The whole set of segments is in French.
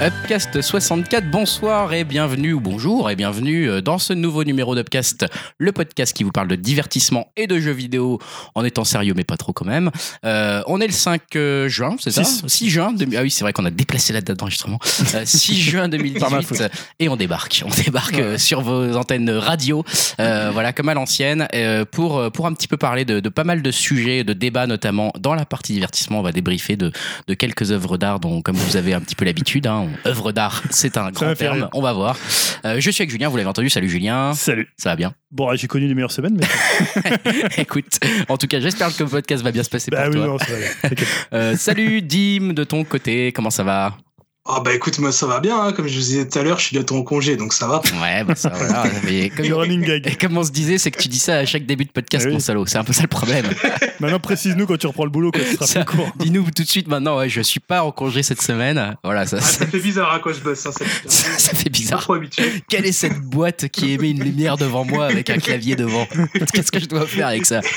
Upcast 64, bonsoir et bienvenue, ou bonjour et bienvenue dans ce nouveau numéro d'Upcast, le podcast qui vous parle de divertissement et de jeux vidéo en étant sérieux mais pas trop quand même. On est le 5 juin, c'est ça ? 6 juin, ah oui c'est vrai qu'on a déplacé la date d'enregistrement, 6 juin 2018 et on débarque sur vos antennes radio, voilà comme à l'ancienne, pour un petit peu parler de pas mal de sujets, de débats notamment dans la partie divertissement. On va débriefer de quelques œuvres d'art dont comme vous avez un petit peu l'habitude, œuvre d'art, c'est un grand terme, on va voir. Je suis avec Julien, vous l'avez entendu, salut Julien. Salut. Ça va bien? Bon, j'ai connu les meilleures semaines, mais... Écoute, en tout cas, j'espère que le podcast va bien se passer pour oui, toi. Non, ça va. Salut Dim, de ton côté, comment ça va? Ah bah écoute, moi ça va bien, hein. Comme je vous disais tout à l'heure, je suis bientôt en congé, donc ça va. Ouais, bah ça voilà. Mais running gag. Et comme on se disait, c'est que tu dis ça à chaque début de podcast, mon salaud. C'est un peu ça le problème. Maintenant, précise-nous quand tu reprends le boulot, quand ce sera plus court. Dis-nous tout de suite maintenant, ouais, je suis pas en congé cette semaine. Voilà, ça fait bizarre hein, quand je bosse. Hein, ça fait bizarre. Pas trop habitué. Quelle est cette boîte qui émet une lumière devant moi avec un clavier devant? Qu'est-ce que je dois faire avec ça?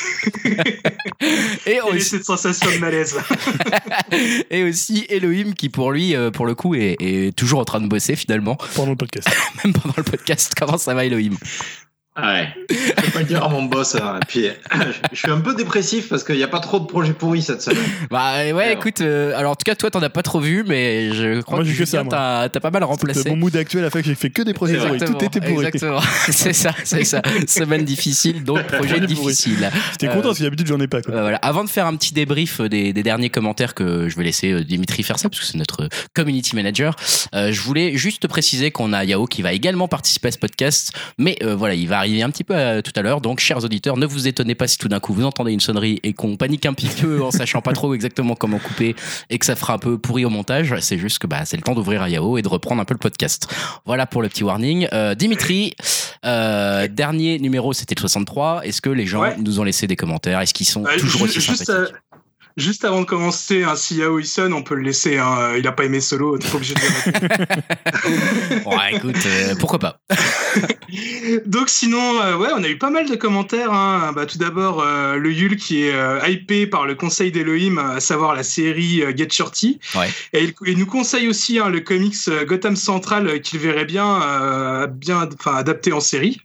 Et aussi cette sensation de malaise. Et aussi Elohim qui pour lui, pour le coup, est toujours en train de bosser finalement. Pendant le podcast. Même pendant le podcast. Comment ça va Elohim? Ouais, je peux pas dire mon boss. Hein. Et puis, je suis un peu dépressif parce qu'il n'y a pas trop de projets pourris cette semaine. Bah ouais, écoute, alors en tout cas, toi, t'en as pas trop vu, mais je crois que Julien, t'as pas mal remplacé. Mon mood actuel a fait que j'ai fait que des projets pourris. Tout était pourri. Exactement, c'est ça. Semaine difficile, donc projet difficile. J'étais content parce que d'habitude, j'en ai pas. Quoi. Voilà. Avant de faire un petit débrief des derniers commentaires, que je vais laisser Dimitri faire ça, parce que c'est notre community manager, je voulais juste préciser qu'on a Yao qui va également participer à ce podcast, mais voilà, il va arriver un petit peu tout à l'heure, donc chers auditeurs, ne vous étonnez pas si tout d'un coup vous entendez une sonnerie et qu'on panique un petit peu en sachant pas trop exactement comment couper et que ça fera un peu pourri au montage. C'est juste que c'est le temps d'ouvrir à Yao et de reprendre un peu le podcast. Voilà pour le petit warning. Dimitri, dernier numéro c'était le 63, est-ce que les gens nous ont laissé des commentaires? Est-ce qu'ils sont toujours aussi sympathiques? Juste avant de commencer, si Yao il sonne, on peut le laisser. Il a pas aimé Solo, t'es pas obligé de le répondre. Ouais, écoute, pourquoi pas. Donc sinon, on a eu pas mal de commentaires. Tout d'abord, le Yul qui est hypé par le conseil d'Elohim, à savoir la série Get Shorty. Ouais. Et il nous conseille aussi le comics Gotham Central qu'il verrait bien adapté en série.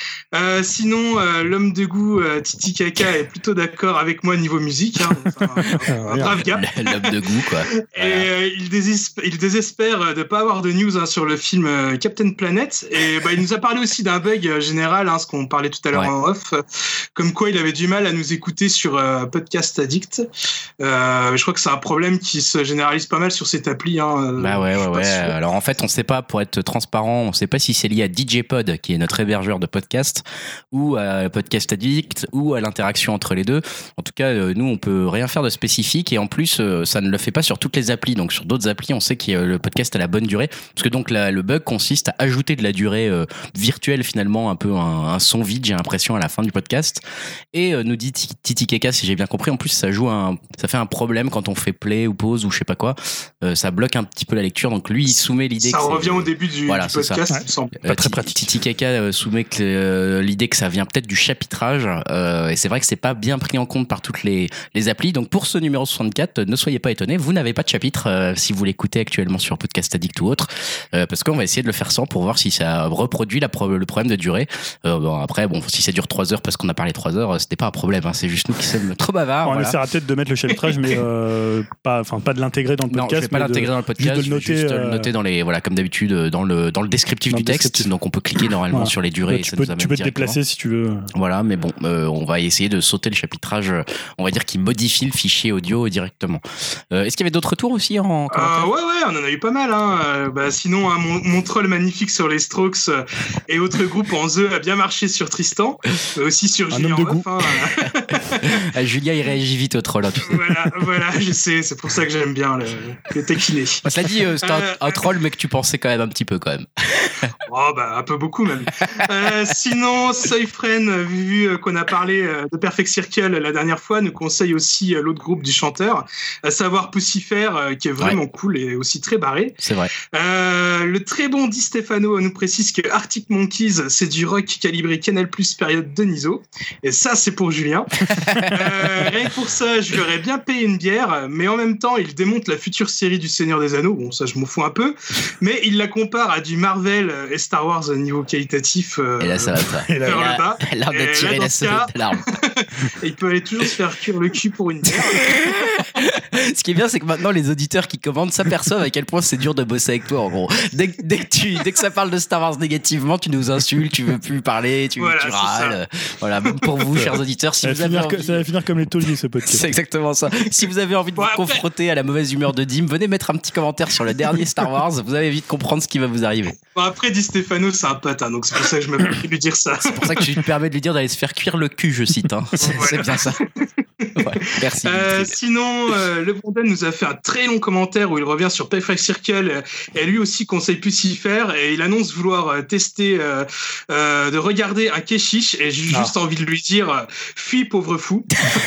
Sinon, l'homme de goût Titi Kaka est plutôt d'accord avec moi niveau musique. Un brave gars. L'homme de goût, quoi. Et il désespère de pas avoir de news sur le film Captain Planet. Et il nous a parlé aussi d'un bug général, ce qu'on parlait tout à l'heure en off, comme quoi il avait du mal à nous écouter sur Podcast Addict. Je crois que c'est un problème qui se généralise pas mal sur cette appli. Ouais. Alors en fait, on sait pas, pour être transparent, on sait pas si c'est lié à DJ Pod, qui est notre hébergeur de podcast, ou à Podcast Addict, ou à l'interaction entre les deux. En tout cas, nous, on peut rien faire de spécifique, et en plus, ça ne le fait pas sur toutes les applis. Donc sur d'autres applis, on sait que le podcast a la bonne durée, parce que donc le bug consiste à ajouter de la durée virtuelle, finalement, un peu un son vide, j'ai l'impression, à la fin du podcast. Et nous dit Titi Keka, si j'ai bien compris, en plus, ça fait un problème quand on fait play ou pause ou je sais pas quoi. Ça bloque un petit peu la lecture. Donc lui, il soumet l'idée. Ça revient au début du podcast, il me semble. Pas très pratique. Titi Keka soumet l'idée que ça vient peut-être du chapitrage, et c'est vrai que c'est pas bien pris en compte par toutes les applis. Donc pour ce numéro 64, ne soyez pas étonnés, vous n'avez pas de chapitre si vous l'écoutez actuellement sur Podcast Addict ou autre, parce qu'on va essayer de le faire sans, pour voir si ça reproduit le problème de durée. Après, si ça dure 3 heures parce qu'on a parlé 3 heures, c'était pas un problème, c'est juste nous qui sommes trop bavards. On essaiera peut-être de mettre le chapitrage, mais pas de l'intégrer dans le podcast. Non, je vais pas l'intégrer dans le podcast, juste le noter dans les, comme d'habitude, dans le descriptif du texte. Donc on peut cliquer normalement sur les durées. Tu peux te déplacer si tu veux. Voilà, mais bon, on va essayer de sauter le chapitrage, on va dire, qui modifie le fichier audio directement. Est-ce qu'il y avait d'autres retours aussi en commentaire? Ouais, on en a eu pas mal. Sinon, mon troll magnifique sur les Strokes et autres groupes en The a bien marché sur Tristan, aussi sur Julien. Julien, il réagit vite au troll. Tu sais. Voilà, je sais, c'est pour ça que j'aime bien le taquiner. Cela dit, c'est un troll, mais que tu pensais quand même un petit peu quand même. Un peu beaucoup même. Sinon, sinon, Soyfren, vu qu'on a parlé de Perfect Circle la dernière fois, nous conseille aussi l'autre groupe du chanteur, à savoir Pucifer, qui est vraiment cool et aussi très barré. C'est vrai. Le très bon Di Stefano nous précise que Arctic Monkeys, c'est du rock calibré Canal+, période Deniso. Et ça, c'est pour Julien. Rien que pour ça, je lui aurais bien payé une bière, mais en même temps, il démonte la future série du Seigneur des Anneaux. Bon, ça, je m'en fous un peu. Mais il la compare à du Marvel et Star Wars au niveau qualitatif. Et là, ça va pas. Vers le bas. Elle a l'air de tirer la sonnette d'alarme. Il peut aller toujours se faire cuire le cul pour une bière. Ce qui est bien, c'est que maintenant, les auditeurs qui commandent s'aperçoivent à quel point c'est dur de bosser avec toi, en gros. Dès que ça parle de Star Wars négativement, tu nous insultes, tu veux plus parler, tu râles. Voilà, même pour vous, chers auditeurs, si vous avez envie... Ça va finir comme les tauliers, ce podcast. C'est exactement ça. Si vous avez envie de vous confronter à la mauvaise humeur de Dim, venez mettre un petit commentaire sur le dernier Star Wars, vous allez vite comprendre ce qui va vous arriver. Bon, après, Di Stefano, c'est un pote, hein, donc c'est pour ça que je me permets de lui dire ça. C'est pour ça que tu te permets de lui dire d'aller se faire cuire le cul, je cite. Hein. C'est bien ça. Ouais, merci. Sinon, le Bonden nous a fait un très long commentaire où il revient sur Perfect Circle et lui aussi conseille Pucifer et il annonce vouloir tester de regarder un Keshish et j'ai juste envie de lui dire fuis pauvre fou.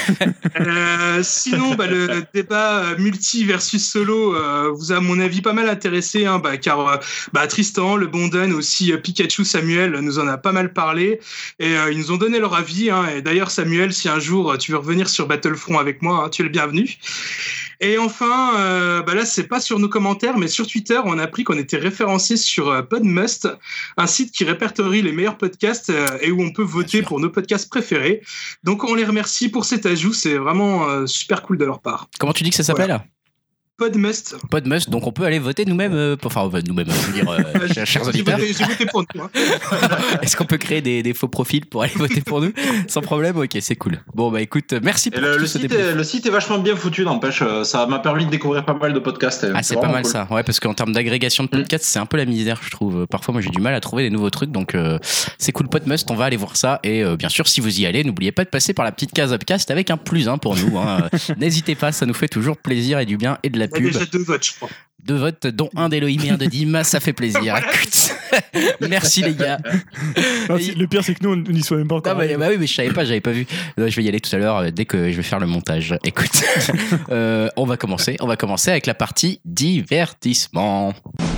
Sinon, le débat multi versus solo vous a à mon avis pas mal intéressé car Tristan, le Bonden aussi Pikachu, Samuel nous en a pas mal parlé et ils nous ont donné leur avis et d'ailleurs Samuel, si un jour tu veux revenir sur Battlefront avec moi, tu es le bienvenu. Et enfin, là, c'est pas sur nos commentaires, mais sur Twitter, on a appris qu'on était référencé sur Podmust, un site qui répertorie les meilleurs podcasts et où on peut voter pour nos podcasts préférés. Donc, on les remercie pour cet ajout. C'est vraiment super cool de leur part. Comment tu dis que ça s'appelle ? Podmust. Podmust, donc on peut aller voter nous-mêmes, je veux dire, chers auditeurs. J'ai voté pour nous. Est-ce qu'on peut créer des faux profils pour aller voter pour nous ? Sans problème, ok, c'est cool. Bon, écoute, merci pour tout ce débrief. Le site est vachement bien foutu, n'empêche, ça m'a permis de découvrir pas mal de podcasts. C'est pas mal cool. Ça, ouais, parce qu'en termes d'agrégation de podcasts, c'est un peu la misère, je trouve. Parfois, moi, j'ai du mal à trouver des nouveaux trucs, donc c'est cool. Podmust, on va aller voir ça, et bien sûr, si vous y allez, n'oubliez pas de passer par la petite case Upcast avec un +1 pour nous. N'hésitez pas, ça nous fait toujours plaisir et du bien et de la pub. Déjà 2 votes, je crois. 2 votes, dont un d'Elohim et un de Dim, ça fait plaisir. Écoute, merci les gars. Non, le pire, c'est que nous, on n'y soit même pas encore. Oui, mais je savais pas, j'avais pas vu. Je vais y aller tout à l'heure dès que je vais faire le montage. Écoute, on va commencer avec la partie divertissement.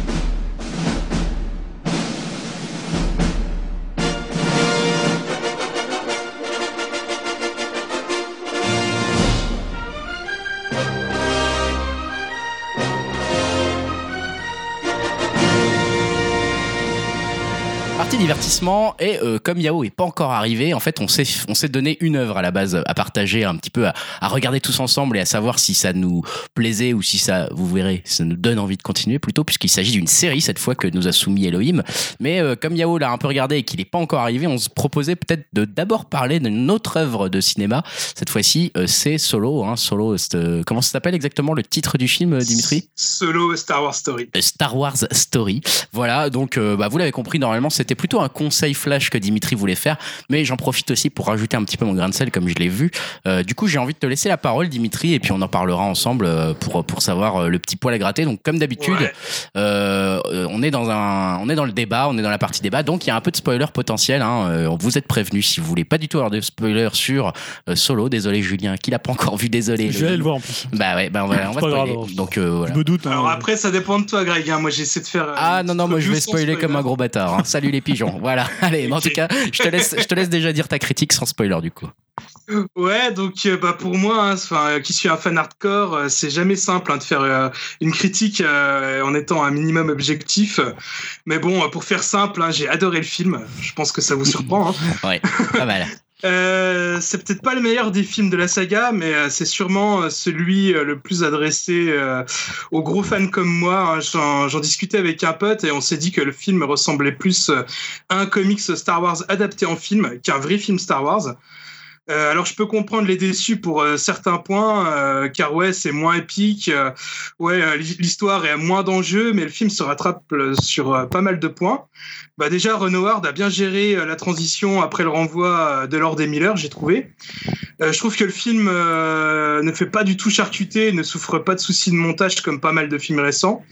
Divertissement et comme Yao est pas encore arrivé, en fait on s'est donné une œuvre à la base à partager un petit peu, à regarder tous ensemble et à savoir si ça nous plaisait ou si ça, vous verrez, ça nous donne envie de continuer plutôt, puisqu'il s'agit d'une série cette fois que nous a soumis Elohim. Mais comme Yao l'a un peu regardé et qu'il est pas encore arrivé, on se proposait peut-être de d'abord parler d'une autre œuvre de cinéma. Cette fois-ci c'est Solo, Solo, comment ça s'appelle exactement le titre du film, Dimitri ? Solo, Star Wars Story. Star Wars Story. Voilà, donc vous l'avez compris, normalement c'était plutôt un conseil flash que Dimitri voulait faire, mais j'en profite aussi pour rajouter un petit peu mon grain de sel comme je l'ai vu. Du coup, j'ai envie de te laisser la parole, Dimitri, et puis on en parlera ensemble pour savoir le petit poil à gratter. Donc, comme d'habitude, on est dans le débat, on est dans la partie débat, donc il y a un peu de spoiler potentiel. Vous êtes prévenus si vous voulez pas du tout avoir de spoiler sur Solo. Désolé Julien, qui l'a pas encore vu, désolé. Je vais aller le voir en plus. On va spoiler. Donc voilà. Je me doute. Alors après, ça dépend de toi, Greg. Moi, j'essaie de faire. Non, moi je vais spoiler comme un gros bâtard. Salut les pigeons. Voilà, allez, en tout cas, je te laisse déjà dire ta critique sans spoiler du coup. Ouais, donc pour moi, qui suis un fan hardcore, c'est jamais simple de faire une critique en étant un minimum objectif. Mais bon, pour faire simple, j'ai adoré le film. Je pense que ça vous surprend. Ouais, pas mal. C'est peut-être pas le meilleur des films de la saga, mais c'est sûrement celui le plus adressé aux gros fans comme moi. J'en discutais avec un pote et on s'est dit que le film ressemblait plus à un comics Star Wars adapté en film qu'un vrai film Star Wars. Alors je peux comprendre les déçus pour certains points, car c'est moins épique, l'histoire est moins d'enjeux, mais le film se rattrape sur pas mal de points. Déjà Ron Howard a bien géré la transition après le renvoi de Lord et Miller, j'ai trouvé. Je trouve que le film ne fait pas du tout charcuter, ne souffre pas de soucis de montage comme pas mal de films récents.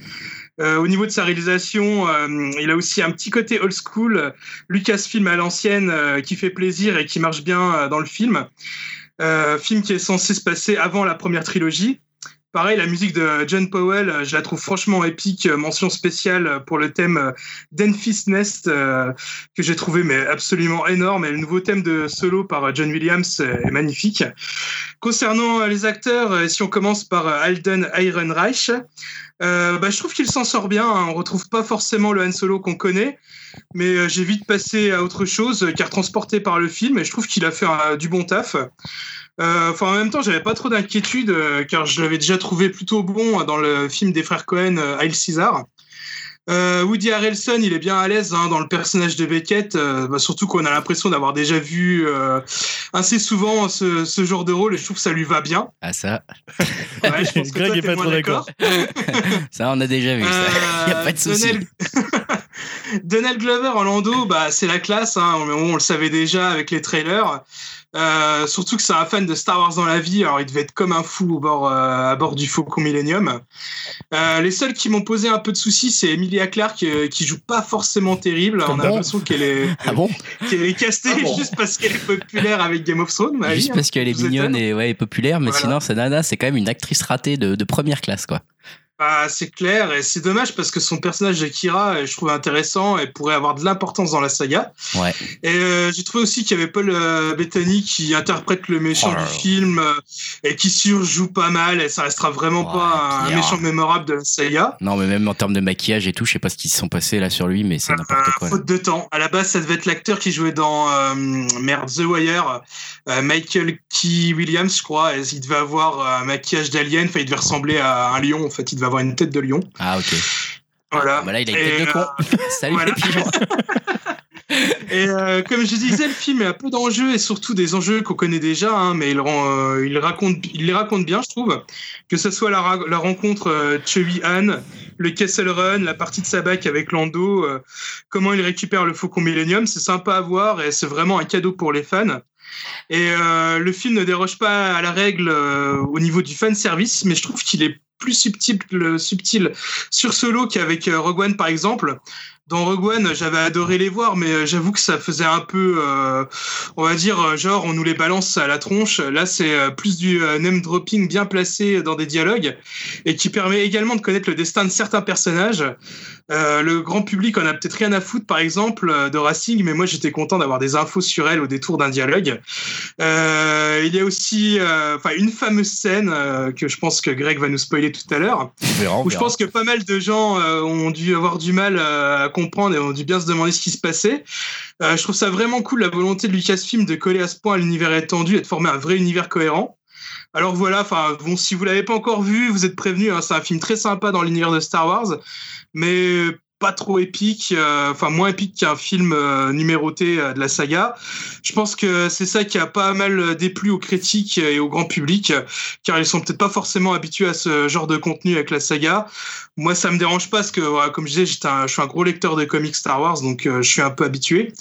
Au niveau de sa réalisation, il a aussi un petit côté old school, Lucasfilm à l'ancienne, qui fait plaisir et qui marche bien dans le film. Film qui est censé se passer avant la première trilogie. Pareil, la musique de John Powell, je la trouve franchement épique. Mention spéciale pour le thème d'Enfie's Nest, que j'ai trouvé mais absolument énorme. Et le nouveau thème de solo par John Williams est magnifique. Concernant les acteurs, si on commence par Alden Ehrenreich, je trouve qu'il s'en sort bien. On retrouve pas forcément le Han Solo qu'on connaît, mais j'ai vite passé à autre chose, car transporté par le film, et je trouve qu'il a fait du bon taf. En même temps, j'avais pas trop d'inquiétude, car je l'avais déjà trouvé plutôt bon dans le film des frères Cohen, Hail Caesar. Woody Harrelson, il est bien à l'aise dans le personnage de Beckett, surtout qu'on a l'impression d'avoir déjà vu assez souvent ce genre de rôle, et je trouve que ça lui va bien. Ah ça. Ouais, je pense que Greg est pas trop d'accord. Ça, on a déjà vu ça. Y a pas de souci. Donald Glover en Lando, c'est la classe. On le savait déjà avec les trailers. Surtout que c'est un fan de Star Wars dans la vie, alors il devait être comme un fou à bord du Faucon Millennium. Les seuls qui m'ont posé un peu de soucis, c'est Emilia Clarke, qui joue pas forcément terrible. On a l'impression qu'elle est, qu'elle est castée juste parce qu'elle est populaire avec Game of Thrones. Juste parce qu'elle est mignonne et populaire, mais sinon, cette nana, c'est quand même une actrice ratée de première classe, quoi. C'est clair, et c'est dommage parce que son personnage de Kira, je trouve intéressant et pourrait avoir de l'importance dans la saga. Ouais. Et j'ai trouvé aussi qu'il y avait Paul Bettany qui interprète le méchant du film et qui surjoue pas mal, et ça restera vraiment pas un méchant mémorable de la saga. Non, mais même en termes de maquillage et tout, je sais pas ce qui se sont passés là sur lui, mais c'est n'importe quoi. Faute de temps. À la base, ça devait être l'acteur qui jouait dans The Wire, Michael Key Williams, je crois. Et il devait avoir un maquillage d'alien, il devait ressembler à un lion, en fait, il devait avoir une tête de lion. Ah, ok. Voilà. Là, il a une tête de con. Salut les pigeons. Et comme je disais, le film a un peu d'enjeux et surtout des enjeux qu'on connaît déjà, mais il les raconte bien, je trouve. Que ce soit la rencontre Chewie-Han, le Kessel Run, la partie de Sabak avec Lando, comment il récupère le Faucon Millennium, c'est sympa à voir et c'est vraiment un cadeau pour les fans. Et le film ne déroge pas à la règle au niveau du fan service, mais je trouve qu'il est plus subtil sur Solo qu'avec Rogue One par exemple. Dans Rogue One, j'avais adoré les voir, mais j'avoue que ça faisait un peu, on va dire, genre on nous les balance à la tronche. Là, c'est plus du name dropping bien placé dans des dialogues et qui permet également de connaître le destin de certains personnages. Le grand public en a peut-être rien à foutre, par exemple, de Racing, mais moi j'étais content d'avoir des infos sur elle au détour d'un dialogue. Il y a aussi une fameuse scène que je pense que Greg va nous spoiler tout à l'heure, où je pense que pas mal de gens ont dû avoir du mal à comprendre et ont dû bien se demander ce qui se passait. Je trouve ça vraiment cool, la volonté de Lucasfilm de coller à ce point à l'univers étendu et de former un vrai univers cohérent. Alors voilà, si vous l'avez pas encore vu, vous êtes prévenus, c'est un film très sympa dans l'univers de Star Wars, mais pas trop épique, moins épique qu'un film numéroté de la saga. Je pense que c'est ça qui a pas mal déplu aux critiques et au grand public, car ils sont peut-être pas forcément habitués à ce genre de contenu avec la saga. Moi, ça me dérange pas parce que, comme je disais, je suis un gros lecteur de comics Star Wars, donc je suis un peu habitué.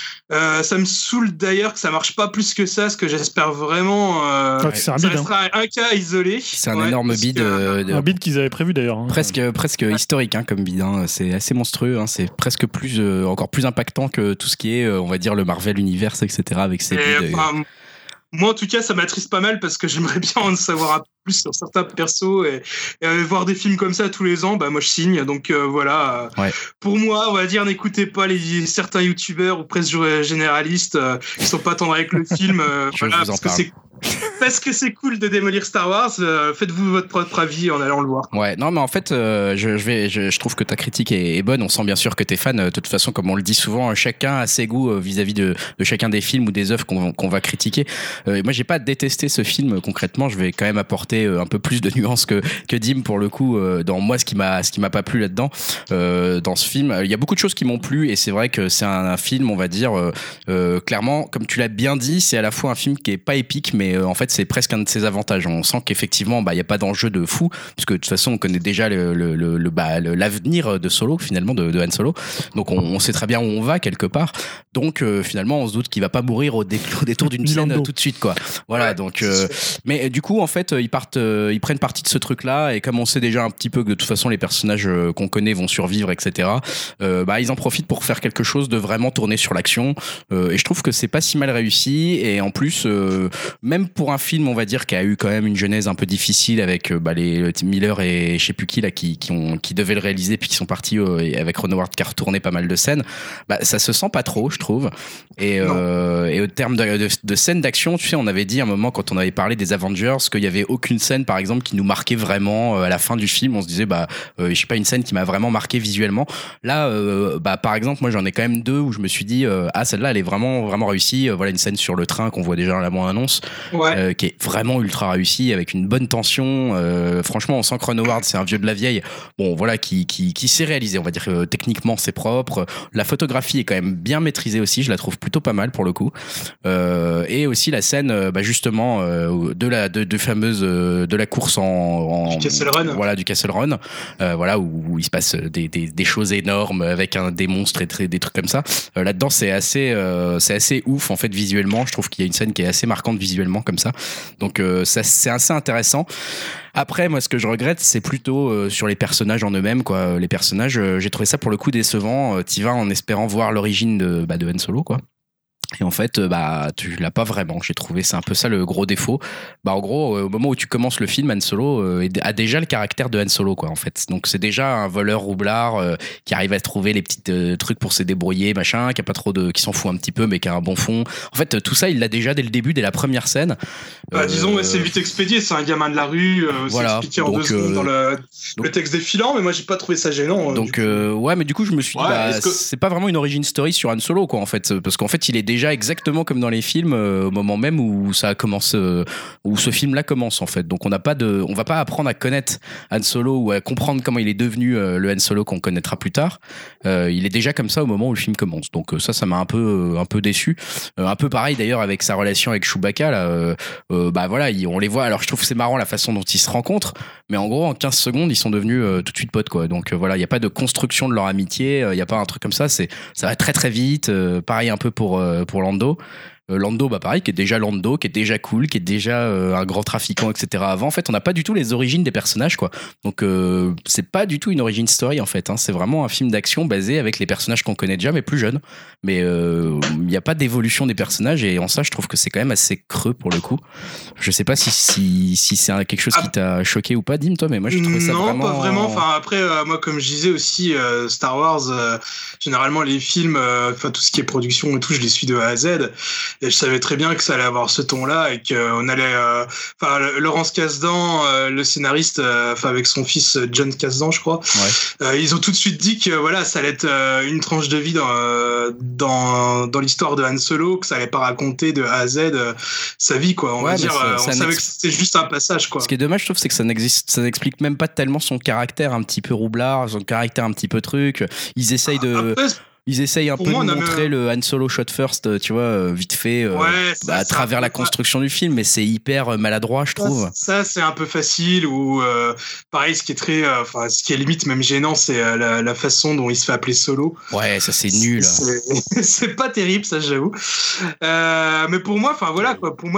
Ça me saoule d'ailleurs que ça marche pas plus que ça, ce que j'espère vraiment. Ça restera un cas isolé. C'est un énorme bid. Un bid qu'ils avaient prévu d'ailleurs. Presque historique comme bid. C'est assez monstrueux. C'est presque encore plus impactant que tout ce qui est, on va dire, le Marvel Universe, etc. avec ces bids. Moi, en tout cas, ça m'attriste pas mal parce que j'aimerais bien en savoir un peu plus sur certains persos et voir des films comme ça tous les ans. Moi, je signe. Donc voilà. Pour moi, on va dire, n'écoutez pas certains youtubeurs ou presse généralistes qui sont pas tendres avec le film. Parce que c'est cool de démolir Star Wars. Faites-vous votre propre avis en allant le voir. Ouais, non, mais en fait, je trouve que ta critique est bonne. On sent bien sûr que t'es fan. De toute façon, comme on le dit souvent, chacun a ses goûts vis-à-vis de chacun des films ou des œuvres qu'on va critiquer. Moi, j'ai pas détesté ce film concrètement. Je vais quand même apporter un peu plus de nuances que Dim pour le coup dans moi ce qui m'a pas plu là-dedans dans ce film. Il y a beaucoup de choses qui m'ont plu et c'est vrai que c'est un film, on va dire clairement, comme tu l'as bien dit, c'est à la fois un film qui est pas épique, mais en fait c'est presque un de ses avantages. On sent qu'effectivement il y a pas d'enjeu de fou puisque de toute façon on connaît déjà l'avenir de Solo finalement de Han Solo. Donc on sait très bien où on va quelque part. Donc finalement on se doute qu'il va pas mourir au détour d'une scène tout de suite quoi. Voilà, donc mais du coup en fait il part ils prennent parti de ce truc-là, et comme on sait déjà un petit peu que de toute façon les personnages qu'on connaît vont survivre, etc. Ils en profitent pour faire quelque chose de vraiment tourné sur l'action. Et je trouve que c'est pas si mal réussi. Et en plus, même pour un film, on va dire, qui a eu quand même une genèse un peu difficile avec les Miller et je sais plus qui là qui devaient le réaliser puis qui sont partis avec Ron Howard qui a retourné pas mal de scènes. Ça se sent pas trop, je trouve. Et au terme de scènes d'action, tu sais, on avait dit à un moment quand on avait parlé des Avengers qu'il y avait aucune scène, par exemple, qui nous marquait vraiment à la fin du film. On se disait, je sais pas, une scène qui m'a vraiment marqué visuellement. Là, par exemple, moi j'en ai quand même deux où je me suis dit, celle-là, elle est vraiment, vraiment réussie. Voilà une scène sur le train qu'on voit déjà à la bande-annonce, qui est vraiment ultra réussie, avec une bonne tension. Franchement, on sent que Ron Howard, c'est un vieux de la vieille. Bon, voilà, qui s'est réalisé. On va dire techniquement, c'est propre. La photographie est quand même bien maîtrisée aussi. Je la trouve plutôt pas mal pour le coup. Et aussi la scène, justement, de la course du Castle Run. Voilà, du Castle Run. Où il se passe des choses énormes avec des monstres et des trucs comme ça. Là-dedans, c'est assez ouf en fait visuellement. Je trouve qu'il y a une scène qui est assez marquante visuellement comme ça. Donc ça, c'est assez intéressant. Après, moi, ce que je regrette, c'est plutôt sur les personnages en eux-mêmes, quoi. Les personnages, j'ai trouvé ça pour le coup décevant. T'y vas en espérant voir l'origine de Han Solo, quoi. Et en fait, tu l'as pas vraiment, j'ai trouvé. C'est un peu ça le gros défaut. En gros, au moment où tu commences le film, Han Solo a déjà le caractère de Han Solo, quoi, en fait. Donc c'est déjà un voleur roublard qui arrive à trouver les petits trucs pour se débrouiller, machin, qui a pas trop qui s'en fout un petit peu, mais qui a un bon fond. En fait, tout ça, il l'a déjà dès le début, dès la première scène. Disons, c'est vite expédié. C'est un gamin de la rue. Voilà. C'est expliqué en 2 secondes dans le texte défilant, mais moi, j'ai pas trouvé ça gênant. Donc, mais du coup, je me suis dit, c'est pas vraiment une origin story sur Han Solo, quoi, en fait. Parce qu'en fait, il est déjà exactement comme dans les films au moment même où ça commence, où ce film-là commence, en fait. Donc, on va pas apprendre à connaître Han Solo ou à comprendre comment il est devenu le Han Solo qu'on connaîtra plus tard. Il est déjà comme ça au moment où le film commence. Donc, ça m'a un peu déçu. Un peu pareil d'ailleurs avec sa relation avec Chewbacca, là. On les voit. Alors, je trouve que c'est marrant la façon dont ils se rencontrent, mais en gros, en 15 secondes, ils sont devenus tout de suite potes, quoi. Donc, voilà, il n'y a pas de construction de leur amitié, il n'y a pas un truc comme ça. Ça va très très vite. Pareil un peu pour Lando. Lando, pareil, qui est déjà Lando, qui est déjà cool, qui est déjà un grand trafiquant, etc. Avant, en fait, on n'a pas du tout les origines des personnages, quoi. Donc, c'est pas du tout une origin story, en fait. C'est vraiment un film d'action basé avec les personnages qu'on connaît déjà, mais plus jeunes. Mais il n'y a pas d'évolution des personnages, et en ça, je trouve que c'est quand même assez creux pour le coup. Je sais pas si c'est quelque chose qui t'a choqué ou pas, Dim, toi, mais moi, je trouvais ça vraiment... Non, pas vraiment. Enfin, après, moi, comme je disais aussi, Star Wars, généralement, les films, tout ce qui est production et tout, je les suis de A à Z. Et je savais très bien que ça allait avoir ce ton-là et qu'on allait... Laurence Kasdan, le scénariste, avec son fils John Kasdan, je crois, ils ont tout de suite dit que ça allait être une tranche de vie dans l'histoire de Han Solo, que ça allait pas raconter de A à Z sa vie, quoi. On va dire, on savait que c'était juste un passage, quoi. Ce qui est dommage, je trouve, c'est que ça n'explique même pas tellement son caractère un petit peu roublard, son caractère un petit peu truc. Ils essayent un peu de montrer le Han Solo shot first, tu vois, vite fait, à travers la construction du film, mais c'est hyper maladroit, je trouve. Ça, c'est un peu facile, ou pareil, ce qui est limite même gênant, c'est la façon dont il se fait appeler Solo. Ouais, ça c'est nul. C'est pas terrible, ça, j'avoue. Mais pour moi, quoi. Pour moi,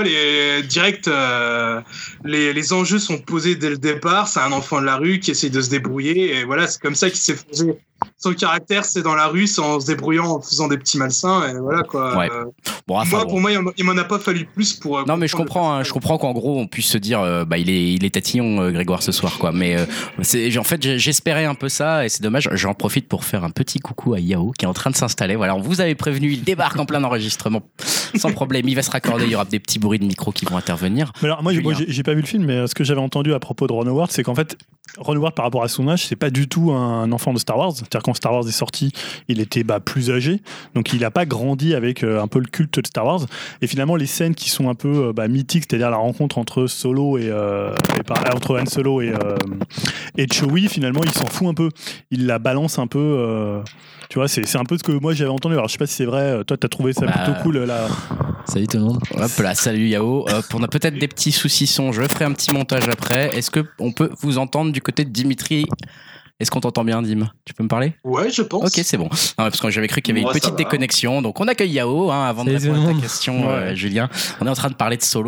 les enjeux sont posés dès le départ. C'est un enfant de la rue qui essaye de se débrouiller, et voilà, c'est comme ça qu'il s'est forgé. Son caractère, c'est dans la rue, en se débrouillant, en faisant des petits malsains, et voilà, quoi. Ouais. Pour moi, il m'en a pas fallu plus pour... non, mais je comprends qu'en gros, on puisse se dire, il est tatillon, Grégoire, ce soir, quoi. Mais en fait, j'espérais un peu ça, et c'est dommage. J'en profite pour faire un petit coucou à Yao, qui est en train de s'installer. Voilà, on vous avait prévenu, il débarque en plein enregistrement, sans problème. Il va se raccorder, il y aura des petits bruits de micro qui vont intervenir. Mais alors, moi, j'ai pas vu le film, mais ce que j'avais entendu à propos de Ron Howard, c'est qu'en fait, Ron Howard, par rapport à son âge, c'est pas du tout un enfant de Star Wars. C'est-à-dire quand Star Wars est sorti, il était plus âgé, donc il a pas grandi avec un peu le culte de Star Wars. Et finalement, les scènes qui sont un peu mythiques, c'est-à-dire la rencontre entre Solo entre Han Solo et Chewie, finalement, il s'en fout un peu. Il la balance un peu. Tu vois, c'est un peu ce que moi j'avais entendu. Alors je sais pas si c'est vrai. Toi, t'as trouvé ça plutôt cool là. Salut tout le monde. Hop là, salut Yao. On a peut-être des petits soucis son. Je ferai un petit montage après. Est-ce que on peut vous entendre du côté de Dimitri? Est-ce qu'on t'entend bien, Dim? Tu peux me parler? Ouais, je pense. Ok, c'est bon. Non, parce que j'avais cru qu'il y avait une petite déconnexion. Donc on accueille Yao avant de répondre à ta question, Julien. On est en train de parler de Solo.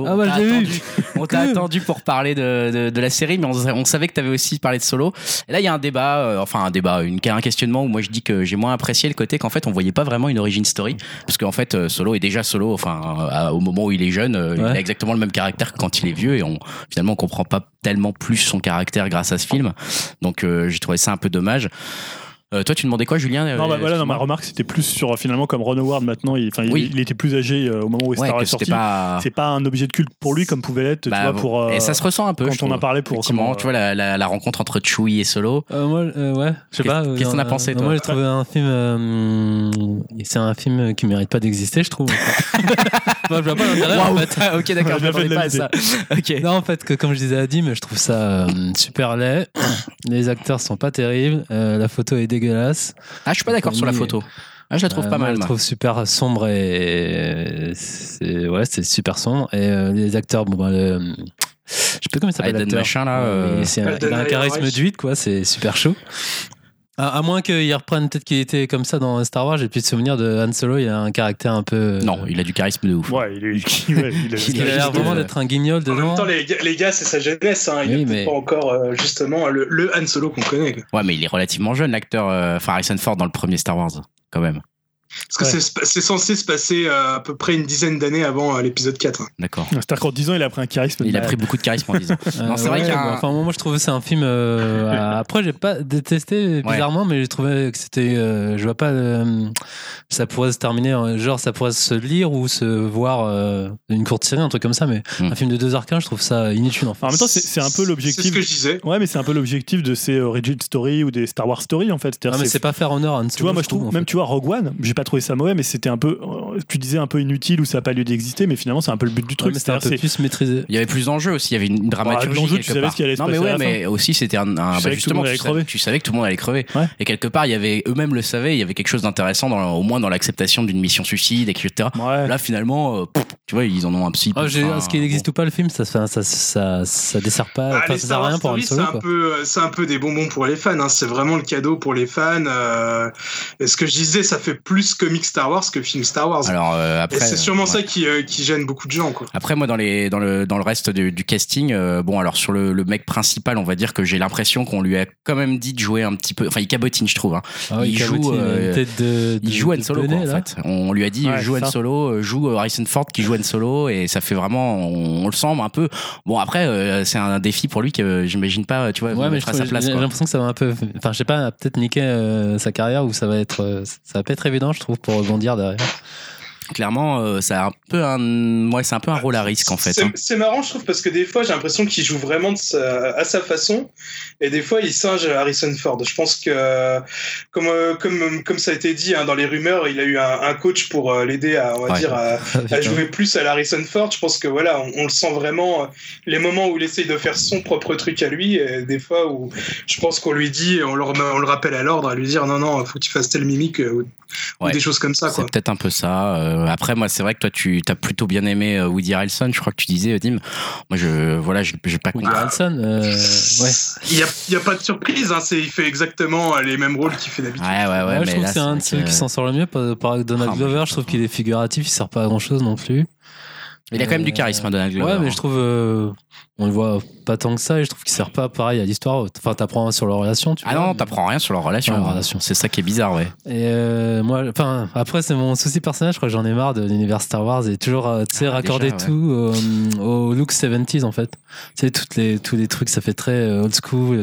On t'a attendu pour parler de la série, mais on savait que tu avais aussi parlé de Solo. Et là, il y a un débat, un questionnement où moi je dis que j'ai moins apprécié le côté qu'en fait on voyait pas vraiment une origin story, parce qu'en fait Solo est déjà Solo. Au moment où il est jeune, il a exactement le même caractère que quand il est vieux, et finalement on comprend pas tellement plus son caractère grâce à ce film. Donc j'ai trouvé ça un peu dommage. Toi, tu demandais quoi, Julien? Ma remarque, c'était plus sur finalement comme Ron Howard maintenant. Il était plus âgé au moment où Star Wars est sorti. C'est pas un objet de culte pour lui comme pouvait l'être. Et ça se ressent un peu. Quand on a parlé pour tu vois la rencontre entre Chewie et Solo. Je sais pas. Qu'est-ce que t'en as pensé, toi? Moi, j'ai trouvé un film. C'est un film qui mérite pas d'exister, je trouve. Moi, je vois pas l'intérêt. En fait. Ok, d'accord. Je m'attendais pas à ça. Okay. Non, en fait, comme je disais à Dim, je trouve ça super laid. Les acteurs sont pas terribles. La photo est dégueulasse. Je suis pas d'accord sur la photo. Je la trouve pas mal. Je la trouve super sombre et c'est super sombre. Et les acteurs, je sais plus comment il s'appelle l'acteur. Il a un charisme d'huile, quoi. C'est super chaud. À moins qu'ils reprennent peut-être qu'il était comme ça dans Star Wars, j'ai plus de souvenir de Han Solo, il a un caractère un peu... Non, il a du charisme de ouf. Ouais, il a l'air vraiment d'être un guignol dedans. En même temps, les gars, c'est sa jeunesse, hein. Il n'est pas encore justement le Han Solo qu'on connaît. Ouais, mais il est relativement jeune, l'acteur, Harrison Ford dans le premier Star Wars, quand même. Parce que c'est censé se passer à peu près une dizaine d'années avant l'épisode 4. D'accord. C'est-à-dire qu'en 10 ans, il a pris un charisme. Il a pris beaucoup de charisme en 10 ans. Non, c'est vrai qu'il y a moi, je trouvais que c'est un film... Après, j'ai pas détesté, bizarrement, mais j'ai trouvé que c'était... je vois pas... ça pourrait se terminer... Genre, ça pourrait se lire ou se voir une courte série, un truc comme ça, mais un film de 2h15, je trouve ça inutile. En même temps, c'est un peu l'objectif... C'est ce que je disais. Ouais, mais c'est un peu l'objectif de ces Origin Story ou des Star Wars Story, en fait. Mais c'est pas faire honneur à un Tu vois, moi, je trouve... Même, tu vois, Rogue One, j'ai pas trouvé ça mauvais, mais c'était un peu, tu disais un peu inutile ou ça n'a pas lieu d'exister, mais finalement c'est un peu le but du truc. C'était un peu plus maîtrisé. Il y avait plus d'enjeux aussi, il y avait une dramaturgie. L'enjeu, tu savais ce qui allait se passer. Non, mais mais aussi c'était justement, tu savais que tout le monde allait crever. Ouais. Et quelque part, il y avait, eux-mêmes le savaient, il y avait quelque chose d'intéressant au moins dans l'acceptation d'une mission suicide, etc. Ouais. Là, finalement, tu vois, ils en ont un psy. Ce qui existe ou pas le film, ça dessert pas, ça sert à rien pour un Solo. C'est un peu des bonbons pour les fans. Hein. C'est vraiment le cadeau pour les fans. Ce que je disais, ça fait plus comic Star Wars que film Star Wars. Alors après, c'est sûrement ça qui gêne beaucoup de gens, quoi. Après, moi, dans le reste du casting, alors sur le mec principal, on va dire que j'ai l'impression qu'on lui a quand même dit de jouer un petit peu. Enfin, il cabotine, je trouve. Hein. Il joue Han Solo, quoi, en fait. On lui a dit joue Han Solo, joue Harrison Ford qui joue Han Solo, et ça fait vraiment, on le sent un peu. Bon, après, c'est un défi pour lui que j'imagine pas, tu vois, mettre à sa place. J'ai l'impression que ça va un peu, enfin, je sais pas, peut-être niquer sa carrière, ou ça va pas être évident, je trouve, pour rebondir derrière. Clairement, c'est un peu un rôle à risque, en fait. C'est marrant, je trouve, parce que des fois, j'ai l'impression qu'il joue vraiment à sa façon, et des fois, il singe Harrison Ford. Je pense que, comme ça a été dit, hein, dans les rumeurs, il a eu un coach pour l'aider à jouer plus à Harrison Ford. Je pense que voilà, on le sent vraiment, les moments où il essaye de faire son propre truc à lui, et des fois où je pense qu'on lui dit, on le rappelle à l'ordre, à lui dire non, faut que tu fasses telle mimique, ou des choses comme ça, quoi. C'est peut-être un peu ça. Après, moi, c'est vrai que toi, tu as plutôt bien aimé Woody Harrelson. Je crois que tu disais, Dim. Moi, j'ai pas compris. Woody Harrelson, Il y a pas de surprise. Hein, il fait exactement les mêmes rôles qu'il fait d'habitude. Ouais, je trouve que c'est un de ceux qui s'en sort le mieux. Par Donald Glover, je trouve qu'il est figuratif. Il sert pas à grand chose non plus. Il a quand même du charisme, Donald Glover. Ouais, mais je trouve, on le voit pas tant que ça, et je trouve qu'il sert pas pareil à l'histoire. Enfin, t'apprends sur leur relation. Non, t'apprends rien sur leur relation. C'est ça qui est bizarre, ouais. Et moi, enfin, après, c'est mon souci personnel. Je crois que j'en ai marre de l'univers Star Wars et toujours, raccorder tout au look 70s, en fait. Tu sais, tous les trucs, ça fait très old school,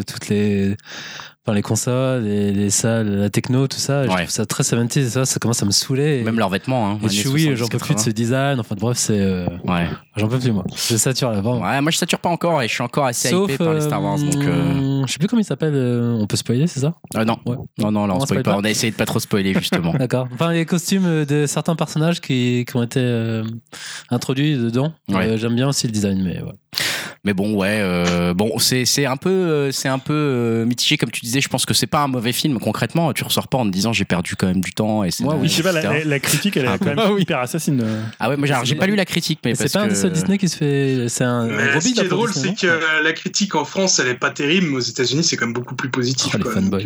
les consoles, les salles, la techno, tout ça, je trouve ça très 70s, ça commence à me saouler. Même leurs vêtements, hein. Et Chewie, j'en peux plus de ce design, enfin bref, j'en peux plus, moi. Je sature là, vraiment. Ouais, moi je sature pas encore, et je suis encore assez hypé par les Star Wars, donc je sais plus comment il s'appelle, on peut spoiler, c'est ça? Non. Ouais. Non, là on spoil pas, on a essayé de pas trop spoiler, justement. D'accord. Enfin, les costumes de certains personnages qui ont été introduits dedans, j'aime bien aussi le design, mais ouais. Mais bon, c'est un peu mitigé comme tu disais. Je pense que c'est pas un mauvais film concrètement. Tu ressors pas en te disant j'ai perdu quand même du temps. Et c'est je sais pas, la critique elle est quand même hyper assassine. Ah ouais, moi j'ai pas lu la critique, mais c'est pas un des seuls Disney qui se fait. C'est un. Ce qui est drôle, c'est que la critique en France elle est pas terrible, mais aux États-Unis c'est quand même beaucoup plus positif. Donc,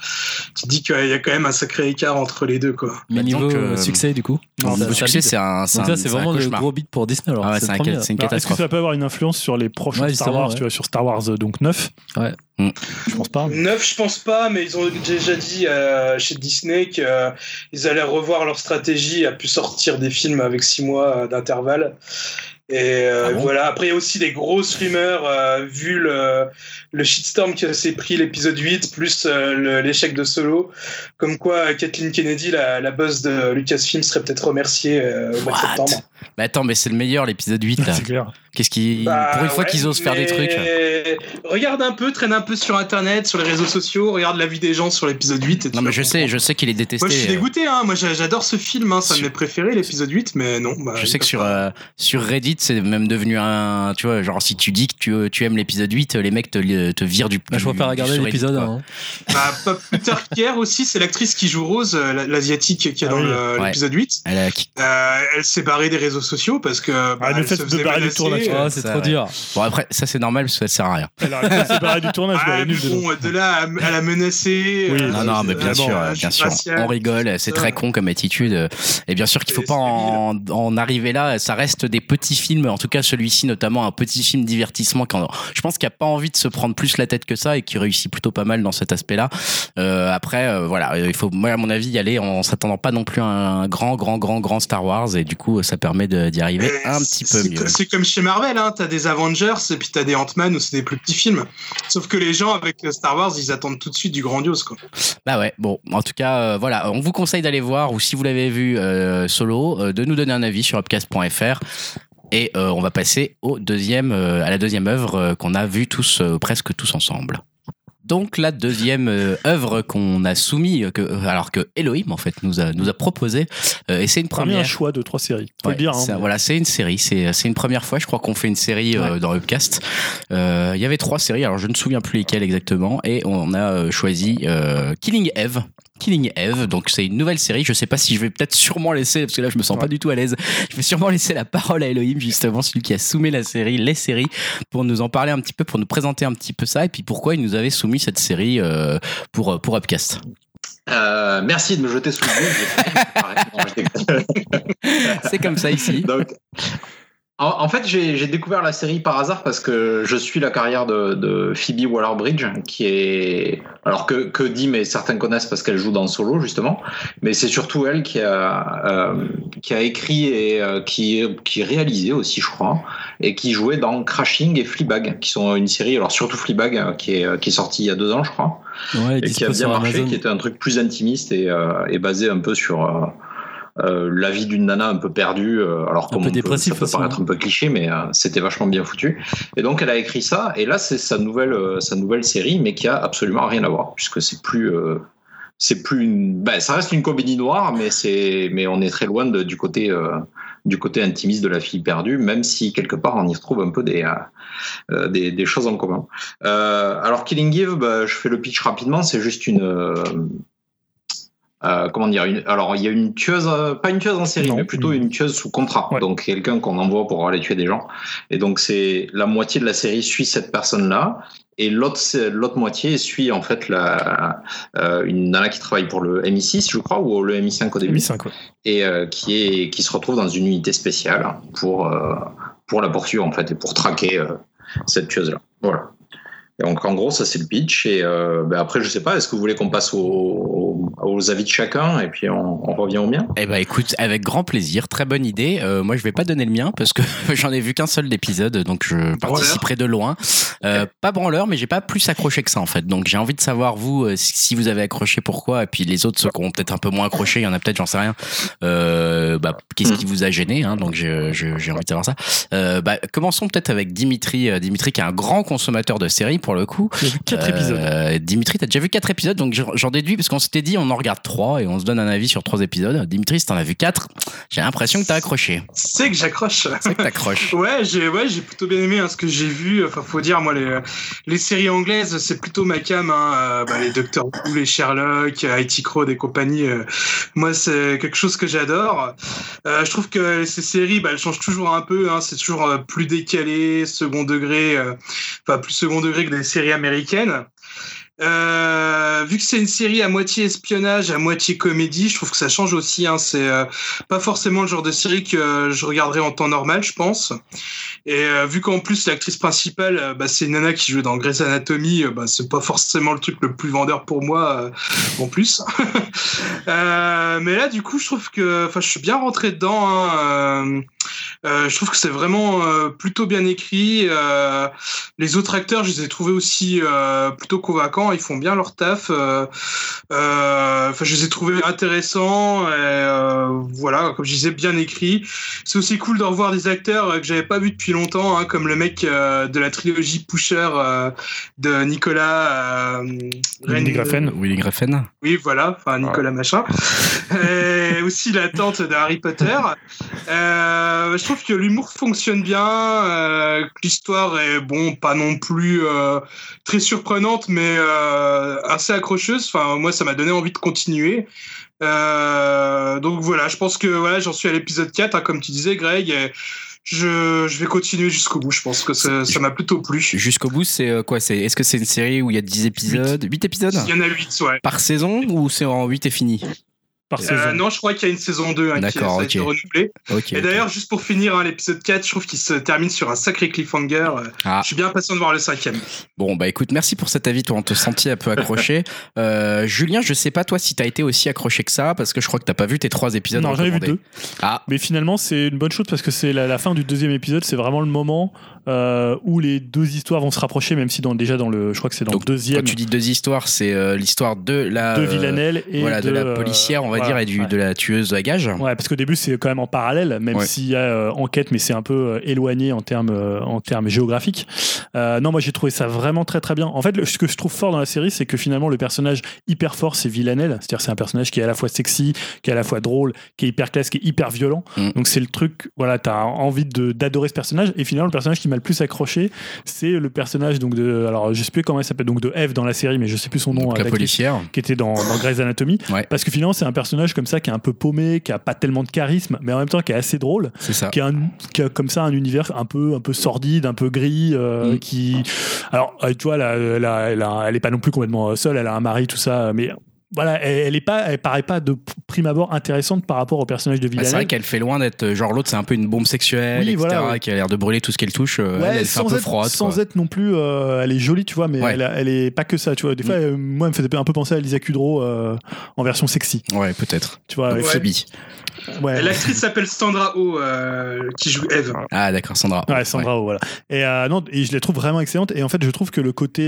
tu dis qu'il y a quand même un sacré écart entre les deux, quoi. Mais niveau succès du coup. Niveau succès, c'est vraiment le gros beat pour Disney. Alors c'est une catastrophe. Est-ce que ça peut avoir une influence sur les prochains Star Wars, tu vois, sur Star Wars donc 9? Ouais. Je pense pas. 9, je pense pas, mais ils ont déjà dit chez Disney qu'ils allaient revoir leur stratégie à pu sortir des films avec 6 mois d'intervalle. Et voilà. Après, il y a aussi des grosses rumeurs, vu le shitstorm que s'est pris l'épisode 8, plus l'échec de Solo, comme quoi Kathleen Kennedy, la boss de Lucasfilm, serait peut-être remerciée au mois de septembre. Mais attends, mais c'est le meilleur, l'épisode 8 là. C'est clair. Qu'est-ce qui pour une fois qu'ils osent faire des trucs. Regarde un peu, traîne un peu sur internet, sur les réseaux sociaux, regarde l'avis des gens sur l'épisode 8. Non mais je sais qu'il est détesté. Moi je suis dégoûté, hein. Moi j'adore ce film, hein. C'est un de mes préférés, l'épisode 8, mais non. Je sais que sur Reddit c'est même devenu un, tu vois, genre si tu dis que tu aimes l'épisode 8, les mecs te virent du. Je préfère regarder l'épisode 1. Pas plus tard qu'hier aussi, c'est l'actrice qui joue Rose, l'asiatique qui est dans l'épisode 8. Elle s'est barrée des réseaux sociaux parce que le fait de barrer du tournage, c'est trop dur. Bon après ça c'est normal parce que ça sert à rien. Elle s'est barrée du tournage, elle est nulle. Bon, de là à la menacer. Oui, non mais bien sûr, on rigole, c'est très con comme attitude et bien sûr qu'il faut pas en arriver là. Ça reste des petits films, en tout cas celui-ci notamment un petit film divertissement. Je pense qu'il a pas envie de se prendre plus la tête que ça et qui réussit plutôt pas mal dans cet aspect-là. Après voilà, il faut moi à mon avis y aller en s'attendant pas non plus à un grand Star Wars et du coup ça permet d'y arriver un petit peu mieux. C'est comme chez Marvel, hein, t'as des Avengers et puis t'as des Ant-Man où c'est des plus petits films. Sauf que les gens avec Star Wars ils attendent tout de suite du grandiose, quoi. Bah ouais, bon, en tout cas voilà, on vous conseille d'aller voir ou si vous l'avez vu Solo, de nous donner un avis sur upcast.fr. Et on va passer à la deuxième œuvre qu'on a vue presque tous ensemble. Donc la deuxième œuvre qu'on a soumis, alors que Elohim en fait nous a proposé, et c'est une première. Un choix de 3 séries. Faut le dire. Voilà, c'est une série. C'est une première fois, je crois qu'on fait une série dans Upcast. Il y avait 3 séries, alors je ne me souviens plus lesquelles exactement, et on a choisi Killing Eve, donc c'est une nouvelle série. Je sais pas si je vais peut-être sûrement laisser, parce que là je me sens pas du tout à l'aise, je vais sûrement laisser la parole à Elohim, justement celui qui a soumis les séries, pour nous en parler un petit peu, pour nous présenter un petit peu ça, et puis pourquoi il nous avait soumis cette série pour Upcast. Merci de me jeter sous le nez. C'est comme ça ici. Donc, en fait, j'ai découvert la série par hasard parce que je suis la carrière de Phoebe Waller-Bridge, qui est, alors que dit, mais certains connaissent parce qu'elle joue dans Solo justement, mais c'est surtout elle qui a écrit et qui réalisé aussi, je crois, et qui jouait dans Crashing et Fleabag, qui sont une série, alors surtout Fleabag qui est sortie il y a 2 ans, je crois, et qui a bien marché, Amazon. Qui était un truc plus intimiste et basé un peu sur la vie d'une nana un peu perdue, alors comme ça peut paraître un peu cliché, mais c'était vachement bien foutu. Et donc elle a écrit ça, et là c'est sa nouvelle série, mais qui a absolument rien à voir, puisque c'est plus ça reste une comédie noire, mais on est très loin du côté intimiste de la fille perdue, même si quelque part on y retrouve un peu des choses en commun. Alors Killing Eve, je fais le pitch rapidement, c'est juste comment dire, alors il y a une tueuse, pas une tueuse en série, mais plutôt une tueuse sous contrat, donc quelqu'un qu'on envoie pour aller tuer des gens, et donc c'est la moitié de la série suit cette personne-là, et l'autre moitié suit en fait une nana qui travaille pour le MI6, je crois, ou le MI5 au début, MI5, ouais. Et qui se retrouve dans une unité spéciale pour la poursuivre en fait et pour traquer cette tueuse-là. Voilà. Et donc en gros ça c'est le pitch, et après je sais pas, est-ce que vous voulez qu'on passe aux avis de chacun et puis on revient au mien? Eh ben écoute, avec grand plaisir, très bonne idée. Moi je vais pas donner le mien parce que j'en ai vu qu'un seul d'épisode, donc je participerai de loin. Pas branleur, mais j'ai pas plus accroché que ça en fait, donc j'ai envie de savoir vous si vous avez accroché, pourquoi, et puis les autres, ceux qui ont peut-être un peu moins accroché, il y en a peut-être, j'en sais rien, qu'est-ce qui vous a gêné, hein, donc j'ai envie de savoir ça. Commençons peut-être avec Dimitri qui est un grand consommateur de séries. pour le coup. J'ai vu 4 épisodes. Dimitri, t'as déjà vu 4 épisodes, donc j'en déduis, parce qu'on s'était dit, on en regarde 3 et on se donne un avis sur 3 épisodes. Dimitri, si t'en as vu 4, j'ai l'impression que t'as accroché. C'est que j'accroche. C'est que t'accroches. Ouais, j'ai plutôt bien aimé ce que j'ai vu. Enfin, faut dire, moi, les séries anglaises, c'est plutôt ma cam. Les Doctor Who, les Sherlock, IT Crowd et compagnie. Moi, c'est quelque chose que j'adore. Je trouve que ces séries, elles changent toujours un peu. C'est toujours plus décalé, second degré, plus second degré que des séries américaines. Vu que c'est une série à moitié espionnage, à moitié comédie, je trouve que ça change aussi. C'est pas forcément le genre de série que je regarderais en temps normal, je pense. Et vu qu'en plus l'actrice principale, c'est une nana qui joue dans Grey's Anatomy, c'est pas forcément le truc le plus vendeur pour moi en plus. Mais là, du coup, je trouve que, je suis bien rentré dedans. Je trouve que c'est vraiment plutôt bien écrit. Les autres acteurs, je les ai trouvés aussi plutôt convaincants. Ils font bien leur taf. Je les ai trouvés intéressants. Voilà, comme je disais, bien écrits. C'est aussi cool de revoir des acteurs que j'avais pas vus depuis longtemps, comme le mec de la trilogie Pusher de Nicolas Willy Graffen. Oui, voilà. Nicolas machin. Et aussi la tante de Harry Potter. Je trouve que l'humour fonctionne bien, que l'histoire est pas non plus très surprenante, mais assez accrocheuse. Moi, ça m'a donné envie de continuer. Donc voilà, je pense que j'en suis à l'épisode 4, comme tu disais, Greg. Et je vais continuer jusqu'au bout. Je pense que ça m'a plutôt plu. Jusqu'au bout, c'est quoi? Est-ce que c'est une série où il y a 10 épisodes? 8 épisodes? Il y en a 8, ouais. Par saison, ou c'est en 8 et fini? Par saison. Non, je crois qu'il y a une saison 2 D'accord, qui a été renouvelée. Et d'ailleurs, juste pour finir, l'épisode 4, je trouve qu'il se termine sur un sacré cliffhanger. Je suis bien impatient de voir le 5e. Bon, écoute, merci pour cet avis. Toi, on te sentit un peu accroché. Julien, je sais pas toi si t'as été aussi accroché que ça, parce que je crois que t'as pas vu tes 3 épisodes. Non, j'en ai vu 2. Ah. Mais finalement, c'est une bonne chose parce que c'est la fin du 2e épisode. C'est vraiment le moment où les 2 histoires vont se rapprocher, même si je crois que c'est dans le 2e. Quand tu dis 2 histoires, c'est l'histoire de la de Villanelle et de la policière, on va dire, et de la tueuse à gages. Ouais, parce qu'au début c'est quand même en parallèle, même s'il y a enquête, mais c'est un peu éloigné en termes géographiques. Non, moi j'ai trouvé ça vraiment très très bien. En fait, ce que je trouve fort dans la série, c'est que finalement le personnage hyper fort, c'est Villanelle. C'est-à-dire c'est un personnage qui est à la fois sexy, qui est à la fois drôle, qui est hyper classe, qui est hyper violent. Donc c'est le truc, t'as envie d'adorer ce personnage. Et finalement le personnage qui m'a le plus accroché, c'est le personnage alors je sais plus comment elle s'appelle, donc de Eve dans la série, mais je sais plus son nom. Donc, la policière qui était dans Grey's Anatomy. Ouais. Parce que finalement c'est un personnage comme ça qui est un peu paumé, qui a pas tellement de charisme, mais en même temps qui est assez drôle. C'est ça. Qui a comme ça un univers un peu sordide, un peu gris, qui. Alors tu vois, elle est pas non plus complètement seule, elle a un mari, tout ça, mais. Voilà, elle paraît pas de prime abord intéressante par rapport au personnage de Villanelle. C'est vrai qu'elle fait loin d'être genre l'autre, c'est un peu une bombe sexuelle, etc., qui a l'air de brûler tout ce qu'elle touche. Elle fait un peu froide. Sans être non plus, elle est jolie, tu vois, mais elle est pas que ça, tu vois. Des fois, moi, elle me faisait un peu penser à Lisa Kudrow en version sexy. Ouais, peut-être. Tu vois, Phoebe. Ouais. L'actrice s'appelle Sandra Oh, qui joue Eve. Ah d'accord, Sandra. Ouais, Sandra Oh, voilà. Et je la trouve vraiment excellente. Et en fait, je trouve que le côté,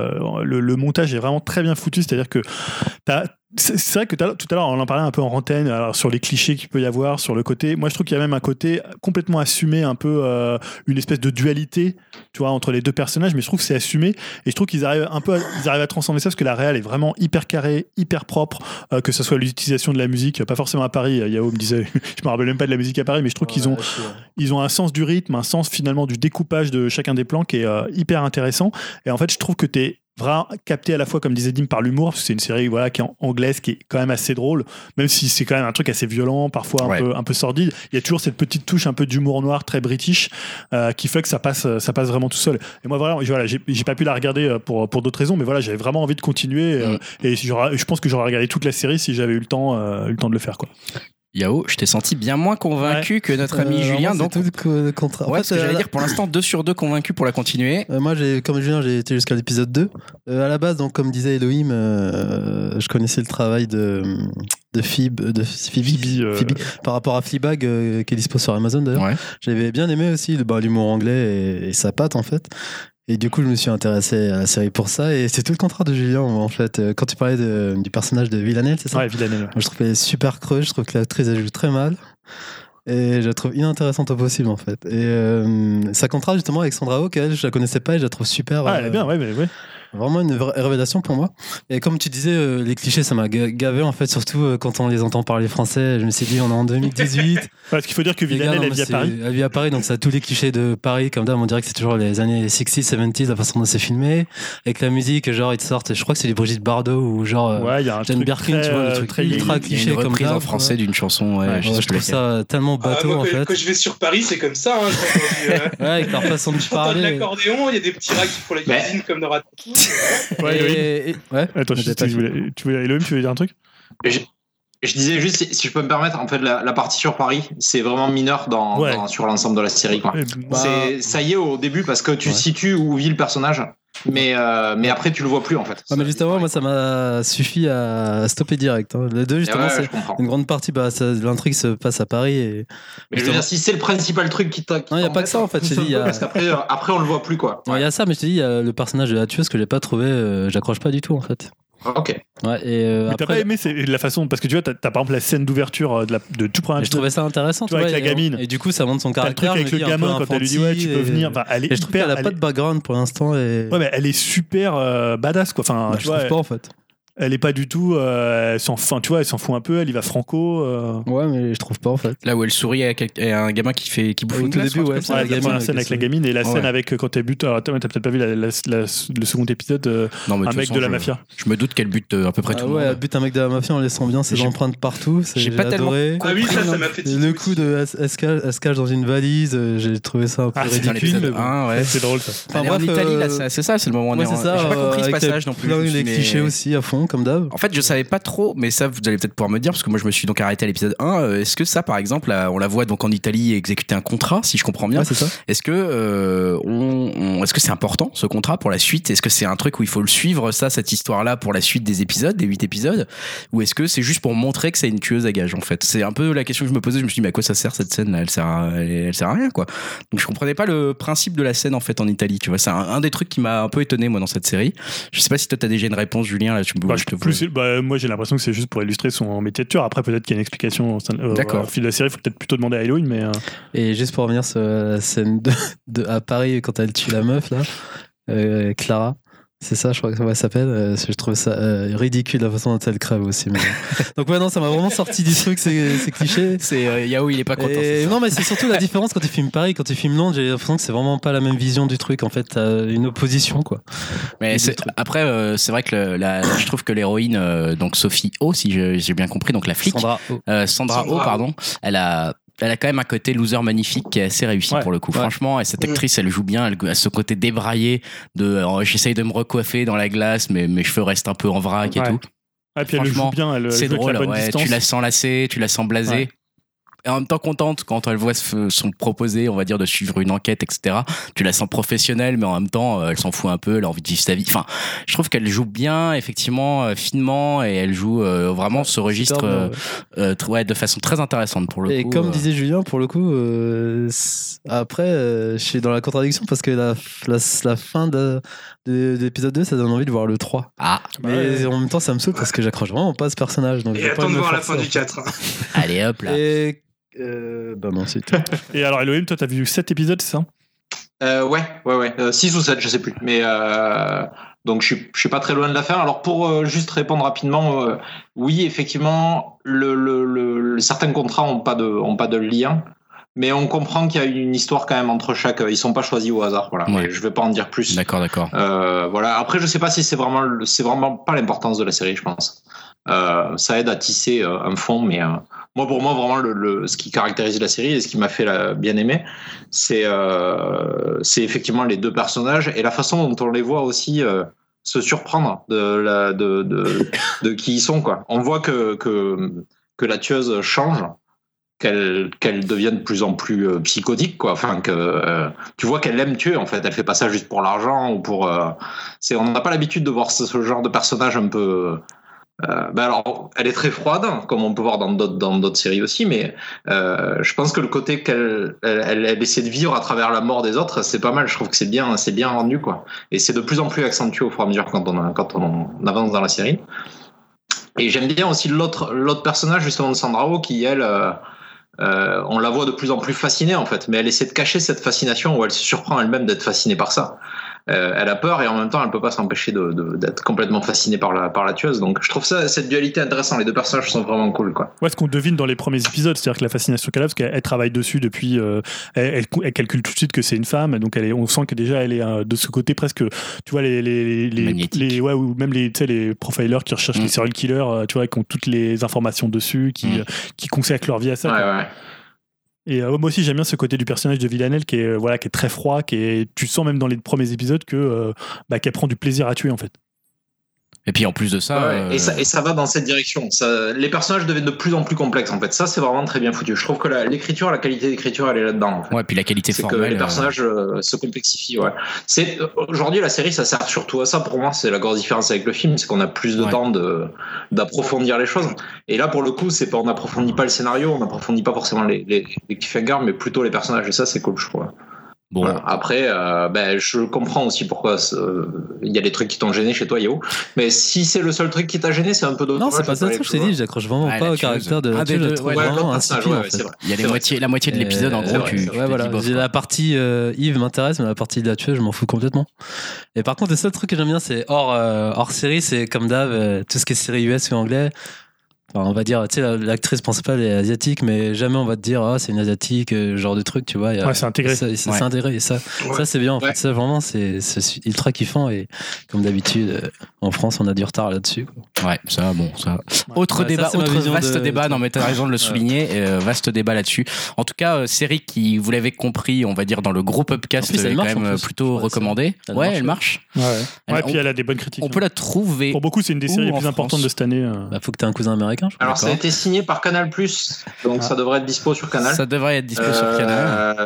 le montage est vraiment très bien foutu. C'est-à-dire que c'est vrai que tout à l'heure on en parlait un peu en antenne, alors sur les clichés qu'il peut y avoir, sur le côté, moi je trouve qu'il y a même un côté complètement assumé, un peu une espèce de dualité, tu vois, entre les 2 personnages, mais je trouve que c'est assumé et je trouve qu'ils arrivent à transcender ça parce que la réal est vraiment hyper carrée, hyper propre, que ce soit l'utilisation de la musique, pas forcément à Paris. Yao me disait, je me rappelle même pas de la musique à Paris, mais je trouve qu'ils ont un sens du rythme, un sens finalement du découpage de chacun des plans qui est hyper intéressant. Et en fait je trouve que t'es vraiment capté à la fois, comme disait Dim, par l'humour, parce que c'est une série qui est anglaise, qui est quand même assez drôle, même si c'est quand même un truc assez violent, parfois un peu sordide. Il y a toujours cette petite touche un peu d'humour noir très british qui fait que ça passe vraiment tout seul. Et moi vraiment, j'ai pas pu la regarder pour d'autres raisons, mais voilà, j'avais vraiment envie de continuer et je pense que j'aurais regardé toute la série si j'avais eu le temps de le faire, quoi. Yao, je t'ai senti bien moins convaincu que notre ami Julien. Donc, tout le contraire. Ouais, ce que j'allais dire, pour l'instant, 2 sur 2 convaincus pour la continuer. Moi, comme Julien, j'ai été jusqu'à l'épisode 2. À la base, donc, comme disait Elohim, je connaissais le travail de Phoebe par rapport à Fleabag, qui est dispo sur Amazon d'ailleurs. Ouais. J'avais bien aimé aussi l'humour anglais et sa patte, en fait. Et du coup, je me suis intéressé à la série pour ça. Et c'est tout le contraire de Julien, en fait. Quand tu parlais du personnage de Villanelle, c'est ça? Ouais, Villanelle. Moi, je trouve qu'elle est super creuse. Je trouve que l'actrice, elle joue très mal. Et je la trouve inintéressante au possible en fait. Et ça contraste justement avec Sandra Oh, qu'elle, je la connaissais pas et je la trouve super. Elle est bien, ouais. Vraiment une vraie révélation pour moi. Et comme tu disais, les clichés, ça m'a gavé en fait, surtout quand on les entend parler français. Je me suis dit, on est en 2018. Parce qu'il faut dire que Villanelle, elle vit à Paris. Elle vit à Paris, donc ça a tous les clichés de Paris. Comme d'hab, on dirait que c'est toujours les années 60s, 70s, la façon dont c'est filmé. Avec la musique, genre, ils te sortent, je crois que c'est les Brigitte Bardot ou genre y a un Jane Birkin, tu vois, le truc ultra cliché comme ça. Une reprise en français d'une chanson, je trouve ça tellement bateau en fait. Quand je vais sur Paris, c'est comme ça. Ouais, avec leur façon de parler. De l'accordéon, il y a des petits rats qui font la cuisine comme dans Ratatouille. Attends, tu voulais Elohim, tu voulais dire un truc? Je disais juste, si je peux me permettre, en fait, la partie sur Paris, c'est vraiment mineur sur l'ensemble de la série, quoi. Ça y est au début parce que tu situes où vit le personnage. Mais après tu le vois plus en fait. Mais justement moi ça m'a suffi à stopper direct. Les deux justement c'est une grande partie l'intrigue se passe à Paris. Mais je veux dire si c'est le principal truc qui t'a. Non il y a pas que ça en fait. Parce qu'après on le voit plus quoi. Il y a ça mais je te dis il y a le personnage de la tueuse que j'ai pas trouvé, j'accroche pas du tout en fait. Ok. Ouais, et mais t'as pas aimé la façon parce que tu vois t'as par exemple la scène d'ouverture de tout premier. Je trouvais ça intéressant. Tu vois, avec la gamine. Et du coup ça montre son caractère. Avec le gamin quand elle lui dit tu peux venir. Elle est je trouve qu'elle a pas de background pour l'instant. Ouais mais elle est super badass quoi. Enfin tu vois. Je trouve pas en fait. Elle est pas du tout. Elle s'en fout un peu. Elle y va franco. Ouais, mais je trouve pas en fait. Là où elle sourit à un gamin qui bouffe une glace. Au début, la scène avec la gamine et la scène avec quand elle bute. T'as peut-être pas vu le second épisode. Un mec de la mafia. Je me doute qu'elle bute à peu près tout le monde. Ouais, elle bute un mec de la mafia en laissant bien ses empreintes partout. J'ai pas adoré. Ah oui, ça m'a fait. Le coup de elle se cache dans une valise. J'ai trouvé ça un peu ridicule. C'est drôle ça. En Italie, là, c'est ça, c'est le moment où on est. J'ai pas compris ce passage non plus. Les clichés aussi à fond, comme d'hab. En fait, je savais pas trop, mais ça vous allez peut-être pouvoir me dire parce que moi je me suis donc arrêté à l'épisode 1. Est-ce que ça par exemple on la voit donc en Italie exécuter un contrat si je comprends bien? Ouais, c'est ça. Est-ce que est-ce que c'est important ce contrat pour la suite? Est-ce que c'est un truc où il faut le suivre cette histoire là pour la suite des épisodes, des 8 épisodes, ou est-ce que c'est juste pour montrer que c'est une tueuse à gages en fait? C'est un peu la question que je me posais. Je me suis dit mais à quoi ça sert cette scène là? Elle sert à rien quoi. Donc je comprenais pas le principe de la scène en fait en Italie, tu vois. C'est un des trucs qui m'a un peu étonné moi dans cette série. Je sais pas si toi t'as déjà une réponse Julien là. Moi j'ai l'impression que c'est juste pour illustrer son métier de tueur. Après peut-être qu'il y a une explication au fil de la série. Il faut peut-être plutôt demander à Elohim. Mais et juste pour revenir sur la scène à Paris quand elle tue la meuf là, Clara. C'est ça, je crois que ça s'appelle. Je trouve ça ridicule la façon dont elle crève aussi. Mais... Donc ouais, non, ça m'a vraiment sorti du truc, ces clichés. C'est Yahoo, il est pas content. Non, mais c'est surtout la différence quand tu filmes Paris, quand tu filmes Londres. J'ai l'impression que c'est vraiment pas la même vision du truc. En fait, t'as une opposition, quoi. Mais après, c'est vrai que je trouve que l'héroïne, donc Sophie O, si j'ai bien compris, donc la flic, Sandra O, pardon, elle a quand même un côté loser magnifique qui est assez réussi pour le coup. Franchement, et cette actrice, elle joue bien. Elle a ce côté débraillé j'essaye de me recoiffer dans la glace, mais mes cheveux restent un peu en vrac et tout. Et puis elle joue bien. C'est drôle. Tu la sens lassée, tu la sens blasée. Ouais. Et en même temps contente quand elle voit son proposé, on va dire, de suivre une enquête, etc. Tu la sens professionnelle, mais en même temps, elle s'en fout un peu, elle a envie de vivre sa vie. Enfin, je trouve qu'elle joue bien, effectivement, finement, et elle joue vraiment ce registre de façon très intéressante pour le coup. Et comme disait Julien, pour le coup, après, je suis dans la contradiction parce que la fin de l'épisode 2, ça donne envie de voir le 3. Mais en même temps, ça me saoule parce que j'accroche vraiment pas à ce personnage. Donc et attends de voir la fin du 4. Allez hop là. Non, c'est tout. Et alors Elohim, toi t'as vu 7 épisodes, c'est ça? Ouais. 6 ou 7, je sais plus. Mais donc je suis pas très loin de la fin. Alors pour juste répondre rapidement, oui, effectivement, certains contrats ont pas de lien. Mais on comprend qu'il y a une histoire quand même entre chaque. Ils sont pas choisis au hasard, voilà. Ouais. Je vais pas en dire plus. D'accord. Voilà. Après, je sais pas si c'est vraiment pas l'importance de la série, je pense. Ça aide à tisser un fond, mais pour moi vraiment ce qui caractérise la série et ce qui m'a fait bien aimer, c'est effectivement les deux personnages et la façon dont on les voit aussi se surprendre de qui ils sont, quoi. On voit que la tueuse change. Qu'elle devienne de plus en plus psychotique, quoi. Enfin, tu vois qu'elle aime tuer, en fait. Elle fait pas ça juste pour l'argent ou pour. On n'a pas l'habitude de voir ce genre de personnage un peu. Alors, elle est très froide, comme on peut voir dans d'autres séries aussi, mais je pense que le côté qu'elle essaie de vivre à travers la mort des autres, c'est pas mal. Je trouve que c'est bien rendu, quoi. Et c'est de plus en plus accentué au fur et à mesure quand on avance dans la série. Et j'aime bien aussi l'autre personnage, justement, de Sandra Oh, qui elle. on la voit de plus en plus fascinée en fait, mais elle essaie de cacher cette fascination où elle se surprend elle-même d'être fascinée par ça. Elle a peur et en même temps elle peut pas s'empêcher d'être complètement fascinée par la tueuse. Donc je trouve cette dualité intéressante. Les deux personnages sont vraiment cool quoi. Ouais, ce qu'on devine dans les premiers épisodes, c'est-à-dire que la fascination qu'elle a, parce qu'elle travaille dessus depuis, elle calcule tout de suite que c'est une femme, donc on sent que déjà elle est de ce côté presque, tu vois ouais, ou même les profilers qui recherchent les serial killers, tu vois, qui ont toutes les informations dessus, qui consacrent leur vie à ça. Ouais. Et moi aussi j'aime bien ce côté du personnage de Villanelle qui est très froid, tu sens même dans les premiers épisodes qu'elle prend du plaisir à tuer en fait. Et puis en plus de ça, et ça va dans cette direction. Les personnages deviennent de plus en plus complexes en fait. Ça c'est vraiment très bien foutu. Je trouve que la qualité d'écriture elle est là-dedans. En fait. Ouais, puis la qualité formelle. C'est que les personnages se complexifient. Ouais. Aujourd'hui la série ça sert surtout à ça pour moi. C'est la grosse différence avec le film, c'est qu'on a plus de temps d'approfondir les choses. Et là pour le coup on n'approfondit pas le scénario, on n'approfondit pas forcément les cliffhangers, mais plutôt les personnages. Et ça c'est cool je trouve. Bon. Voilà. Après, je comprends aussi pourquoi il y a des trucs qui t'ont gêné chez toi, Yao. Mais si c'est le seul truc qui t'a gêné, c'est un peu d'autre. Non, c'est pas ça le truc, je t'ai dit, j'accroche vraiment pas au caractère de la tueuse. Je le trouve vraiment insipide. Il y a la moitié de l'épisode, en gros, voilà. La partie Yves m'intéresse, mais la partie de la tueuse, je m'en fous complètement. Et par contre, le seul truc que j'aime bien, c'est hors série, c'est comme d'hab, tout ce qui est série US ou anglais. Enfin, on va dire, tu sais, l'actrice principale est asiatique, mais jamais on va te dire, c'est une asiatique, genre de truc, tu vois. C'est intégré. C'est intégré. Et ça c'est bien. En fait, ça, vraiment, c'est ultra kiffant. Et comme d'habitude, en France, on a du retard là-dessus. Quoi. Ouais, ça. Autre débat, vaste débat. Non, mais t'as raison de le souligner. Vaste débat là-dessus. En tout cas, série qui, vous l'avez compris, on va dire, dans le gros podcast, est quand même plutôt recommandée. Ouais, elle marche. Ouais, puis elle a des bonnes critiques. On peut la trouver. Pour beaucoup, c'est une des séries les plus importantes de cette année. Faut que t'aies un cousin américain. Alors ça a été signé par Canal+, donc ça devrait être dispo sur Canal. Ça devrait être dispo sur Canal.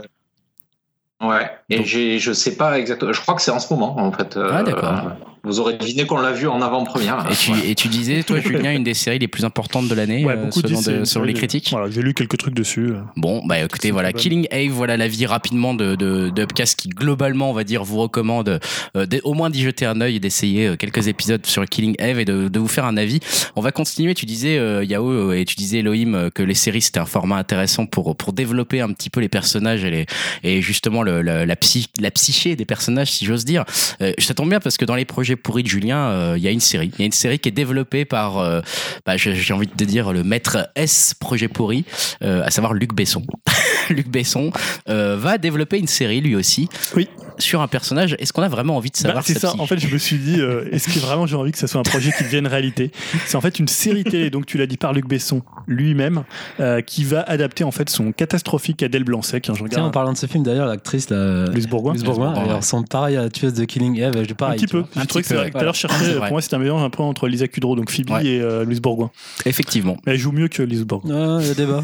Ouais, et donc, je sais pas exactement, je crois que c'est en ce moment en fait. D'accord. Vous aurez deviné qu'on l'a vu en avant-première. Et tu disais, toi, Julien, une des séries les plus importantes de l'année, selon les critiques. Voilà, j'ai lu quelques trucs dessus. Bon, bah écoutez, voilà, Killing Eve, voilà l'avis rapidement de Upcast qui, globalement, on va dire, vous recommande au moins d'y jeter un œil et d'essayer quelques épisodes sur Killing Eve et de vous faire un avis. On va continuer. Tu disais, Yao, et tu disais, Elohim, que les séries, c'était un format intéressant pour développer un petit peu les personnages et justement la psyché des personnages, si j'ose dire. Ça tombe bien parce que dans les projets pourris de Julien, il y a une série qui est développée par j'ai envie de te dire le maître S projet pourri, à savoir Luc Besson. Luc Besson va développer une série lui aussi sur un personnage. Est-ce qu'on a vraiment envie de savoir c'est ça, en fait je me suis dit est-ce que vraiment j'ai envie que ça soit un projet qui devienne réalité. C'est en fait une série télé, donc tu l'as dit, par Luc Besson lui-même, qui va adapter en fait son catastrophique Adèle Blanc-Sec. Tiens, en parlant de ce film d'ailleurs, l'actrice Louise Bourgoin, elle ressemble pareil à la tueuse de Killing Eve. Un petit peu. Je trouvais que tout à l'heure je cherchais, pour moi c'était un mélange un peu entre Lisa Kudrow, donc Phoebe, et Louise Bourgoin. Effectivement. Mais elle joue mieux que Louise Bourgoin. Il y a débat.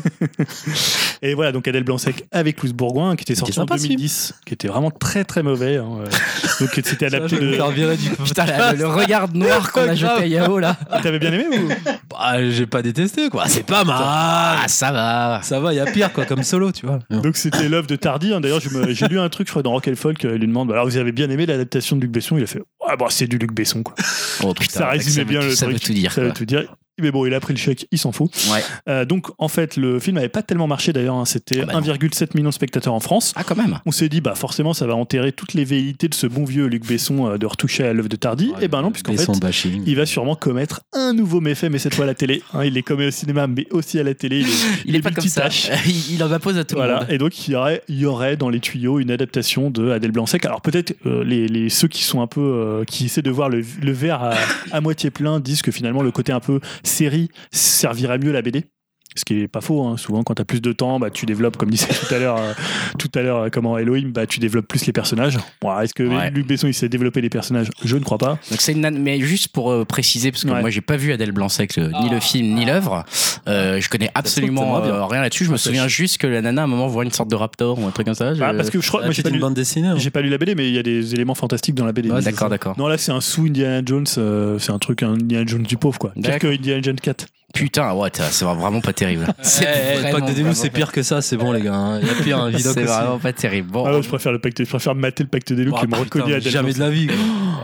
Et voilà, donc Adèle Blanc-Sec avec Louise Bourgoin, qui était sorti en 2010, qui était vraiment très très mauvais. Donc c'était adapté de. Putain, le regard noir qu'on a jeté à Yao là. T'avais bien aimé ou? J'ai pas détesté quoi. C'est pas mal. Ça va. Ça va, il y a pire quoi, comme Solo, tu vois. Donc c'était l'œuvre de Tardy. D'ailleurs, j'ai lu un truc, je crois, dans Rock and Folk. Il lui demande, alors vous avez bien aimé l'adaptation de Luc Besson? Il a fait, c'est du Luc Besson quoi. Oh, putain, ça résumait bien le truc. Ça veut tout dire. Ça veut tout dire. Mais bon, il a pris le chèque, il s'en fout. Donc, en fait, le film n'avait pas tellement marché d'ailleurs. C'était 1,7 million de spectateurs en France. Ah, quand même. On s'est dit, forcément, ça va enterrer toutes les velléités de ce bon vieux Luc Besson de retoucher à l'œuvre de Tardy. Et non, puisqu'en fait, il va sûrement commettre un nouveau méfait, mais cette fois à la télé. Il les commet au cinéma, mais aussi à la télé. Il est pas comme ça. Il en impose à tout le monde. Et donc, il y aurait dans les tuyaux une adaptation de Adèle Blanc-Sec. Alors, peut-être ceux qui sont un peu. Qui essaient de voir le verre à moitié plein disent que finalement, le côté un peu série servirait mieux la BD, ce qui est pas faux, souvent quand t'as plus de temps, tu développes, comme disait tout à l'heure comment Elohim, tu développes plus les personnages. Est-ce que Luc Besson il sait développer les personnages? Je ne crois pas. Donc c'est mais juste pour préciser, parce que moi j'ai pas vu Adèle Blanc-Sec ni le film ni l'œuvre, je connais absolument rien là-dessus. Je me souviens juste que la nana à un moment voit une sorte de raptor ou un truc comme ça. Parce que je crois, moi j'ai pas lu bande dessinée. J'ai pas lu la BD, mais il y a des éléments fantastiques dans la BD. D'accord. Non, là c'est un sous Indiana Jones, c'est un truc Indiana Jones du pauvre quoi. Pire que Indiana Jones 4. Putain, ouais, c'est vraiment pas terrible. Le pacte des loups, c'est pire que ça, c'est bon, les gars. Il y a pire, un Vidoc aussi. C'est vraiment pas terrible. Bon, je préfère mater le pacte des loups qui me reconnaît à jamais de la vie.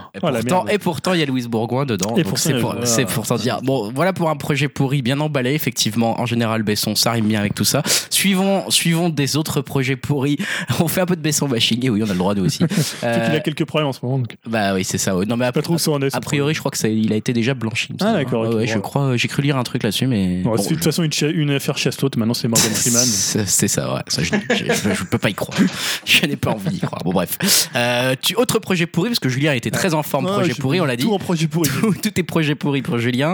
Et pourtant, il y a Louise Bourgoin dedans. Donc c'est pour t'en dire. Bon, voilà pour un projet pourri bien emballé. Effectivement, en général, Besson, ça rime bien avec tout ça. Suivons des autres projets pourris. On fait un peu de Besson bashing. Et oui, on a le droit de aussi. Il a quelques problèmes en ce moment. Donc. Bah oui, c'est ça. Ouais. Non, mais a priori, je crois qu'il a été déjà blanchi. Ah d'accord. Ouais, je crois. J'ai cru lire un truc là-dessus, mais. Bon, c'est de toute façon une affaire chasse l'autre. Maintenant, c'est Morgan Freeman. C'est ça, ouais. Ça, je peux pas y croire. Je n'ai pas envie d'y croire. Bon, bref. Autre projet pourri, parce que Julien était très en forme. Projet pourri, on l'a dit. Tout en projet pourri. Tout est projet pourri pour Julien.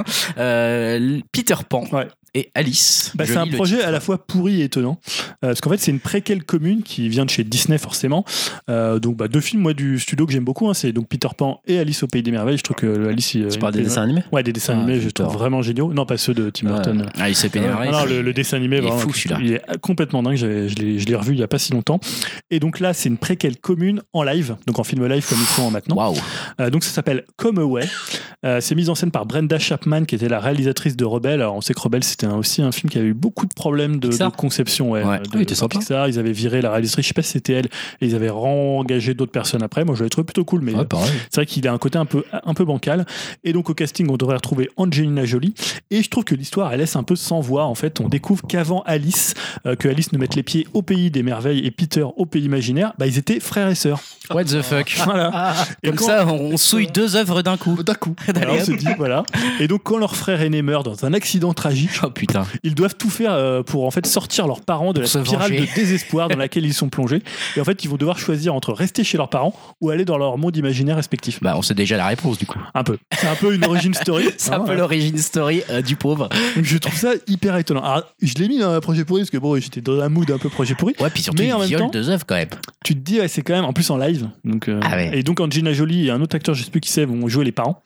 Peter Pan. Ouais. Et Alice. C'est un projet à la fois pourri et étonnant. Parce qu'en fait, c'est une préquelle commune qui vient de chez Disney, forcément. Donc, deux films, moi, du studio que j'aime beaucoup. C'est donc Peter Pan et Alice au Pays des Merveilles. Je trouve que Alice. Tu parles des dessins animés ? Ouais, des dessins animés, je trouve vraiment géniaux. Non, pas ceux de Tim Burton. Alice au Pays des Merveilles. Non, le dessin animé, il est fou, celui-là. Il est complètement dingue. Je l'ai revu il n'y a pas si longtemps. Et donc là, c'est une préquelle commune en live. Donc en film live, comme ils font maintenant. Waouh. Donc ça s'appelle Come Away. C'est mis en scène par Brenda Chapman, qui était la réalisatrice de Rebelle. Alors on sait que Rebelle, c'était aussi un film qui avait eu beaucoup de problèmes de conception. De Pixar. Ils avaient viré la réalisatrice, je sais pas si c'était elle, et ils avaient engagé d'autres personnes après. Moi, je l'avais trouvé plutôt cool, mais c'est vrai qu'il a un côté un peu bancal. Et donc au casting, on devrait retrouver Angelina Jolie. Et je trouve que l'histoire, elle laisse un peu sans voix. En fait, on découvre qu'avant Alice, que Alice ne mette les pieds au pays des merveilles et Peter au pays imaginaire, ils étaient frères et sœurs. What the fuck. Voilà. Comme ça, on souille deux œuvres d'un coup. Alors, on se dit, voilà. Et donc, quand leur frère aîné meurt dans un accident tragique, ils doivent tout faire pour en fait sortir leurs parents de la spirale de désespoir dans laquelle ils sont plongés. Et en fait, ils vont devoir choisir entre rester chez leurs parents ou aller dans leur monde imaginaire respectif. On sait déjà la réponse du coup. Un peu. C'est un peu une origin story. C'est un peu l'origin story du pauvre. Donc, je trouve ça hyper étonnant. Alors, je l'ai mis dans un projet pourri parce que j'étais dans un mood un peu projet pourri. Ouais, puis surtout, il viole deux œuvres quand même. Tu te dis, c'est quand même en plus en live. Donc, et donc, Angelina Jolie et un autre acteur, je sais plus qui c'est, vont jouer les parents.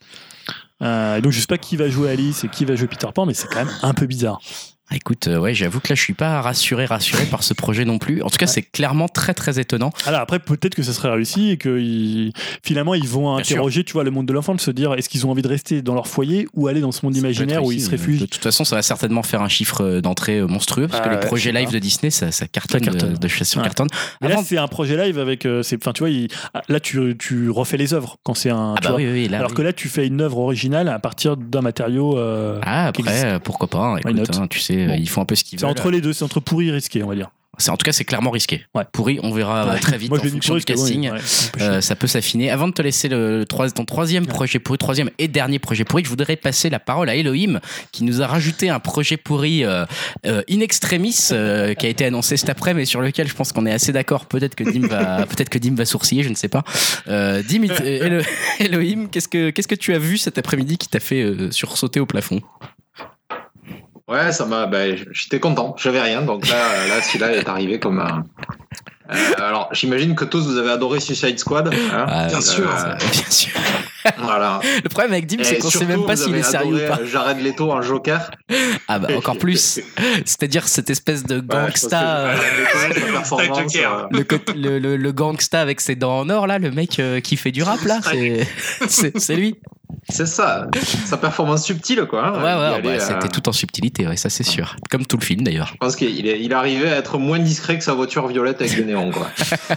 Et donc je sais pas qui va jouer Alice et qui va jouer Peter Pan, mais c'est quand même un peu bizarre. Écoute, j'avoue que là je suis pas rassuré par ce projet non plus. En tout cas, c'est clairement très très étonnant. Alors après, peut-être que ça serait réussi et que finalement ils vont interroger, tu vois, le monde de l'enfant, de se dire est-ce qu'ils ont envie de rester dans leur foyer ou aller dans ce monde imaginaire où ils se réfugient. De toute façon, ça va certainement faire un chiffre d'entrée monstrueux parce que les projets live de Disney, ça cartonne de chasse sur cartonne. Mais là, c'est un projet live avec, tu vois, là tu refais les œuvres quand c'est un. Alors que là, tu fais une œuvre originale à partir d'un matériau. Après, pourquoi pas. Écoute, tu sais. Ils font un peu ce qu'ils veulent. C'est entre les deux, c'est entre pourri et risqué, on va dire. En tout cas, c'est clairement risqué. Pourri, on verra très vite en fonction du casting. Ça peut s'affiner. Avant de te laisser ton troisième projet pourri, troisième et dernier projet pourri, je voudrais passer la parole à Elohim, qui nous a rajouté un projet pourri in extremis, qui a été annoncé cet après, mais sur lequel je pense qu'on est assez d'accord. Peut-être que Dim va sourciller, je ne sais pas. Dim, Elohim, qu'est-ce que tu as vu cet après-midi qui t'a fait sursauter au plafond? Ouais, ça m'a. J'étais content. J'avais rien, donc là, celui-là est arrivé comme. Alors, j'imagine que tous vous avez adoré Suicide Squad. Hein bien sûr. Voilà. Le problème avec Dim, c'est qu'on sait même pas s'il est sérieux ou pas. Jared Leto en Joker. Encore plus. C'est-à-dire cette espèce de gangsta. Le gangsta avec ses dents en or là, le mec qui fait du rap là, c'est lui. C'est ça, sa performance subtile quoi. C'était tout en subtilité, ça c'est sûr. Comme tout le film d'ailleurs. Je pense qu'il arrivait à être moins discret que sa voiture violette avec des néons quoi.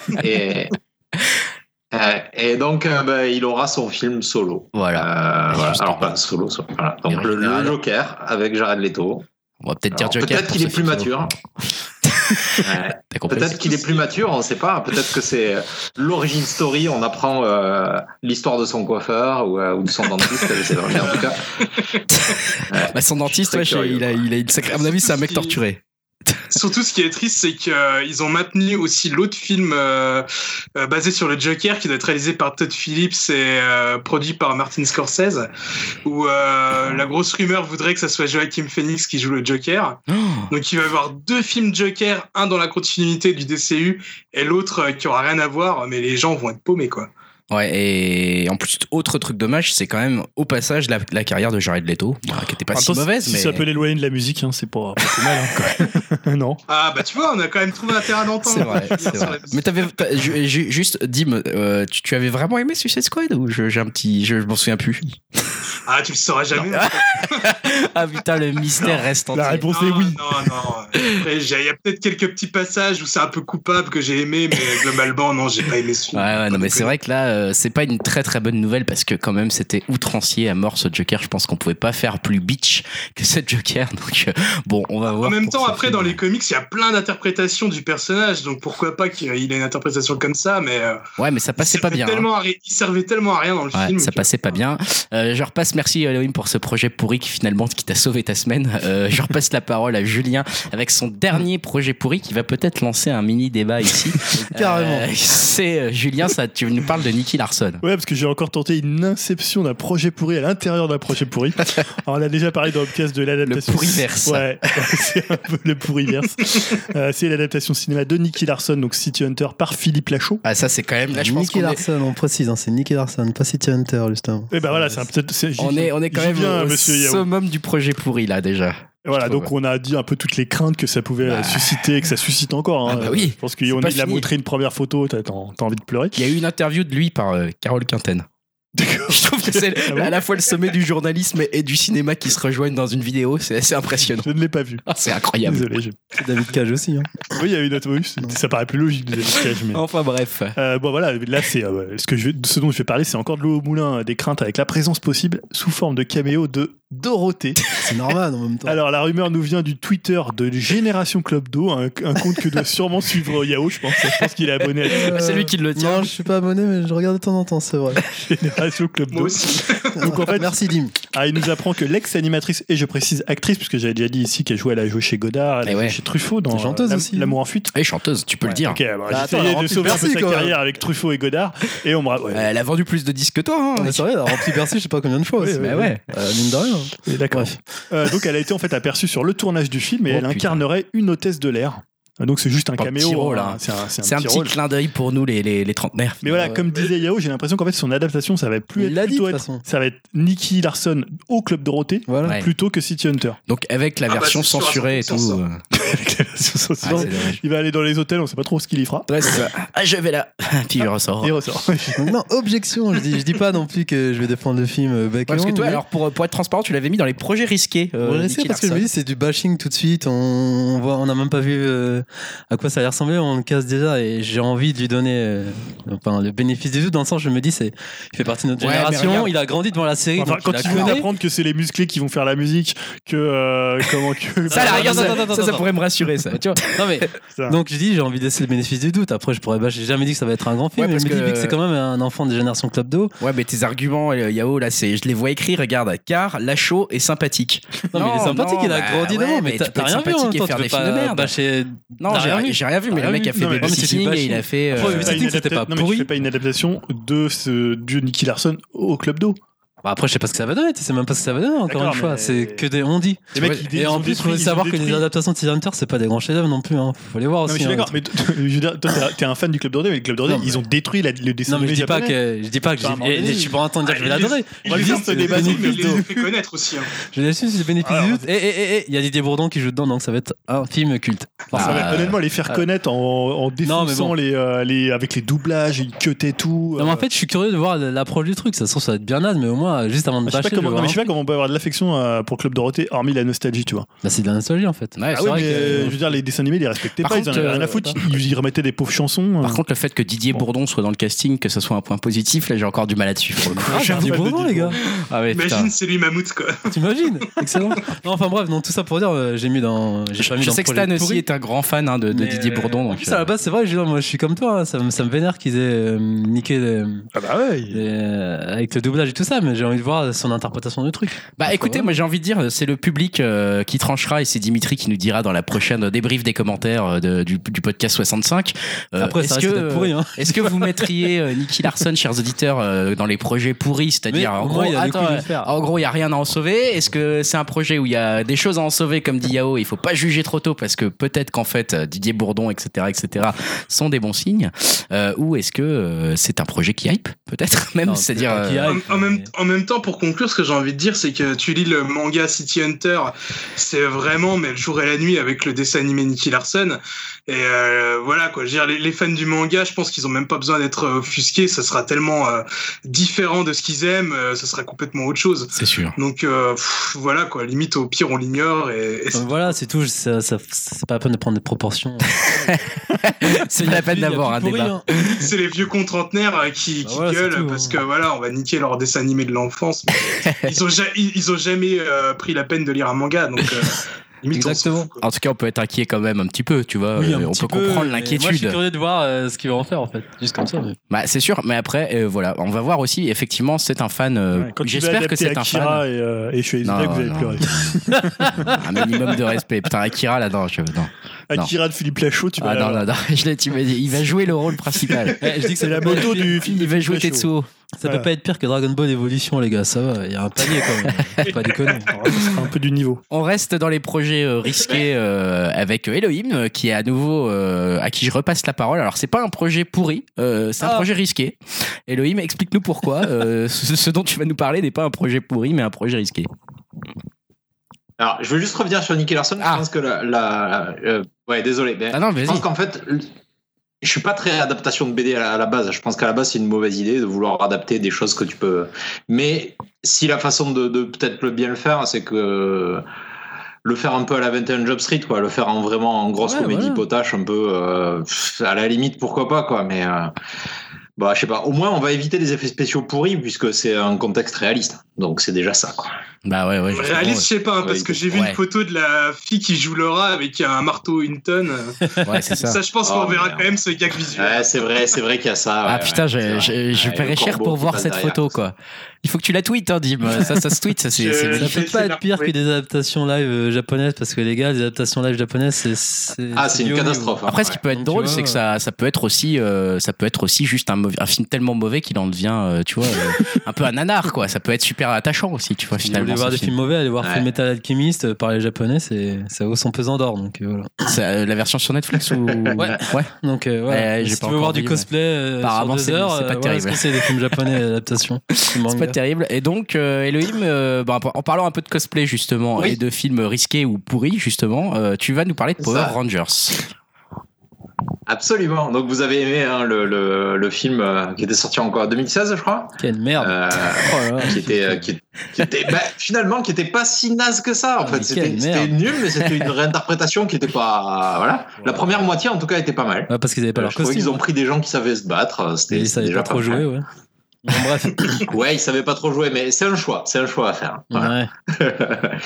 Et donc il aura son film solo. Voilà. Alors pas solo. Voilà. Donc le Joker avec Jared Leto. On va peut-être dire Joker. Peut-être qu'il est plus mature. Peut-être qu'il est plus mature, on ne sait pas. Peut-être que c'est l'origin story. On apprend l'histoire de son coiffeur ou de son dentiste. Je sais pas, mais en tout cas. Son dentiste, il a une sacrée. À mon avis, c'est un mec torturé. Surtout, ce qui est triste, c'est qu'ils ont maintenu aussi l'autre film basé sur le Joker, qui doit être réalisé par Todd Phillips et produit par Martin Scorsese, où la grosse rumeur voudrait que ça soit Joaquin Phoenix qui joue le Joker. Donc il va y avoir deux films Joker, un dans la continuité du DCU et l'autre qui aura rien à voir, mais les gens vont être paumés quoi. Ouais, et en plus, autre truc dommage, c'est quand même au passage la carrière de Jared Leto, qui était pas si mauvaise. Si ça peut l'éloigner de la musique, c'est pas mal. Hein, non. Ah bah tu vois, on a quand même trouvé un terrain d'entente. C'est vrai. Mais juste, Dim, tu avais vraiment aimé Suicide Squad ou je m'en souviens plus. Ah, tu le sauras jamais. Ah putain, le mystère reste entier. La réponse est oui. Non. Après, il y a peut-être quelques petits passages où c'est un peu coupable que j'ai aimé, mais globalement, non, j'ai pas aimé ce film. Ouais, non, mais c'est vrai que là, c'est pas une très très bonne nouvelle parce que quand même, c'était outrancier à mort ce Joker. Je pense qu'on pouvait pas faire plus bitch que cette Joker. Donc, bon, on va voir. En même temps, après, dans les comics, il y a plein d'interprétations du personnage, donc pourquoi pas qu'il ait une interprétation comme ça, mais. Ouais, mais ça passait pas bien. Il servait tellement à rien dans le film. Ça passait pas bien. Je repasse, merci Elohim pour ce projet pourri qui t'a sauvé ta semaine. Je repasse la parole à Julien avec son dernier projet pourri qui va peut-être lancer un mini débat ici. Carrément. C'est Julien, tu nous parles de Nicky Larson. Ouais, parce que j'ai encore tenté une inception d'un projet pourri à l'intérieur d'un projet pourri. Alors, on a déjà parlé dans le podcast de l'adaptation. Le pourriverse. Ouais, c'est un peu le pourriverse. C'est l'adaptation cinéma de Nicky Larson, donc City Hunter par Philippe Lachaud. Ah, ça, c'est quand même. Là, je pense Nicky Larson, on précise, c'est Nicky Larson, pas City Hunter, justement. Et ben voilà, c'est on est quand même au summum du projet pourri, là, déjà. Voilà, donc on a dit un peu toutes les craintes que ça pouvait susciter et que ça suscite encore. Hein. Ah bah oui. Je pense qu'il a montré une première photo, t'as envie de pleurer. Il y a eu une interview de lui par Carole Quinten. Je trouve que c'est à la fois le sommet du journalisme et du cinéma qui se rejoignent dans une vidéo, c'est assez impressionnant. Je ne l'ai pas vu. C'est incroyable. Désolé. C'est David Cage aussi. Hein. Oui, il y a eu une autobus. Ça paraît plus logique de David Cage. Mais... Enfin bref. Bon voilà, là c'est ce dont je vais parler, c'est encore de l'eau au moulin des craintes avec la présence possible sous forme de caméo de Dorothée. C'est normal en même temps. Alors la rumeur nous vient du Twitter de Génération Club d'eau, un compte que doit sûrement suivre Yao, je pense qu'il est abonné à c'est lui qui le tient. Non, je suis pas abonné, mais je regarde de temps en temps, c'est vrai. Génération Club d'eau. Moi aussi. Donc en fait, merci Dim. Il nous apprend que l'ex-animatrice, et je précise actrice, puisque j'avais déjà dit ici qu'elle a joué chez Godard, elle a joué chez Truffaut dans L'amour en fuite. Et chanteuse, tu peux le dire. Ok, j'ai essayé de sauver un peu sa carrière avec Truffaut et Godard, et on me Elle a vendu plus de disques que toi. C'est vrai, elle a rempli Bercy, je sais pas combien de fois. Ouais. Mine de rien. D'accord. Donc elle a été en fait aperçue sur le tournage du film et elle incarnerait une hôtesse de l'air. Donc c'est juste un caméo. Petit rôle, hein. C'est un petit clin d'œil pour nous les trentenaires. Mais voilà, comme disait Yao, j'ai l'impression qu'en fait son adaptation ça va ça va être Nicky Larson au Club Dorothée plutôt que City Hunter. Donc avec la version censurée et tout. Avec la version censurée, il va aller dans les hôtels, on sait pas trop ce qu'il y fera. Je vais là, puis il ressort. Non, objection, je dis pas non plus que je vais défendre le film parce que toi, alors pour être transparent, tu l'avais mis dans les projets risqués. Parce que je me dis c'est du bashing tout de suite, on a même pas vu à quoi ça allait ressembler, on le casse déjà et j'ai envie de lui donner le bénéfice du doute dans le sens je me dis il fait partie de notre génération, il a grandi devant la série. Enfin, quand tu viens d'apprendre que c'est les musclés qui vont faire la musique, que ça pourrait me rassurer ça. Tu vois. Non mais donc je dis j'ai envie de laisser le bénéfice du doute. Après j'ai jamais dit que ça va être un grand film, mais je me dis vu que c'est quand même un enfant de Génération Club d'eau. Ouais, mais tes arguments Yao là, je les vois écrits, regarde, car Lachaud est sympathique. Non mais il est sympathique, il a grandi devant, mais t'as rien vu en même temps, tu peux pas bâcher. Non, j'ai rien vu, mais le mec a fait Babysitting et il a fait. C'était pas pourri. Tu fais pas une adaptation de Nicky Larson au Club d'eau. Après, je sais pas ce que ça va donner, tu sais même pas ce que ça va donner, encore une fois. C'est que des on-dit. Et en plus, il faut savoir que les adaptations de City Hunter, c'est pas des grands chefs-d'œuvre non plus, hein. Faut les voir aussi. Je suis d'accord, mais toi, t'es un fan du Club Dorothée, mais le Club Dorothée, ils ont détruit le dessin animé japonais. Je dis pas que je suis pas en train de dire que je vais l'adorer. Il les fait connaître aussi. Je l'ai su, c'est le bénéfice du doute. Et il y a Didier Bourdon qui joue dedans, donc ça va être un film culte. Honnêtement, les faire connaître en défonçant avec les doublages, ils cutaient tout. Non, mais en fait, je suis curieux de voir l'approche du truc. Ça se trouve, ça va être bien naze, mais au moins, juste avant de bâcher. Je sais pas comment on peut avoir de l'affection pour Club Dorothée, hormis la nostalgie, tu vois. Bah, c'est de la nostalgie, en fait. Ouais, mais je veux dire, les dessins animés, ils les respectaient pas. Ils en avaient rien à foutre. Ils remettaient des pauvres chansons. Par contre, le fait que Didier Bourdon soit dans le casting, que ce soit un point positif, là, j'ai encore du mal à dessus. Didier Bourdon, les gars. Imagine, c'est lui Mammouth, quoi. T'imagines? Excellent. Non, enfin bref, tout ça pour dire, j'ai mis dans. Je sais que Stan aussi est un grand fan de Didier Bourdon. En plus, à la base, c'est vrai, moi, je suis comme toi. Ça me vénère qu'ils aient niqué avec le doublage et tout ça, mais j'ai envie de voir son interprétation du truc. Bah écoutez, moi j'ai envie de dire, c'est le public qui tranchera et c'est Dimitri qui nous dira dans la prochaine débrief des commentaires du podcast 65. Après, ça risque d'être pourri. Est-ce que vous mettriez Nicky Larson, chers auditeurs, dans les projets pourris, c'est-à-dire en gros il y a rien à en sauver? Est-ce que c'est un projet où il y a des choses à en sauver comme dit Yao, il faut pas juger trop tôt parce que peut-être qu'en fait Didier Bourdon, etc., sont des bons signes, ou est-ce que c'est un projet qui hype peut-être même, c'est-à-dire en même même temps, pour conclure, ce que j'ai envie de dire, c'est que tu lis le manga City Hunter, c'est vraiment mais le jour et la nuit avec le dessin animé Nicky Larson. Et voilà quoi, je veux dire, les fans du manga, je pense qu'ils ont même pas besoin d'être offusqués, ça sera tellement différent de ce qu'ils aiment, ça sera complètement autre chose. C'est sûr. Donc voilà quoi, limite au pire on l'ignore et voilà, c'est tout, c'est pas la peine de prendre des proportions. C'est la peine d'avoir un débat. C'est les vieux con-trentenaires qui gueulent tout, parce que voilà, on va niquer leur dessin animé de l'enfance. Ils ont jamais pris la peine de lire un manga, donc exactement. En tout cas, on peut être inquiet quand même un petit peu, tu vois. Oui, on peut comprendre l'inquiétude. Moi, je suis curieux de voir ce qu'ils vont en faire, en fait. Juste comme ça. Mais... Bah, c'est sûr, mais après, voilà, on va voir aussi. Effectivement, c'est un fan. J'espère que c'est un fan. Et je suis désolé que vous allez pleurer. Un minimum de respect. Putain, Akira, là, non. Akira de Philippe Lachaud, tu vas. Non. Tu m'as dit, il va jouer le rôle principal. Je dis que c'est la moto du film. Il va jouer Tetsuo. Ça peut pas être pire que Dragon Ball Evolution, les gars, ça va, il y a un panier quand même. Pas déconner. Un peu du niveau. On reste dans les projets risqués avec Elohim, qui est à nouveau à qui je repasse la parole. Alors, c'est pas un projet pourri, c'est un projet risqué. Elohim, explique-nous pourquoi ce dont tu vas nous parler n'est pas un projet pourri, mais un projet risqué. Alors, je veux juste revenir sur Nicky Larson. Je pense que ouais, désolé. Mais non, vas-y. Je pense qu'en fait, je suis pas très adaptation de BD à la base. Je pense qu'à la base, c'est une mauvaise idée de vouloir adapter des choses que tu peux. Mais si la façon de peut-être bien le faire, c'est que le faire un peu à la 21 Jump Street, quoi, le faire en grosse comédie potache, un peu à la limite, pourquoi pas, quoi. Mais bah, je sais pas. Au moins, on va éviter les effets spéciaux pourris puisque c'est un contexte réaliste. Donc, c'est déjà ça, quoi. Bah ouais. Réaliste, je sais pas, parce que j'ai vu une photo de la fille qui joue Laura avec un marteau, une tonne. Ouais, c'est ça. Ça, je pense qu'on verra quand même ce gag visuel. Ouais, c'est vrai qu'il y a ça. Ah putain, je paierais cher pour voir cette photo, quoi. Il faut que tu la tweets, hein, Dim. Ça se tweet, ça c'est. Ça peut pas être pire que des adaptations live japonaises, parce que les gars, les adaptations live japonaises, c'est une catastrophe. Après, ce qui peut être drôle, c'est que ça peut être aussi juste un film tellement mauvais qu'il en devient, tu vois, un peu un nanar, quoi. Ça peut être super attachant aussi, tu vois, finalement. Si vous voulez voir des films mauvais, allez voir Full Metal Alchemist par les japonais, ça vaut son pesant d'or, donc voilà. C'est la version sur Netflix ou ouais. Donc voilà. Si tu veux voir du cosplay apparemment sur 2 heures, c'est pas terrible. C'est des films japonais d'adaptation. C'est pas terrible. Et donc Elohim, en parlant un peu de cosplay justement et de films risqués ou pourris justement, tu vas nous parler de Power Rangers. Absolument. Donc vous avez aimé le film qui était sorti encore en 2016, je crois. Quelle merde. Qui était finalement qui était pas si naze que ça en fait. C'était nul, mais c'était une réinterprétation qui était pas voilà. La première moitié en tout cas était pas mal. Ouais, parce qu'ils avaient pas leur costume. Ils ont pris des gens qui savaient se battre. Ils savaient déjà pas trop jouer, ouais. Bon, bref. Ouais, ils savaient pas trop jouer, mais c'est un choix à faire. Voilà. Ouais.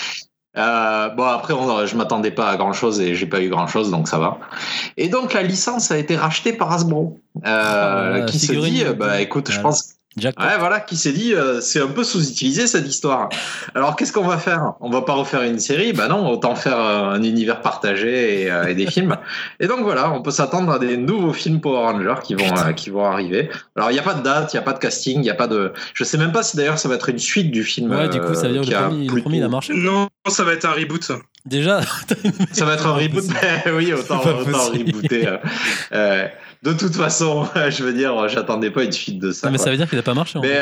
Bon après je m'attendais pas à grand chose et j'ai pas eu grand chose donc ça va. Et donc la licence a été rachetée par Hasbro qui se dit écoute je pense qui s'est dit c'est un peu sous-utilisé cette histoire. Alors qu'est-ce qu'on va faire? On va pas refaire une série? Bah non, autant faire un univers partagé et des films. Et donc voilà, on peut s'attendre à des nouveaux films Power Rangers qui vont arriver. Alors il y a pas de date, il y a pas de casting, il y a pas de je sais même pas si d'ailleurs ça va être une suite du film. Ouais, du coup ça veut dire que le premier il a marché. Non, ça va être un reboot. Déjà ça va être un reboot. Oui, autant rebooter. De toute façon, je veux dire, j'attendais pas une suite de ça. Mais ça veut dire qu'il a pas marché. Mais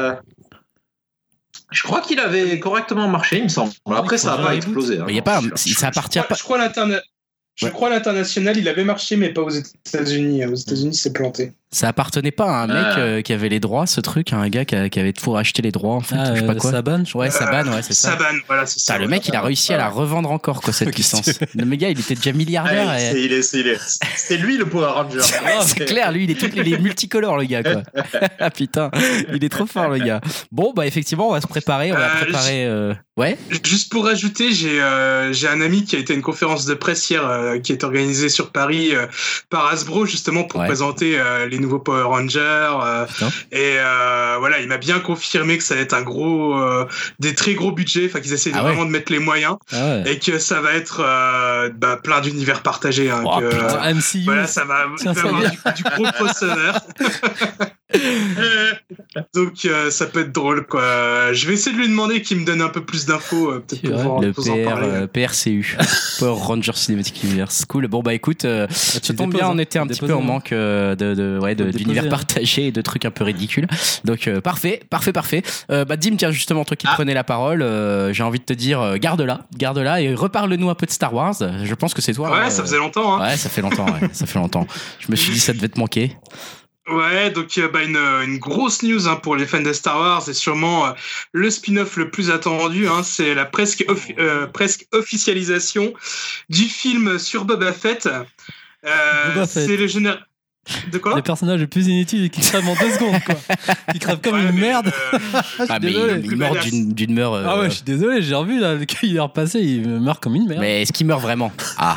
je crois qu'il avait correctement marché, il me semble. Après, ça a pas explosé. Il y a pas, ça appartient pas. Je crois à l'international, il avait marché, mais pas aux États-Unis. Aux États-Unis, c'est planté. Ça appartenait pas à un mec qui avait les droits, ce truc, un gars qui avait tout racheté les droits, en fait, je sais pas quoi. Saban, ouais, Saban, ouais, c'est ça. Saban, voilà, c'est ça. Le mec, il a réussi à la revendre encore, quoi, cette licence. Le gars, il était déjà milliardaire. C'est lui le Power Ranger. C'est clair, lui, il est multicolore, le gars, quoi. Ah putain, il est trop fort, le gars. Bon, bah, effectivement, on va se préparer. Ouais. Juste pour rajouter, j'ai un ami qui a été à une conférence de presse hier qui est organisée sur Paris par Hasbro, justement, pour présenter les nouveaux Power Rangers. Voilà, il m'a bien confirmé que ça va être des très gros budgets, enfin qu'ils essaient vraiment de mettre les moyens et que ça va être plein d'univers partagés. Hein, MCU. Voilà, ça va avoir du gros crossover. Donc ça peut être drôle, quoi. Je vais essayer de lui demander qu'il me donne un peu plus d'infos, peut-être pour voir le en parler. PRCU, Power Rangers Cinematic Universe. Cool. Bon bah écoute, ça tombe bien, on était un petit peu en manque d'univers partagé et de trucs un peu ridicules. Donc parfait. Dim, tiens justement toi qui prenais la parole, j'ai envie de te dire garde-la et reparle-nous un peu de Star Wars. Je pense que c'est toi. Ouais, ça faisait longtemps. Hein. Ouais, ça fait longtemps. Je me suis dit ça devait te manquer. Ouais, donc une grosse news pour les fans de Star Wars et sûrement le spin-off le plus attendu, c'est la presque officialisation du film sur Boba Fett. C'est le général. De quoi ? Les personnages les plus inutiles et qui crèvent en 2 secondes, quoi. Qui crèvent comme une merde. Il meurt d'une mort. Ah ouais, je suis désolé, j'ai revu là, il est repassé, il meurt comme une merde. Mais est-ce qu'il meurt vraiment ?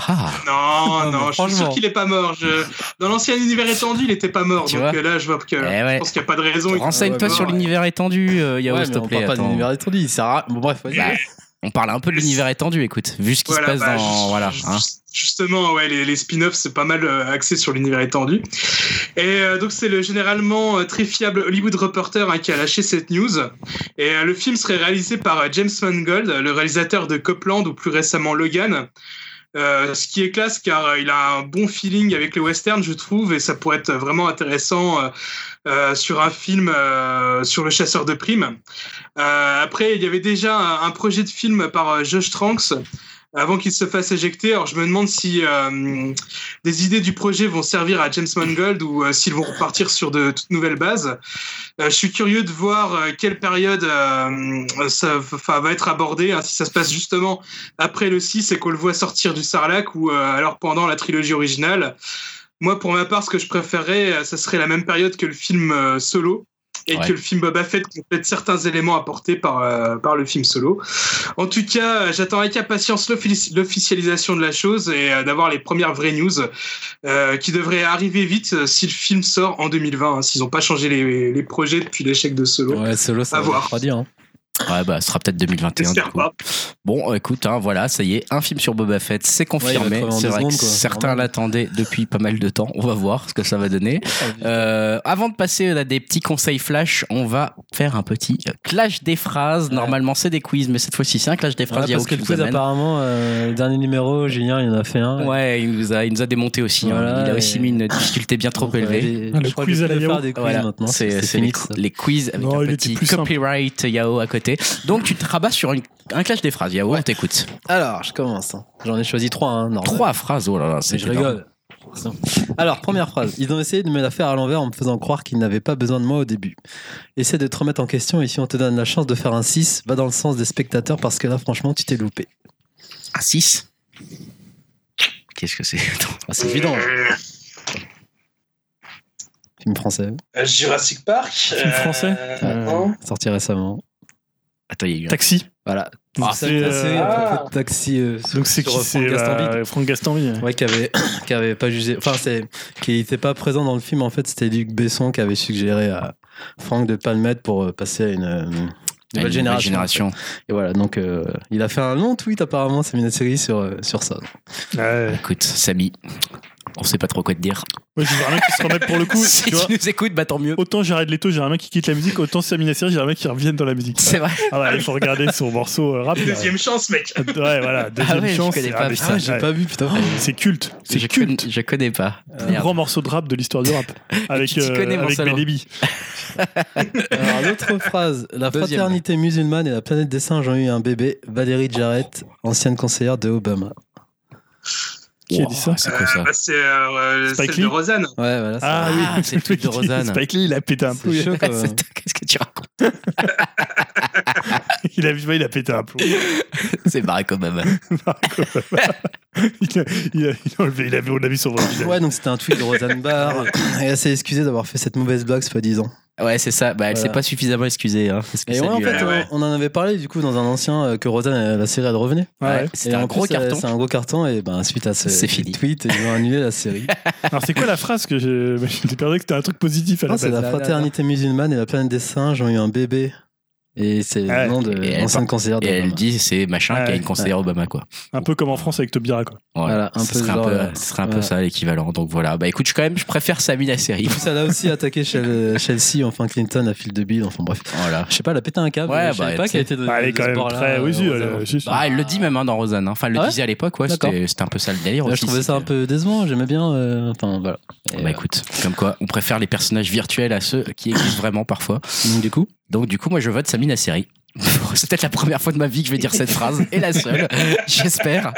Non, je suis sûr qu'il est pas mort. Dans l'ancien univers étendu, il était pas mort. Tu donc vois là, je vois que je pense qu'il n'y a pas de raison. Renseigne-toi sur l'univers étendu, Yao, s'il te plaît. On parle pas de l'univers étendu, il sert à... Bon bref, vas-y. On parle un peu de l'univers étendu, écoute, vu ce qui se passe dans... Justement, les spin-offs, c'est pas mal axé sur l'univers étendu. Et donc, c'est le généralement très fiable Hollywood Reporter qui a lâché cette news. Et le film serait réalisé par James Mangold, le réalisateur de Copland ou plus récemment Logan. Ce qui est classe car il a un bon feeling avec les westerns, je trouve, et ça pourrait être vraiment intéressant sur un film sur le chasseur de primes. Après, il y avait déjà un projet de film par Josh Tranks avant qu'il se fasse éjecter. Alors je me demande si des idées du projet vont servir à James Mangold ou s'ils vont repartir sur de toutes nouvelles bases. Je suis curieux de voir quelle période ça va être abordé, si ça se passe justement après le 6 et qu'on le voit sortir du Sarlacc ou alors pendant la trilogie originale. Moi, pour ma part, ce que je préférerais, ça serait la même période que le film Solo. Et que le film Boba Fett complète certains éléments apportés par le film Solo. En tout cas, j'attends avec impatience l'officialisation de la chose et d'avoir les premières vraies news qui devraient arriver vite si le film sort en 2020, s'ils n'ont pas changé les projets depuis l'échec de Solo. Ouais, Solo, ça va pas dire. Ouais, ce sera peut-être 2021. J'espère pas. Bon, écoute, voilà, ça y est, un film sur Boba Fett, c'est confirmé. C'est vrai que certains l'attendaient depuis pas mal de temps. On va voir ce que ça va donner. Avant de passer à des petits conseils flash, on va faire un petit clash des phrases. Normalement, c'est des quiz, mais cette fois-ci, c'est un clash des phrases. Parce que le quiz, apparemment, le dernier numéro, Julien, il en a fait un. Ouais, il nous a démonté aussi. Voilà, il a aussi mis une difficulté bien trop élevée. Le quiz à la Yao. Maintenant. C'est les quiz avec un petit copyright Yao à côté. Donc tu te rabats sur un clash des phrases. Yao, on t'écoute. Alors, je commence. J'en ai choisi 3. 3 phrases, oh là là, c'est je rigole. Alors, première phrase. Ils ont essayé de me la faire à l'envers en me faisant croire qu'ils n'avaient pas besoin de moi au début. Essaie de te remettre en question et si on te donne la chance de faire un 6, va dans le sens des spectateurs parce que là, franchement, tu t'es loupé. Un 6 ? Qu'est-ce que c'est ? C'est évident. Film français. Jurassic Park. Film français sorti récemment. Attends, il y a eu Taxi. Voilà. Taxi. Donc c'est qui ? C'est Franck Gastambide. Ouais, qui avait pas jugé. Enfin, qui n'était pas présent dans le film. En fait, c'était Luc Besson qui avait suggéré à Franck de pas le mettre pour passer à une nouvelle génération. Et voilà, donc il a fait un long tweet apparemment, c'est une série sur ça. Ouais. Écoute, Samy, on sait pas trop quoi te dire. Ouais, j'aimerais bien qu'il se remette pour le coup. Si tu nous écoutes, tant mieux. Autant Jared Leto, j'aimerais bien qu'il quitte la musique, autant Samy Nasseri, j'aimerais bien qu'il revienne dans la musique. C'est vrai. Ah ouais, il faut regarder son morceau rap. Deuxième chance, mec. Ouais, voilà, deuxième chance. Je connais pas. J'ai pas vu, putain. C'est culte. Je connais pas. Le grand morceau de rap de l'histoire du rap. Avec Belebi. Alors, l'autre phrase. La fraternité musulmane et la planète des singes ont eu un bébé. Valérie Jarrett, ancienne conseillère de Obama. Qui a dit ça ? C'est quoi ça ? C'est de Rosanne. Ouais, voilà. C'est le truc de Rosanne. Spike Lee, il a pété un plomb. Qu'est-ce que tu racontes ? il a pété un plomb. C'est Barack Obama. On l'a vu sur votre visage. Ouais, donc c'était un tweet de Rosanne Barr. Elle s'est excusée d'avoir fait cette mauvaise blague, soi-disant. Ouais, c'est ça. Elle s'est pas suffisamment excusée. Parce que et en fait, on en avait parlé du coup dans un ancien que Rosanne, la série, elle revenait. Ouais. C'était un gros carton. C'est un gros carton et suite à ce tweet, ils ont annulé la série. Alors c'est quoi la phrase que j'étais perdu que c'était un truc positif à la base. C'est la fraternité musulmane et la planète des singes ont eu un bébé. Et c'est le nom de l'ancienne conseillère d'Obama. Et elle dit c'est machin qui a une conseillère Obama, quoi. Un peu comme en France avec Taubira, quoi. Voilà, ce serait un peu ça l'équivalent. Donc voilà. Bah écoute, je préfère Samy la série. Ça l'a aussi attaqué Chelsea, enfin Clinton à fil de bille, enfin bref. Voilà. Je sais pas, elle a pété un câble. Ouais, je savais pas qu'elle était de elle est quand même très. Oui, elle le dit même dans Rosanne. Enfin, elle le disait à l'époque, c'était un peu ça le délire. Je trouvais ça un peu décevant, j'aimais bien. Enfin voilà. Bah écoute, comme quoi, on préfère les personnages virtuels à ceux qui existent vraiment parfois. Donc du coup, moi je vote Samy la série. C'est peut-être la première fois de ma vie que je vais dire cette phrase, et la seule, j'espère.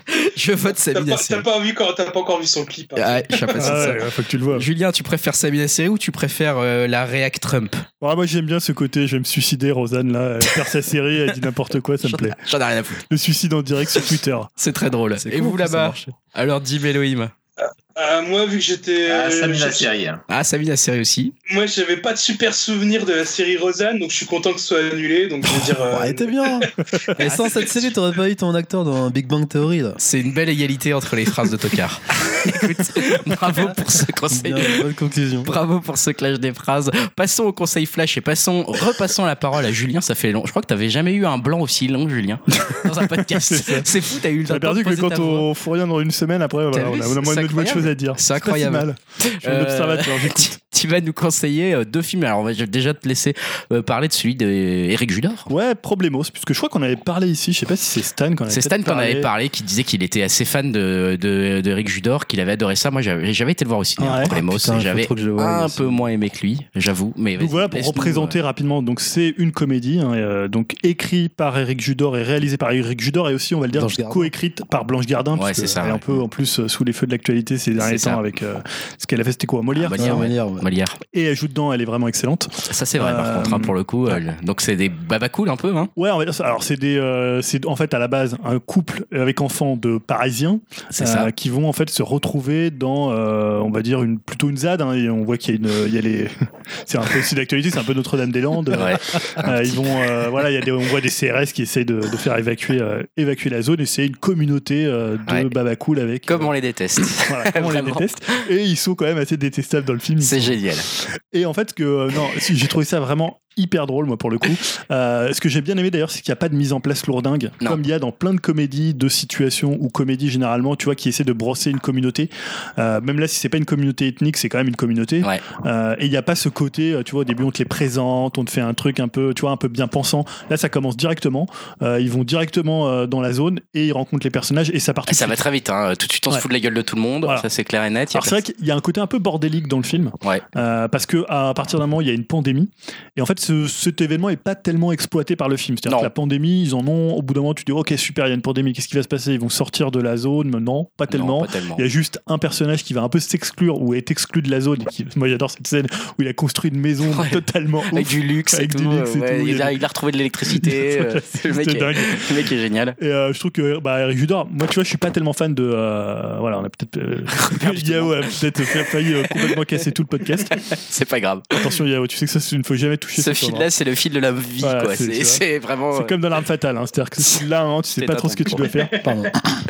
Je vote Samy la série. T'as pas encore vu son clip. Hein. Je sais pas si ça. Faut que tu le vois. Julien, tu préfères Samy la série ou tu préfères la réac Trump? Moi j'aime bien ce côté, je vais me suicider, Rosanne là, elle perd sa série, elle dit n'importe quoi, ça me plaît. J'en ai rien à foutre. Le suicide en direct sur Twitter. C'est très drôle. Et vous là-bas? Alors dis Elohim. Moi, vu que j'étais. Samy la série. Samy la série aussi. Moi, j'avais pas de super souvenir de la série Rosanne, donc je suis content que ce soit annulé. Donc je veux dire. Elle était bien. Et sans cette série, t'aurais pas eu ton acteur dans Big Bang Theory, là. C'est une belle égalité entre les phrases de Tocard. Écoute, bravo pour ce conseil. Bonne conclusion. Bravo pour ce clash des phrases. Passons au conseil flash et repassons la parole à Julien. Ça fait long. Je crois que t'avais jamais eu un blanc aussi long, Julien, dans un podcast. C'est fou, t'as eu le temps. J'ai perdu que quand on fout rien dans une semaine, après, on a moins de bonnes choses à dire. C'est incroyable. Pas si mal. Je suis un observateur, j'écoute. Tu vas nous conseiller deux films. Alors, je vais déjà te laisser parler de celui d'Éric Judor. Ouais, Problemos, puisque je crois qu'on avait parlé ici. Je sais pas si c'est Stan qu'on avait C'est Stan qu'on avait parlé, qui disait qu'il était assez fan d'Éric Judor, qu'il avait adoré ça. Moi, j'avais été le voir au cinéma, Problemos, et j'avais un peu moins aimé que lui, j'avoue. Mais donc voilà, pour représenter rapidement, donc c'est une comédie, donc écrite par Éric Judor et réalisée par Éric Judor, et aussi, on va le dire, coécrite par Blanche Gardin, parce qu'elle est un peu en plus sous les feux de l'actualité ces derniers temps avec ce qu'elle a fait, c'était quoi, Molière. Molière. Et elle joue dedans, elle est vraiment excellente. Ça c'est vrai par contre, pour le coup. Donc c'est des babacools un peu, hein. Ouais, on va dire ça. Alors c'est en fait à la base un couple avec enfants de Parisiens qui vont en fait se retrouver dans on va dire plutôt une ZAD, hein, et on voit qu'il y a les c'est un peu aussi d'actualité, c'est un peu Notre-Dame-des-Landes. Ils vont on voit des CRS qui essayent de faire évacuer la zone, et c'est une communauté de babacool avec comme on les déteste. Voilà, comme on les déteste, et ils sont quand même assez détestables dans le film. C'est génial. Et en fait j'ai trouvé ça vraiment hyper drôle, moi, pour le coup. Ce que j'ai bien aimé d'ailleurs, c'est qu'il n'y a pas de mise en place lourdingue, comme il y a dans plein de comédies de situations ou comédies généralement, tu vois, qui essaient de brosser une communauté. Même là, si c'est pas une communauté ethnique, c'est quand même une communauté. Et il n'y a pas ce côté, tu vois, au début on te les présente, on te fait un truc un peu, tu vois, un peu bien pensant. Là, ça commence directement. Ils vont directement dans la zone et ils rencontrent les personnages, et ça part. Ça va très vite, hein. Tout de suite on se fout de la gueule de tout le monde. Voilà. Ça c'est clair et net. Alors c'est vrai qu'il y a un côté un peu bordélique dans le film, parce que à partir d'un moment il y a une pandémie, et en fait cet événement est pas tellement exploité par le film. C'est-à-dire que la pandémie, ils en ont, au bout d'un moment tu dis ok super, il y a une pandémie, qu'est-ce qui va se passer? Ils vont sortir de la zone? Non, pas tellement. Il y a juste un personnage qui va un peu s'exclure ou être exclu de la zone, moi j'adore cette scène où il a construit une maison totalement avec du luxe, avec du luxe et tout. Il a retrouvé de l'électricité. Le mec est génial. Et je trouve que Éric Judor, moi tu vois, je suis pas tellement fan de voilà, on a peut-être Yao a peut-être failli complètement casser tout le podcast. C'est pas grave. Attention Yao, tu sais que ça, il ne faut jamais toucher ce fil-là, c'est le fil de la vie, quoi. C'est vraiment. C'est comme dans l'arme fatale, hein. C'est-à-dire que là, tu sais pas trop ce que tu dois faire. Pardon.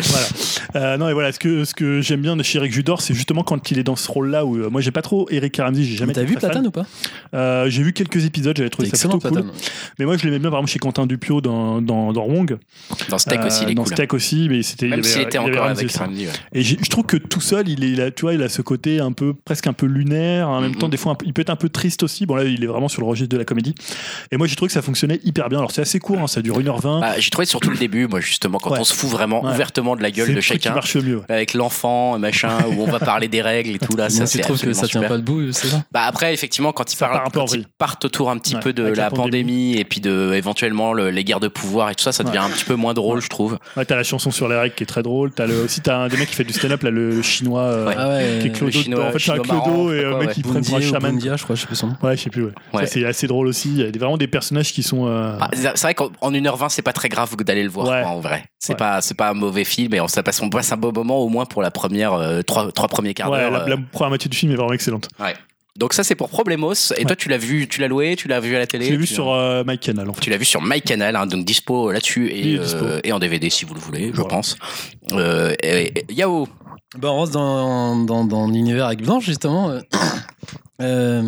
Voilà. Non, et voilà, ce que j'aime bien de chez Éric Judor, c'est justement quand il est dans ce rôle-là où moi j'ai pas trop Eric Karamzi, j'ai jamais. T'as vu Platane ou pas? J'ai vu quelques épisodes, j'avais trouvé ça plutôt cool. Mais moi je l'aimais bien, par exemple, chez Quentin Dupieux dans Wong. Dans Steak aussi, il est cool. Dans Steak aussi, mais c'était. Même s'il était encore avec Karamzi. Et je trouve que tout seul, il a ce côté un peu, presque un peu lunaire, en même temps, des fois, il peut être un peu triste aussi. Bon, là, il est vraiment sur le registre de la comédie. Et moi, j'ai trouvé que ça fonctionnait hyper bien. Alors, c'est assez court, hein, ça dure 1h20. J'ai trouvé surtout le début, moi, justement, quand on se fout vraiment ouvertement de la gueule de chacun. Marche mieux. Avec l'enfant, machin, où on va parler des règles et tout, là. Ça, c'est trouve que ça tient pas debout, c'est ça? Après, effectivement, quand ils partent autour un petit peu de la pandémie et puis de, éventuellement, les guerres de pouvoir et tout ça, ça devient un petit peu moins drôle, je trouve. Ouais, t'as la chanson sur les règles qui est très drôle. Aussi, t'as un des mecs qui fait du stand-up, là, le chinois, qui est Clodo. En fait, c'est un Clodo et un mec qui prend pour un chaman. Je crois, je sais plus son nom. Ouais, je sais plus, Ça, c'est assez drôle aussi. Il y a vraiment des personnages qui sont. C'est vrai qu'en 1h20, c'est pas très grave d'aller le voir, en vrai. C'est pas un mauvais film, et on passe un beau moment, au moins pour la première, trois premiers quarts d'heure. La première moitié du film est vraiment excellente. Ouais. Donc ça c'est pour Problemos. Et toi tu l'as vu, tu l'as loué, tu l'as vu à la télé? Je l'ai vu sur MyCanal en fait. Tu l'as vu sur MyCanal, hein, donc dispo là-dessus et en DVD si vous le voulez, je pense. Yao. On reste dans l'univers avec Blanche justement.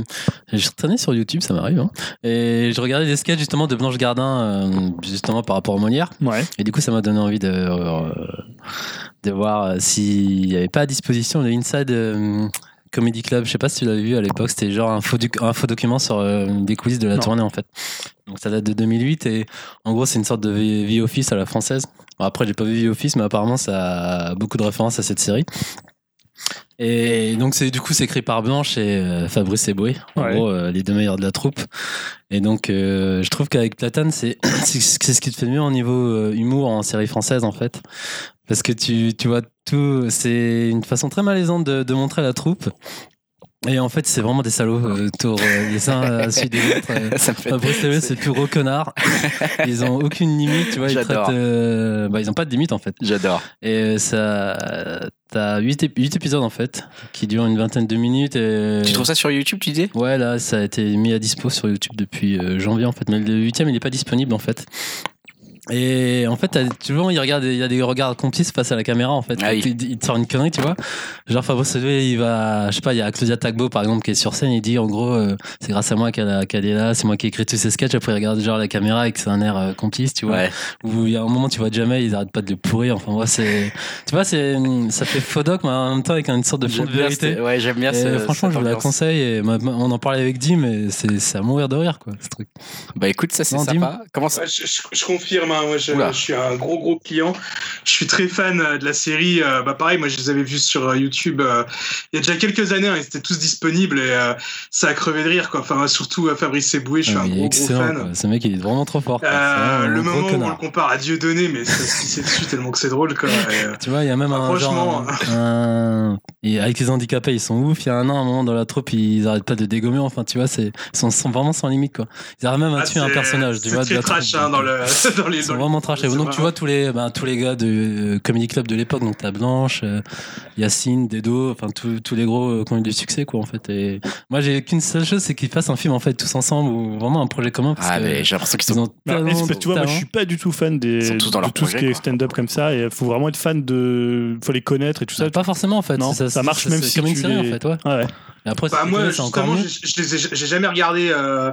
Je traînais sur YouTube, ça m'arrive. Hein. Et je regardais des sketchs justement de Blanche Gardin, justement par rapport aux Molières. Ouais. Et du coup, ça m'a donné envie de voir s'il n'y avait pas à disposition le Inside Comedy Club. Je sais pas si tu l'avais vu à l'époque. C'était genre un faux document sur des coulisses de la tournée en fait. Donc ça date de 2008 et en gros, c'est une sorte de The Office à la française. Bon, après, j'ai pas vu The Office, mais apparemment, ça a beaucoup de références à cette série. Et donc c'est écrit par Blanche et Fabrice Eboué, en gros les deux meilleurs de la troupe. Et donc je trouve qu'avec Platane c'est ce qui te fait mieux en niveau humour en série française en fait, parce que tu vois tout, c'est une façon très malaisante de montrer la troupe. Et en fait, c'est vraiment des salauds, les uns à la suite des autres. Fabrice Eboué, c'est le plus gros connard. Ils ont aucune limite, tu vois. Ils ont pas de limite, en fait. J'adore. Et t'as 8 épisodes, en fait, qui durent une vingtaine de minutes. Et... Tu trouves ça sur YouTube, tu disais ? Ouais, là, ça a été mis à dispo sur YouTube depuis janvier, en fait. Mais le 8e, il n'est pas disponible, en fait. Et en fait, toujours, il y a des regards complices face à la caméra, en fait. Ah oui. Il te sort une connerie, tu vois. Genre, Fabrice Eboué, il va, je sais pas, il y a Claudia Tagbo, par exemple, qui est sur scène, il dit, en gros, c'est grâce à moi qu'elle est là, c'est moi qui ai écrit tous ces sketchs. Après, il regarde genre la caméra avec un air complice, tu vois. Ouais. Où il y a un moment, tu vois jamais, ils arrêtent pas de le pourrir. Enfin, moi, ça fait faux doc, mais en même temps, avec une sorte de fond de vérité. Ouais, j'aime bien franchement, je vous la conseille. Et on en parlait avec Dim, et c'est à mourir de rire, quoi, ce truc. Bah écoute, ça c'est Non, sympa. Comment ça ? Je confirme, hein, moi je suis un gros client. Je suis très fan de la série. Pareil, moi je les avais vus sur YouTube il y a déjà quelques années, hein, ils étaient tous disponibles et ça a crevé de rire, quoi. Enfin, surtout Fabrice Eboué, je suis un gros fan. Quoi. Ce mec, il est vraiment trop fort. Le moment où on le compare à Dieudonné, mais ça se pissait dessus tellement que c'est drôle, quoi. Tu vois, il y a même avec les handicapés, ils sont ouf. Il y a un moment dans la troupe, ils arrêtent pas de dégommer. Enfin, tu vois, ils sont vraiment sans limite, quoi. Ils arrivent même à tuer un personnage. Tu vois, c'est très trash, hein, dans les. C'est vraiment trash. Donc tu vois tous les gars de Comedy Club de l'époque, donc t'as Blanche, Yacine, Dedo, enfin tous les gros qui ont eu du succès, quoi, en fait. Et moi j'ai qu'une seule chose, c'est qu'ils fassent un film en fait tous ensemble ou vraiment un projet commun. Mais j'ai l'impression qu'ils sont. Tu vois, moi je suis pas du tout fan de tout ce qui est stand-up comme ça, et il faut vraiment être fan faut les connaître et tout ça. Pas forcément en fait. Non, ça marche même si comme une série en fait, ouais. Et après, moi, justement, j'ai jamais regardé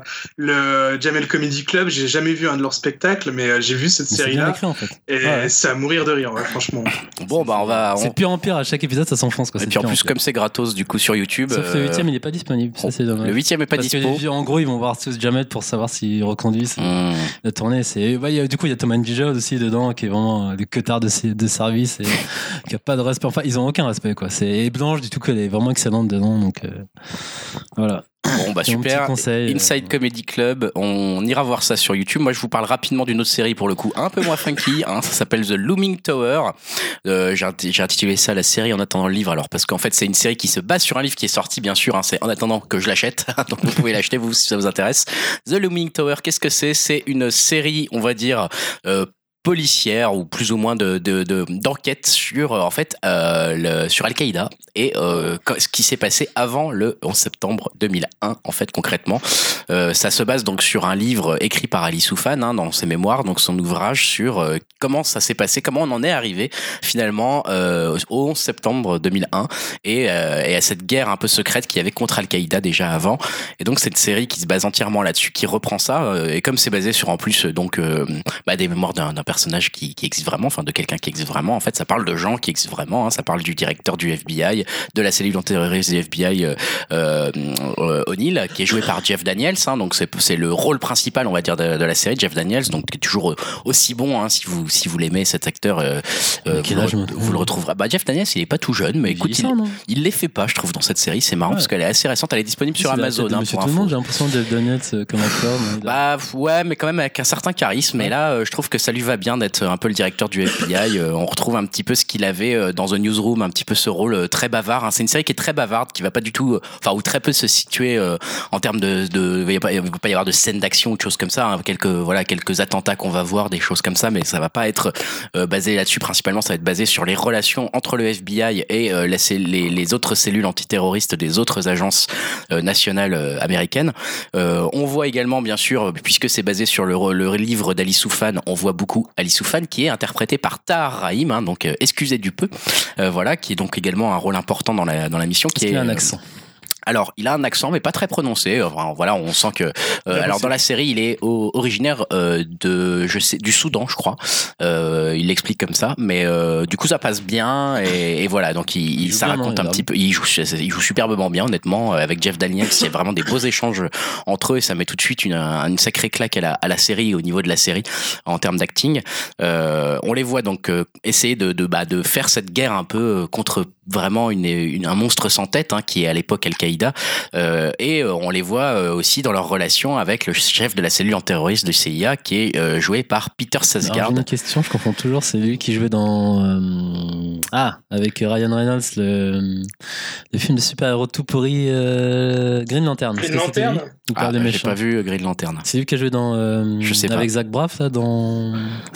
le Jamel Comedy Club, j'ai jamais vu un de leurs spectacles, mais j'ai vu cette série-là. Écrit, en fait. Et c'est à mourir de rire, franchement. Bon, c'est de pire en pire, à chaque épisode, ça s'enfonce, quoi. Et puis en plus, comme c'est gratos, du coup, sur YouTube. Sauf le 8e, il est pas disponible. Ça, c'est dommage. Le 8e est pas dispo. Parce que en gros, ils vont voir tous Jamel pour savoir s'ils reconduisent la tournée. Du coup, il y a Thomas Njijol aussi dedans, qui est vraiment le cutard de service et qui a pas de respect. Enfin, ils ont aucun respect, quoi. Et Blanche, du tout, qu'elle est vraiment excellente dedans, donc. Voilà. Bon bah super, Inside Comedy Club, on ira voir ça sur YouTube. Moi je vous parle rapidement d'une autre série pour le coup un peu moins funky, ça s'appelle The Looming Tower. J'ai intitulé ça la série en attendant le livre, alors parce qu'en fait c'est une série qui se base sur un livre qui est sorti bien sûr, c'est en attendant que je l'achète, donc vous pouvez l'acheter vous si ça vous intéresse. The Looming Tower, qu'est-ce que c'est ? C'est une série on va dire policière ou plus ou moins d'enquête sur en fait sur Al-Qaïda et ce qui s'est passé avant le 11 septembre 2001 en fait concrètement. Ça se base donc sur un livre écrit par Ali Soufan dans ses mémoires, donc son ouvrage sur comment ça s'est passé, comment on en est arrivé finalement au 11 septembre 2001 et à cette guerre un peu secrète qu'il y avait contre Al-Qaïda déjà avant. Et donc c'est une série qui se base entièrement là-dessus, qui reprend ça et comme c'est basé sur en plus donc des mémoires d'un personnage qui existe vraiment, enfin de quelqu'un qui existe vraiment. En fait, ça parle de gens qui existent vraiment. Ça parle du directeur du FBI, de la cellule antiterroriste du FBI, O'Neill, qui est joué par Jeff Daniels. Donc c'est le rôle principal, on va dire, de la série. Jeff Daniels, donc qui est toujours aussi bon. Si vous l'aimez, cet acteur, vous le retrouverez. Jeff Daniels, il est pas tout jeune, mais écoute, il les fait pas, je trouve, dans cette série. C'est marrant parce qu'elle est assez récente. Elle est disponible sur Amazon. Monsieur tout le monde, j'ai l'impression de Jeff Daniels comme acteur. Ouais, mais quand même avec un certain charisme. Et là, je trouve que ça lui va bien d'être un peu le directeur du FBI. On retrouve un petit peu ce qu'il avait dans The Newsroom, un petit peu ce rôle très bavard. C'est une série qui est très bavarde, qui va pas du tout, ou très peu se situer en termes il va pas y avoir de scènes d'action ou de choses comme ça. Quelques attentats qu'on va voir, des choses comme ça, mais ça va pas être basé là-dessus. Principalement, ça va être basé sur les relations entre le FBI et les autres cellules antiterroristes des autres agences nationales américaines. On voit également, bien sûr, puisque c'est basé sur le livre d'Ali Soufan, on voit beaucoup Ali Soufan qui est interprété par Tahar Rahim, donc excusez du peu, qui est donc également un rôle important dans la mission. Qui est un accent. Alors, il a un accent, mais pas très prononcé. Enfin, voilà, on sent que. Alors, dans la série, il est originaire du Soudan, je crois. Il l'explique comme ça, mais du coup, ça passe bien et voilà. Donc, ça raconte un petit peu. Il joue superbement bien, honnêtement. Avec Jeff Daniels, il y a vraiment des beaux échanges entre eux et ça met tout de suite une sacrée claque à la série, au niveau de la série, en termes d'acting. On les voit donc essayer de faire cette guerre un peu contre vraiment un monstre sans tête, hein, qui est à l'époque Al-Qaïda, et on les voit aussi dans leur relation avec le chef de la cellule antiterroriste de CIA, qui est joué par Peter Sarsgaard. J'ai une question, je confonds toujours, c'est lui qui jouait dans avec Ryan Reynolds, le film de super-héros tout pourri, Green Lantern. Green Lantern. J'ai pas vu Green Lantern. C'est lui qui a joué dans je sais pas. avec Zach Braff là, dans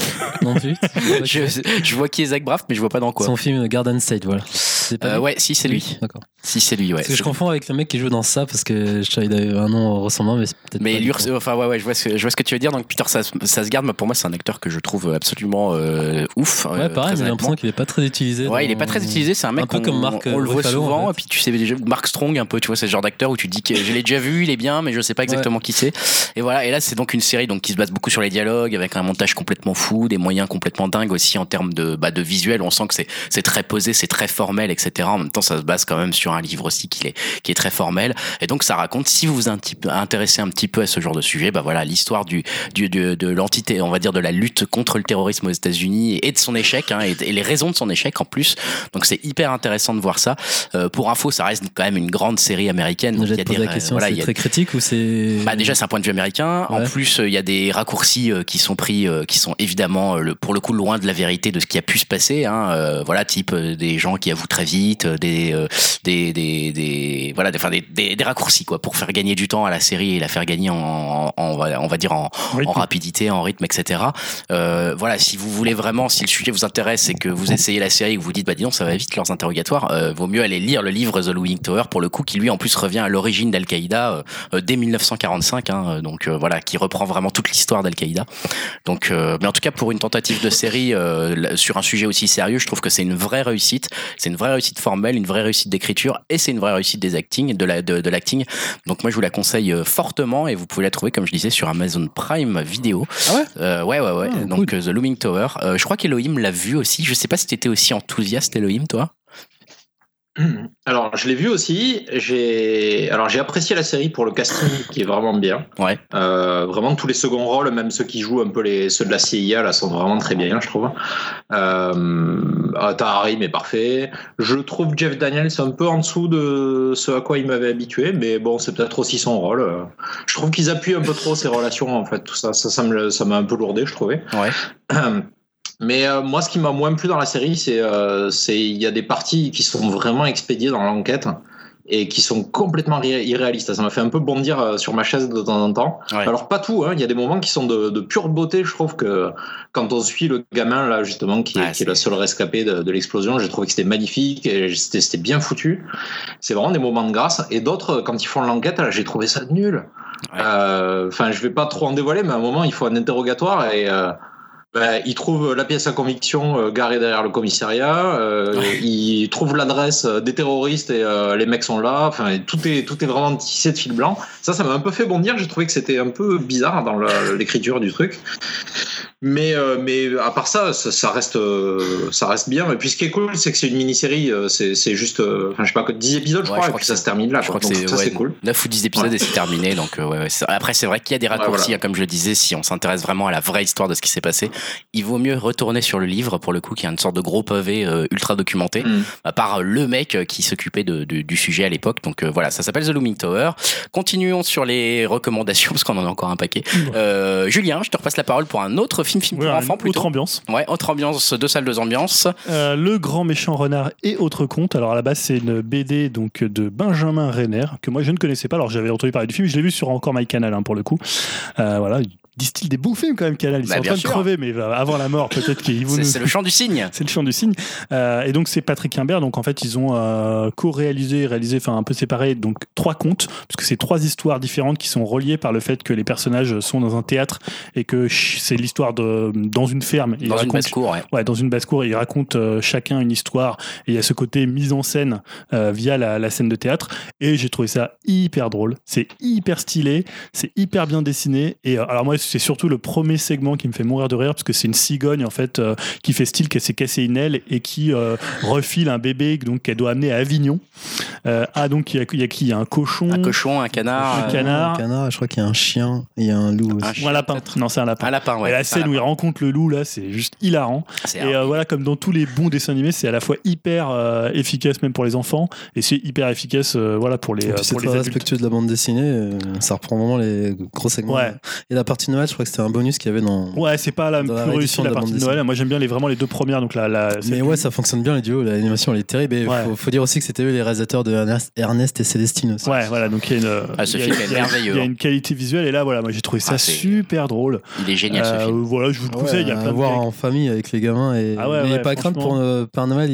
je vois qui est Zach Braff, mais je vois pas dans quoi. Son film Garden State, voilà. Ouais, si c'est lui. D'accord. Si c'est lui, ouais. Parce que je confonds avec le mec qui joue dans ça parce que je savais qu'il avait un nom ressemblant, mais c'est peut-être. Mais lui, enfin ouais, je vois ce que tu veux dire. Donc Peter Sarsgaard, pour moi, c'est un acteur que je trouve absolument ouf. Ouais, pareil, j'ai l'impression qu'il est pas très utilisé. Ouais, il est pas très utilisé. C'est un mec un peu comme Mark. On le voit souvent. En fait. Et puis tu sais déjà Mark Strong un peu. Tu vois, c'est ce genre d'acteur où tu te dis que je l'ai déjà vu, il est bien, mais je sais pas exactement qui c'est. Et voilà. Et là, c'est donc une série qui se base beaucoup sur les dialogues, avec un montage complètement fou, des moyens complètement dingues aussi en termes de visuel. On sent que c'est très posé, c'est très formel, etc. En même temps, ça se base quand même sur un livre aussi qui est très formel, et donc ça raconte, si vous vous intéressez un petit peu à ce genre de sujet, bah voilà, l'histoire de l'entité, on va dire, de la lutte contre le terrorisme aux États-Unis et de son échec, hein, et les raisons de son échec en plus. Donc c'est hyper intéressant de voir ça. Pour info, ça reste quand même une grande série américaine. Donc, il y a la question, c'est très critique ou c'est déjà c'est un point de vue américain. Ouais. En plus, il y a des raccourcis qui sont pris, qui sont évidemment pour le coup loin de la vérité de ce qui a pu se passer. Hein. Voilà, type des gens qui avouent très vite, des raccourcis quoi, pour faire gagner du temps à la série et la faire gagner on va dire en rapidité, en rythme, etc. Voilà, si vous voulez vraiment, si le sujet vous intéresse et que vous essayez la série et que vous dites bah dis donc ça va vite leurs interrogatoires, vaut mieux aller lire le livre The Looming Tower, pour le coup, qui lui en plus revient à l'origine d'Al-Qaïda dès 1945, hein, donc voilà, qui reprend vraiment toute l'histoire d'Al-Qaïda. Donc mais en tout cas, pour une tentative de série sur un sujet aussi sérieux, je trouve que c'est une vraie réussite. C'est une vraie réussite formelle, une vraie réussite d'écriture, et c'est une vraie réussite des acting, de l'acting. Donc moi je vous la conseille fortement, et vous pouvez la trouver, comme je disais, sur Amazon Prime Video. Ah ouais. Ouais. Ah, donc cool. The Looming Tower. Je crois qu'Elohim l'a vu aussi. Je sais pas si t'étais aussi enthousiaste, Elohim, toi. Alors, je l'ai vu aussi. J'ai apprécié la série pour le casting qui est vraiment bien. Ouais. Vraiment, tous les seconds rôles, même ceux qui jouent un peu ceux de la CIA, là, sont vraiment très bien, je trouve. Tahari, mais parfait. Je trouve Jeff Daniels un peu en dessous de ce à quoi il m'avait habitué, mais bon, c'est peut-être aussi son rôle. Je trouve qu'ils appuient un peu trop ces relations, en fait. Tout ça m'a un peu lourdé, je trouvais. Ouais. Mais moi, ce qui m'a moins plu dans la série, c'est il y a des parties qui sont vraiment expédiées dans l'enquête et qui sont complètement irréalistes. Ça m'a fait un peu bondir sur ma chaise de temps en temps. Ouais. Alors pas tout, hein. Il y a des moments qui sont de pure beauté. Je trouve que quand on suit le gamin là justement qui est la seule rescapée de l'explosion, j'ai trouvé que c'était magnifique et c'était bien foutu. C'est vraiment des moments de grâce. Et d'autres, quand ils font l'enquête, là, j'ai trouvé ça nul. Ouais. Je vais pas trop en dévoiler, mais à un moment il faut un interrogatoire et il trouve la pièce à conviction garée derrière le commissariat. Il trouve l'adresse des terroristes et les mecs sont là. Enfin, tout est vraiment tissé de fil blanc. Ça m'a un peu fait bondir. J'ai trouvé que c'était un peu bizarre dans l'écriture du truc. Mais à part ça reste bien. Et puis ce qui est cool, c'est que c'est une mini-série. C'est juste, je sais pas, 10 épisodes, je crois, et puis ça se termine là. Je crois que c'est cool. 9 ou 10 épisodes et c'est terminé. Donc après, c'est vrai qu'il y a des raccourcis, voilà. Comme je le disais, si on s'intéresse vraiment à la vraie histoire de ce qui s'est passé, il vaut mieux retourner sur le livre, pour le coup, qui est une sorte de gros pavé ultra documenté, par le mec qui s'occupait du sujet à l'époque. Donc voilà, ça s'appelle The Looming Tower. Continuons sur les recommandations, parce qu'on en a encore un paquet. Julien, je te repasse la parole pour un autre film pour enfants, plutôt. Autre ambiance. Ouais, autre ambiance, 2 salles, 2 ambiances. Le Grand Méchant Renard et autres contes. Alors à la base, c'est une BD donc de Benjamin Renner, que moi je ne connaissais pas. Alors j'avais entendu parler du film, je l'ai vu sur encore MyCanal, pour le coup. Voilà, distille des bons films quand même, Canal. Ils sont en train de crever, mais avant la mort, peut-être qu'ils vont C'est le chant du cygne. C'est le chant du cygne. Et donc, c'est Patrick Imbert. Donc, en fait, ils ont co-réalisé, réalisé, enfin, un peu séparé, donc 3 contes, parce que c'est 3 histoires différentes qui sont reliées par le fait que les personnages sont dans un théâtre et que c'est l'histoire dans une ferme. Dans une basse-cour, ouais, dans une basse-cour. Ils racontent chacun une histoire. Et il y a ce côté mise en scène via la scène de théâtre. Et j'ai trouvé ça hyper drôle. C'est hyper stylé. C'est hyper bien dessiné. Et alors, moi, c'est surtout le premier segment qui me fait mourir de rire, parce que c'est une cigogne, en fait, qui fait style qu'elle s'est cassée une aile et qui refile un bébé donc, qu'elle doit amener à Avignon. Donc, il y a qui ? Il y a un cochon. Un cochon, un canard. Un canard. Un canard, je crois qu'il y a un chien. Il y a un loup aussi. Un lapin. Non, c'est un lapin. Un lapin, ouais. Et la scène où il rencontre le loup, là, c'est juste hilarant. Et voilà, comme dans tous les bons dessins animés, c'est à la fois hyper efficace même pour les enfants, et c'est hyper efficace voilà, pour les adultes. C'est très respectueux de la bande dessinée, ça reprend vraiment les gros segments. Ouais. Et la partie de Noël, je crois que c'était un bonus qu'il y avait dans... Ouais, c'est pas la plus réussie, la partie de Noël. Moi, j'aime bien vraiment les 2 premières. Donc mais ouais, ça fonctionne bien, les duos, l'animation, elle est terrible. Et faut dire aussi que c'était eux les réalisateurs de Ernest et Célestine aussi. Ouais, voilà, donc il y a une qualité visuelle, et là, voilà, moi j'ai trouvé ça super drôle. Il est génial ce film. Voilà, je vous le conseille. Il y a plein de voir en famille avec les gamins. Et il n'y a pas crainte pour Père Noël,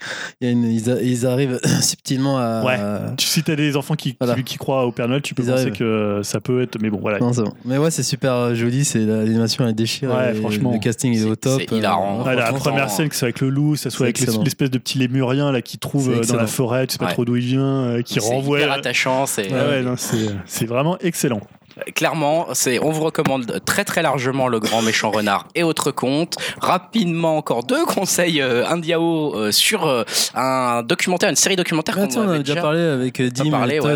ils arrivent subtilement à. Ouais. Si t'as des enfants qui croient au Père Noël, tu peux penser que ça peut être. Mais bon, voilà. Non, c'est bon. Mais ouais, c'est super joli. L'animation, elle déchire. Ouais, franchement. Le casting, il est au top. C'est hilarant. La première scène, que c'est avec le loup, ça soit avec l'espèce de petit lémurien là qui trouve dans la forêt, tu sais pas trop d'où il vient, qui renvoie. C'est hyper attachant. C'est vraiment excellent. Clairement, on vous recommande très très largement Le Grand Méchant Renard et autres contes. Rapidement, encore 2 conseils Indiao sur un documentaire, une série documentaire qu'on on a déjà parlé avec Dim.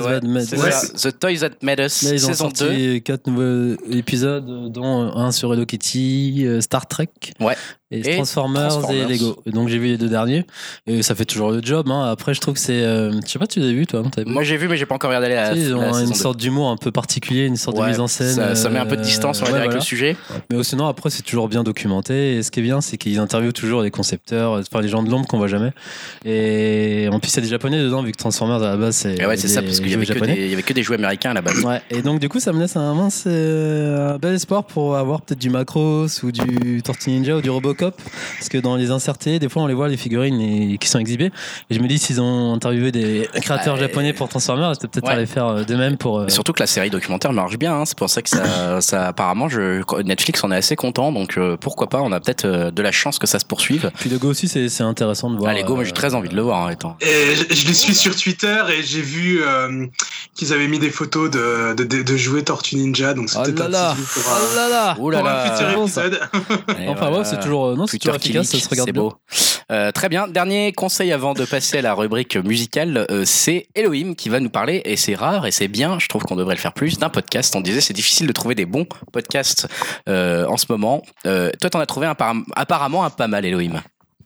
The Toys That Made Us. Là, ils ont sorti 4 nouveaux épisodes, dont un sur Hello Kitty, Star Trek. Ouais. Et Transformers et Lego. Et donc j'ai vu les 2 derniers et ça fait toujours le job. Après je trouve que c'est, je sais pas, tu l'as vu toi? Moi j'ai vu mais j'ai pas encore regardé la. Ils ont une sorte d'humour un peu particulier, une sorte de mise en scène. Ça met un peu de distance on va dire avec le sujet. Mais sinon après c'est toujours bien documenté. Et ce qui est bien c'est qu'ils interviewent toujours les concepteurs, enfin les gens de l'ombre qu'on voit jamais. Et en plus il y a des Japonais dedans vu que Transformers à la base c'est. Ouais c'est ça parce qu'il y avait que des jouets américains à la base. Ouais. Et donc du coup ça me laisse un bel espoir pour avoir peut-être du Macross ou du Tortue Ninja ou du Robocop. Parce que dans les insertés, des fois on les voit les figurines qui sont exhibées et je me dis s'ils ont interviewé des créateurs japonais pour Transformers, c'était peut-être les faire de même pour. Surtout que la série documentaire marche bien, hein. C'est pour ça que ça apparemment Netflix en est assez content, donc pourquoi pas, on a peut-être de la chance que ça se poursuive. Puis Lego aussi c'est intéressant de voir. Lego, moi j'ai très envie de le voir en étant. Et je les suis sur Twitter et j'ai vu qu'ils avaient mis des photos de jouets Tortue Ninja, donc c'est peut-être un teaser pour un futur épisode. Enfin ouais, c'est toujours efficace, ça se regarde c'est beau. Très bien. Dernier conseil avant de passer à la rubrique musicale, c'est Elohim qui va nous parler, et c'est rare et c'est bien, je trouve qu'on devrait le faire plus, d'un podcast. On disait c'est difficile de trouver des bons podcasts en ce moment. Toi t'en as trouvé apparemment un pas mal, Elohim.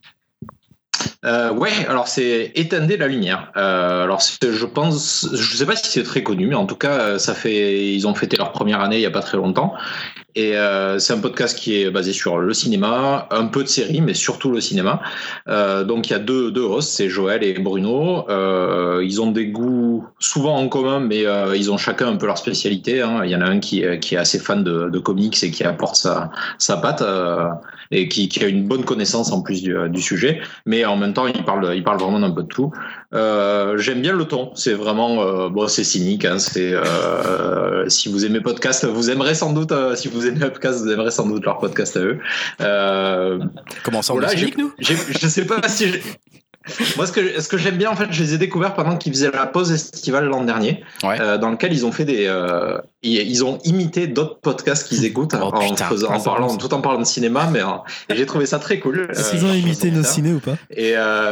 Ouais, alors c'est Éteindre la lumière. Alors je pense, je sais pas si c'est très connu, mais en tout cas ils ont fêté leur première année il y a pas très longtemps. Et c'est un podcast qui est basé sur le cinéma, un peu de séries, mais surtout le cinéma. Donc il y a deux hosts, c'est Joël et Bruno. Ils ont des goûts souvent en commun, mais ils ont chacun un peu leur spécialité, hein. Il y en a un qui est assez fan de comics et qui apporte sa patte et qui a une bonne connaissance en plus du sujet. Mais en même temps, il parle vraiment d'un peu de tout. J'aime bien le ton. C'est vraiment c'est cynique. Hein. Si vous aimez podcast, vous aimerez sans doute. Si vous aimez podcast, vous aimerez sans doute leur podcast à eux. Comment ça, on est cynique, nous ? Je sais pas si. Moi, ce que j'aime bien, en fait, je les ai découverts pendant qu'ils faisaient la pause estivale l'an dernier, dans lequel ils ont fait ils ont imité d'autres podcasts qu'ils écoutent tout en parlant de cinéma, mais et j'ai trouvé ça très cool. Est-ce qu'ils ont imité nos ciné ou pas ? Et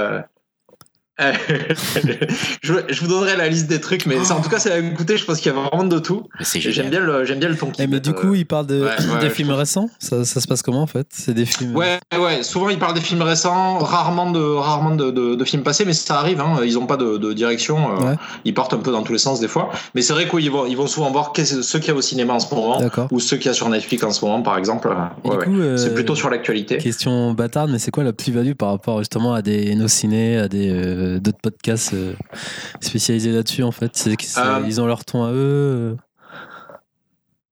je vous donnerai la liste des trucs, mais en tout cas, c'est à écouter. Je pense qu'il y a vraiment de tout. J'aime bien le ton qu'ils mais du coup, ils parlent des films récents. Ça se passe comment en fait ? C'est des films. Ouais. Souvent, ils parlent des films récents, rarement de films passés, mais ça arrive. Hein. Ils n'ont pas de direction. Ils partent un peu dans tous les sens des fois. Mais c'est vrai qu'ils vont souvent voir ceux qu'il y a au cinéma en ce moment, ou ceux qu'il y a sur Netflix en ce moment, par exemple. C'est plutôt sur l'actualité. Question bâtarde, mais c'est quoi la plus-value par rapport justement à des no-ciné, à des d'autres podcasts spécialisés là-dessus en fait? Ils ont leur ton à eux.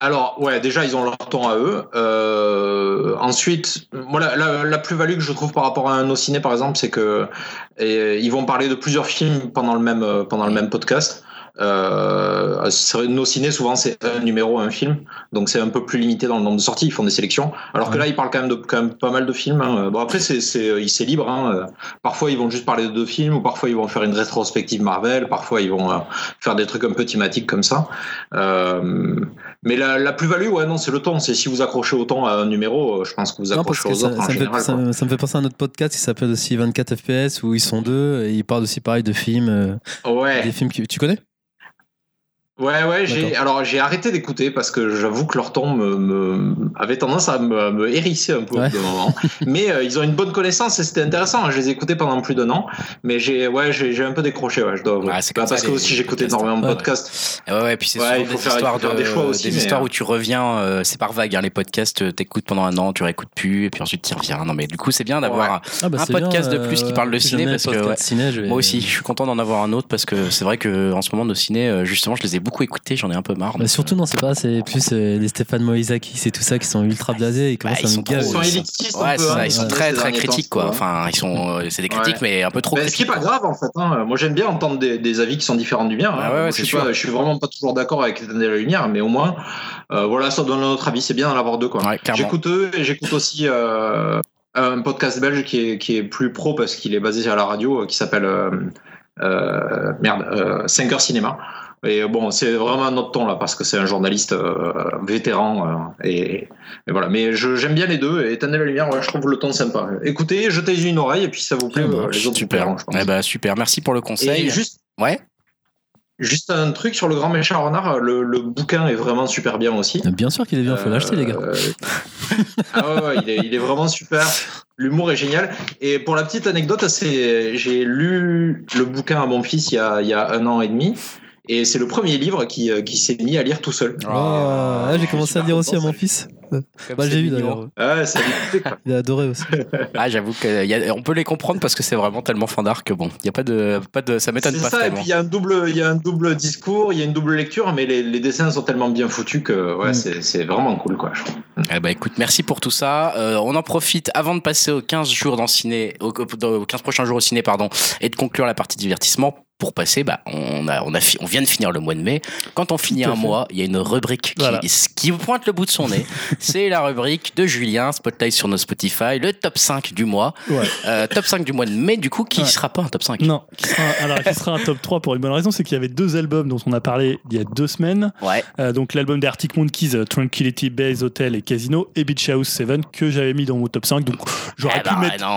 Alors, ouais, déjà, ils ont leur ton à eux. Ensuite, moi, la plus-value que je trouve par rapport à un ciné, par exemple, c'est que ils vont parler de plusieurs films pendant le même podcast. Nos ciné, souvent, c'est un numéro, un film. Donc, c'est un peu plus limité dans le nombre de sorties. Ils font des sélections. Alors que là, ils parlent quand même pas mal de films. Hein. Bon, après, c'est libre. Hein. Parfois, ils vont juste parler de 2 films, ou parfois, ils vont faire une rétrospective Marvel. Parfois, ils vont faire des trucs un peu thématiques comme ça. Mais la plus-value, ouais, non, c'est le ton. C'est si vous accrochez au ton à un numéro, je pense que vous accrochez aux autres. Ça me fait penser à un autre podcast qui s'appelle aussi 24 FPS, où ils sont 2 et ils parlent aussi pareil de films. Ouais. Des films que tu connais? Ouais, j'ai arrêté d'écouter parce que j'avoue que leur ton avait tendance à me hérisser un peu au bout d'un moment. Mais ils ont une bonne connaissance et c'était intéressant. Je les ai écoutés pendant plus d'1 an, mais j'ai un peu décroché, je dois avouer. Parce que aussi j'écoutais énormément de podcasts. Ouais, puis c'est souvent il faut faire des choix aussi. Des histoires où tu reviens, c'est par vague, hein, les podcasts, t'écoutes pendant 1 an, tu réécoutes plus, et puis ensuite tu reviens. Non, mais du coup, c'est bien d'avoir un podcast de plus qui parle de ciné, parce que moi aussi, je suis content d'en avoir un autre parce que c'est vrai que en ce moment, nos ciné, justement, je les ai beaucoup écoutés, j'en ai un peu marre. Surtout, non, c'est pas, c'est plus les Stéphane Moïsaki, c'est tout ça qui sont ultra blasés. Ils commencent à me gaver. Ils sont élitistes. Ouais, c'est ça, ils sont très critiques, quoi. Enfin, c'est des critiques, mais un peu trop critiques. Ce qui est pas grave, en fait. Moi, j'aime bien entendre des avis qui sont différents du mien. Je suis vraiment pas toujours d'accord avec Éteindre la lumière, mais au moins, ça donne notre avis. C'est bien d'en avoir 2, quoi. J'écoute eux et j'écoute aussi un podcast belge qui est plus pro parce qu'il est basé sur la radio, qui s'appelle 5 heures cinéma. Et bon, c'est vraiment un autre ton là parce que c'est un journaliste vétéran et voilà. Mais j'aime bien les 2 et Éteindre la lumière, je trouve le ton sympa. Écoutez, jetez une oreille et puis ça vous plaît, les autres super. Je pense. Super, merci pour le conseil. Et juste un truc sur le grand méchant renard, le bouquin est vraiment super bien aussi. Bien sûr qu'il est bien, faut l'acheter les gars. Il est vraiment super. L'humour est génial. Et pour la petite anecdote, j'ai lu le bouquin à mon fils il y a 1 an et demi. Et c'est le premier livre qui s'est mis à lire tout seul. J'ai commencé à lire aussi à mon fils. J'ai vu d'ailleurs. Ça il a adoré aussi. J'avoue qu'on peut les comprendre parce que c'est vraiment tellement fandard que bon, il y a pas de ça m'étonne pas. C'est ça, tellement. Et puis il y a un double discours, il y a une double lecture, mais les dessins sont tellement bien foutus que c'est vraiment cool, quoi. Écoute, merci pour tout ça. On en profite avant de passer aux 15 jours aux 15 prochains jours au ciné, et de conclure la partie divertissement. Pour passer, on vient de finir le mois de mai. Quand on finit un mois, il y a une rubrique qui pointe le bout de son nez. C'est la rubrique de Julien, Spotlight sur nos Spotify, le top 5 du mois. Top 5 du mois de mai, du coup, qui sera pas un top 5. Non, qui sera un top 3 pour une bonne raison, c'est qu'il y avait 2 albums dont on a parlé il y a 2 semaines. Donc l'album des Arctic Monkeys, Tranquility Base Hotel et Casino, et Beach House 7 que j'avais mis dans mon top 5. Donc j'aurais pu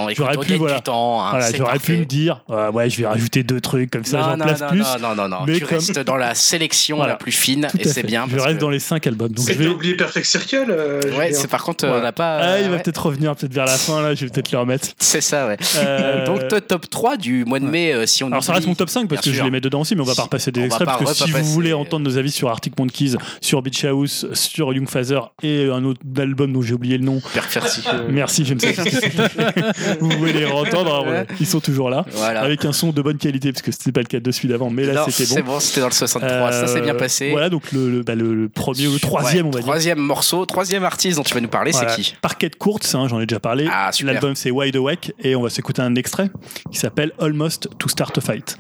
me dire, je vais rajouter 2 trucs comme ça. Non, tu restes dans la sélection la plus fine et c'est bien. Je reste dans les 5 albums. Donc j'ai oublié Perfect Circle. C'est par contre, on n'a pas. Il va peut-être revenir vers la fin, là, je vais peut-être le remettre. C'est ça, Donc, top 3 du mois de mai, si on. Alors, ça reste mon top 5 parce que je les mets dedans aussi, mais on va pas repasser des extraits parce que si vous voulez entendre nos avis sur Arctic Monkeys, sur Beach House, sur Young Father et un autre album dont j'ai oublié le nom. Merci, je ne sais pas. Vous pouvez les entendre, ils sont toujours là. Avec un son de bonne qualité parce que c'était pas le cas de celui d'avant, mais là c'était bon. C'est bon, c'était dans le 63, ça s'est bien passé. Voilà, donc le premier ou le troisième, on va dire. Troisième morceau, troisième artiste dont tu vas nous parler, c'est qui? Parquet Court, j'en ai déjà parlé. L'album c'est Wide Awake et on va s'écouter un extrait qui s'appelle Almost to Start a Fight.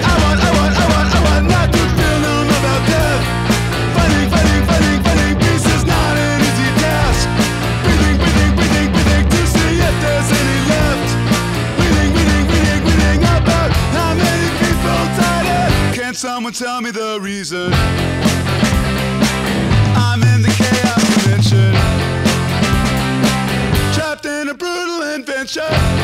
Someone tell me the reason. I'm in the chaos dimension, trapped in a brutal invention.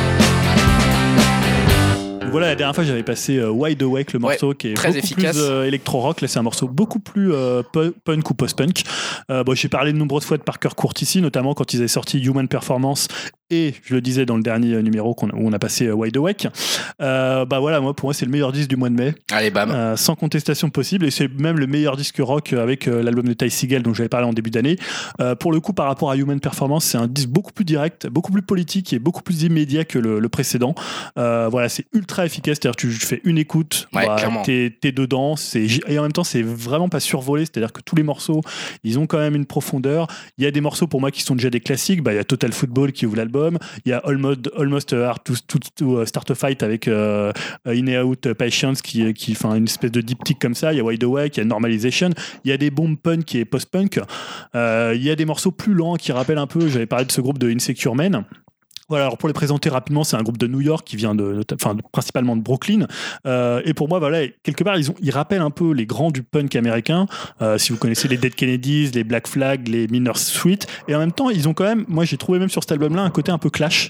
Voilà, la dernière fois j'avais passé Wide Awake, le morceau qui est très beaucoup efficace. Plus électro-rock. Là c'est un morceau beaucoup plus punk ou post-punk. J'ai parlé de nombreuses fois de Parquet Court ici, notamment quand ils avaient sorti Human Performance et je le disais dans le dernier numéro où on a passé Wide Awake, voilà, pour moi c'est le meilleur disque du mois de mai. Allez, bam. Sans contestation possible, et c'est même le meilleur disque rock avec l'album de Ty Segall dont j'avais parlé en début d'année. Pour le coup, par rapport à Human Performance, c'est un disque beaucoup plus direct, beaucoup plus politique et beaucoup plus immédiat que le précédent. Voilà, c'est ultra efficace, c'est-à-dire que tu fais une écoute, t'es dedans, et en même temps c'est vraiment pas survolé, c'est-à-dire que tous les morceaux ils ont quand même une profondeur. Il y a des morceaux pour moi qui sont déjà des classiques, il y a Total Football qui ouvre l'album, il y a Almost Hard to Start a Fight avec In and Out Patience qui une espèce de diptyque comme ça, il y a Wide Awake, il y a Normalization, il y a des bombes punk et post-punk, il y a des morceaux plus lents qui rappellent un peu, j'avais parlé de ce groupe de Insecure Men. Voilà, alors pour les présenter rapidement, c'est un groupe de New York qui vient principalement de Brooklyn. Et pour moi, voilà, quelque part, ils rappellent un peu les grands du punk américain. Si vous connaissez les Dead Kennedys, les Black Flag, les Minor Threat. Et en même temps, ils ont quand même, moi j'ai trouvé même sur cet album-là, un côté un peu Clash.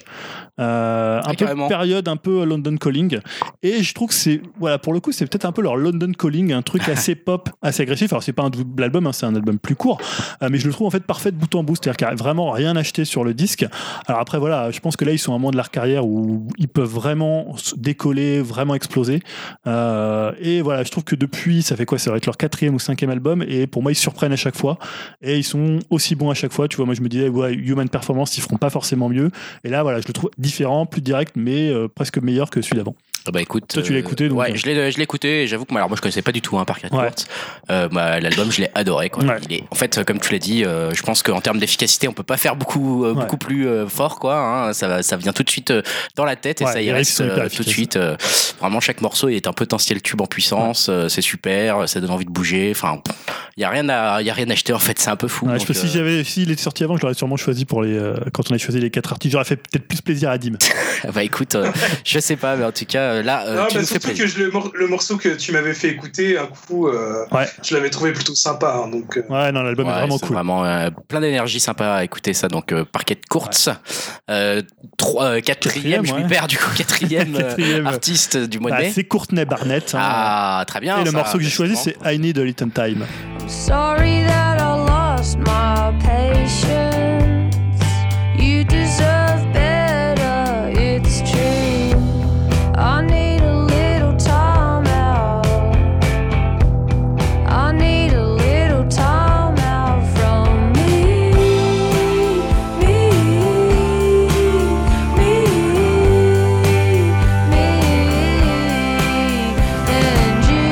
Peu période un peu London Calling. Et je trouve que c'est, voilà, pour le coup, c'est peut-être un peu leur London Calling, un truc assez pop, assez agressif. Alors, c'est pas un double album, c'est un album plus court. Mais je le trouve en fait parfait de bout en bout. C'est-à-dire qu'il n'y a vraiment rien acheté sur le disque. Alors après, voilà, je pense que là, ils sont à un moment de leur carrière où ils peuvent vraiment décoller, vraiment exploser. Et voilà, je trouve que depuis, ça fait quoi? Ça va être leur 4e ou 5e album. Et pour moi, ils surprennent à chaque fois. Et ils sont aussi bons à chaque fois. Tu vois, moi, je me disais, ouais, Human Performance, ils feront pas forcément mieux. Et là, voilà, je le trouve différent, plus direct, mais presque meilleur que celui d'avant. Bah écoute, toi tu l'as écouté donc... Ouais, je l'ai écouté et j'avoue que moi je connaissais pas du tout Parquet Court. L'album je l'ai adoré quoi. Ouais. Il est, en fait, comme tu l'as dit, je pense qu'en termes d'efficacité on peut pas faire beaucoup plus fort quoi. Ça vient tout de suite dans la tête et ça y reste tout de suite. Vraiment chaque morceau est un potentiel tube en puissance. C'est super, ça donne envie de bouger. Enfin, il y a rien à acheter en fait. C'est un peu fou. Ouais, donc, s'il était sorti avant, je l'aurais sûrement choisi pour quand on a choisi les 4 artistes. J'aurais fait peut-être plus plaisir à Dim. Bah écoute, je sais pas, mais en tout cas là, tu nous fais plaisir. Que le morceau que tu m'avais fait écouter, un coup, je l'avais trouvé plutôt sympa. Donc, ouais, non, l'album est vraiment cool. Vraiment plein d'énergie, sympa à écouter ça. Donc Parquet Court, 4e, je m'y perds du coup, 4e artiste du mois de mai. C'est Courtney Barnett. Ah, très bien. Et le morceau que j'ai choisi, c'est I Need a Little Time. I'm sorry that I lost my patience. You deserve better, it's true. I need a little time out. I need a little time out from me and you.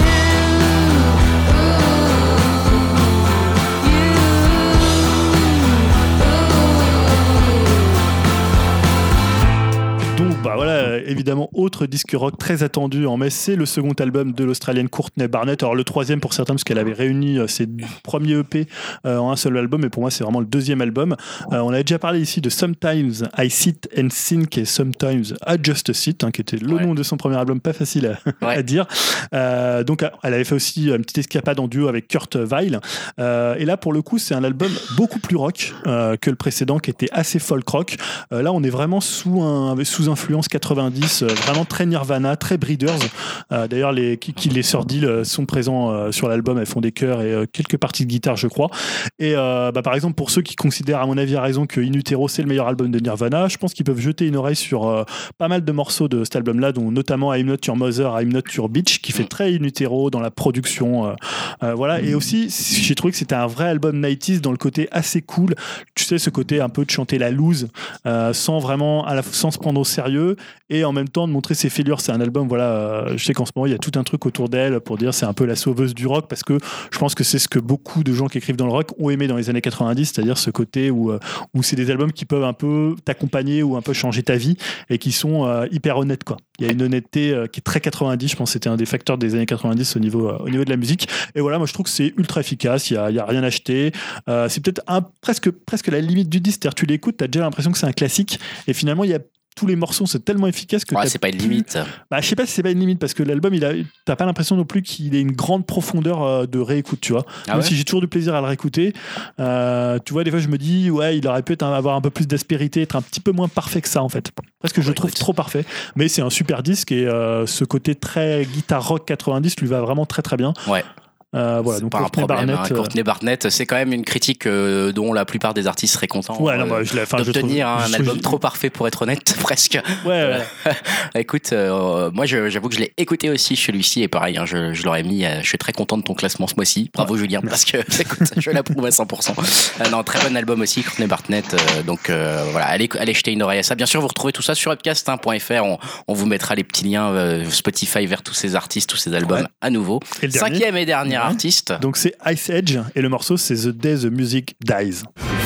Donc bah voilà, évidemment autre disque rock très attendu en mai, c'est le second album de l'Australienne Courtney Barnett. Alors le 3e pour certains parce qu'elle avait réuni ses premiers EP en un seul album, mais pour moi c'est vraiment le 2e album. On avait déjà parlé ici de Sometimes I Sit and Think et Sometimes I Just Sit, qui était le nom de son premier album, pas facile à dire. Donc elle avait fait aussi une petite escapade en duo avec Kurt Weill. Et là pour le coup c'est un album beaucoup plus rock que le précédent qui était assez folk rock. Là on est vraiment sous influence 90, vraiment très Nirvana, très Breeders. D'ailleurs qui les sœurs Deal sont présents sur l'album, elles font des chœurs et quelques parties de guitare je crois. Et par exemple pour ceux qui considèrent à mon avis à raison que In Utero c'est le meilleur album de Nirvana, je pense qu'ils peuvent jeter une oreille sur pas mal de morceaux de cet album là, dont notamment I'm Not Your Mother, I'm Not Your Bitch, qui fait très In Utero dans la production, voilà. Et aussi j'ai trouvé que c'était un vrai album 90s dans le côté assez cool, tu sais, ce côté un peu de chanter la loose sans se prendre au sérieux et en même temps de montrer ses failures. C'est un album, voilà, je sais qu'en ce moment il y a tout un truc autour d'elle pour dire c'est un peu la sauveuse du rock, parce que je pense que c'est ce que beaucoup de gens qui écrivent dans le rock ont aimé dans les années 90, c'est-à-dire ce côté où c'est des albums qui peuvent un peu t'accompagner ou un peu changer ta vie et qui sont hyper honnêtes quoi. Il y a une honnêteté qui est très 90, je pense que c'était un des facteurs des années 90 au niveau de la musique. Et voilà, moi je trouve que c'est ultra efficace, il y a rien acheté. C'est peut-être presque la limite du disque, c'est-à-dire tu l'écoutes, t'as déjà l'impression que c'est un classique et finalement il y a tous les morceaux, c'est tellement efficace que c'est pas une limite. Je sais pas si c'est pas une limite parce que l'album, t'as pas l'impression non plus qu'il ait une grande profondeur de réécoute, tu vois. Même si j'ai toujours du plaisir à le réécouter, tu vois, des fois je me dis il aurait pu avoir un peu plus d'aspérité, être un petit peu moins parfait que ça en fait. Parce que je le trouve trop parfait, mais c'est un super disque et ce côté très guitare rock 90 lui va vraiment très très bien. Ouais. Voilà, c'est donc pas un Courtney problème. Barnett, Courtney Barnett, c'est quand même une critique dont la plupart des artistes seraient contents d'obtenir un album trop parfait pour être honnête, presque. Ouais. Écoute, moi j'avoue que je l'ai écouté aussi celui-ci et pareil, hein, je l'aurais mis. Je suis très content de ton classement ce mois-ci. Bravo Julien, parce que écoute, je l'approuve à 100%. Non, très bon album aussi, Courtney Barnett. Donc voilà, allez jeter une oreille à ça. Bien sûr, vous retrouvez tout ça sur upcast.fr. On vous mettra les petits liens Spotify vers tous ces artistes, tous ces albums à nouveau. Et le Cinquième et dernier artiste. Donc c'est Ice Edge et le morceau c'est The Day the Music Dies.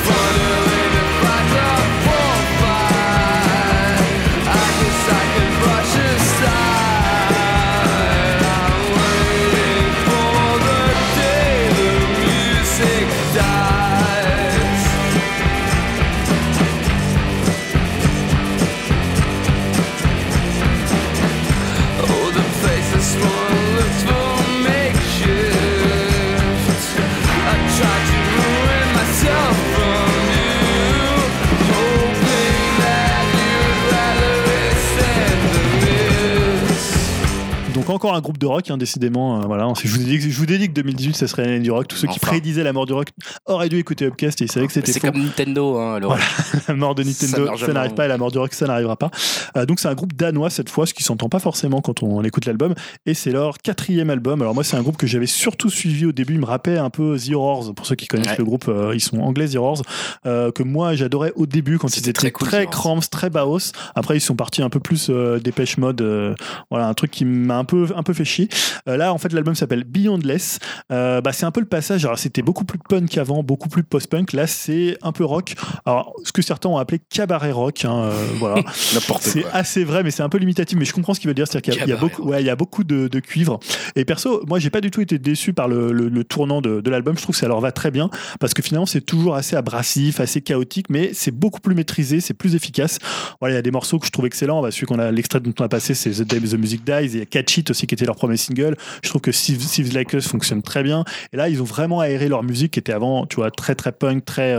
Donc encore un groupe de rock, hein, décidément. Voilà, je vous ai dit que 2018, ça serait l'année du rock. Tous ceux qui prédisaient la mort du rock auraient dû écouter Upcast et ils savaient que c'était faux. C'est comme Nintendo. Hein, voilà. La mort de Nintendo, ça n'arrive pas, et la mort du rock, ça n'arrivera pas. Donc c'est un groupe danois cette fois, ce qui s'entend pas forcément quand on écoute l'album. Et c'est leur 4e album. Alors moi, c'est un groupe que j'avais surtout suivi au début. Il me rappelait un peu The Horrors. Pour ceux qui connaissent le groupe, ils sont anglais, The Horrors. Que moi, j'adorais au début quand ils étaient très cramps, très baos. Après, ils sont partis un peu plus Dépêche Mode. Voilà, un truc qui m'a un peu fait chier. Là, en fait, l'album s'appelle Beyondless. C'est un peu le passage. Alors, c'était beaucoup plus punk qu'avant, beaucoup plus post-punk. Là, c'est un peu rock. Alors, ce que certains ont appelé cabaret rock. Hein, voilà. C'est assez vrai, mais c'est un peu limitatif. Mais je comprends ce qu'il veut dire. C'est-à-dire qu'il y a beaucoup de cuivre. Et perso, moi, j'ai pas du tout été déçu par le tournant de l'album. Je trouve que ça leur va très bien parce que finalement, c'est toujours assez abrasif, assez chaotique, mais c'est beaucoup plus maîtrisé, c'est plus efficace. Voilà, il y a des morceaux que je trouve excellents. Celui qu'on a, l'extrait dont on a passé, c'est The Day the Music Dies. Il y a Catch It aussi qui était leur premier single. Je trouve que Thieves Like Us fonctionne très bien. Et là, ils ont vraiment aéré leur musique qui était avant, tu vois, très très punk, très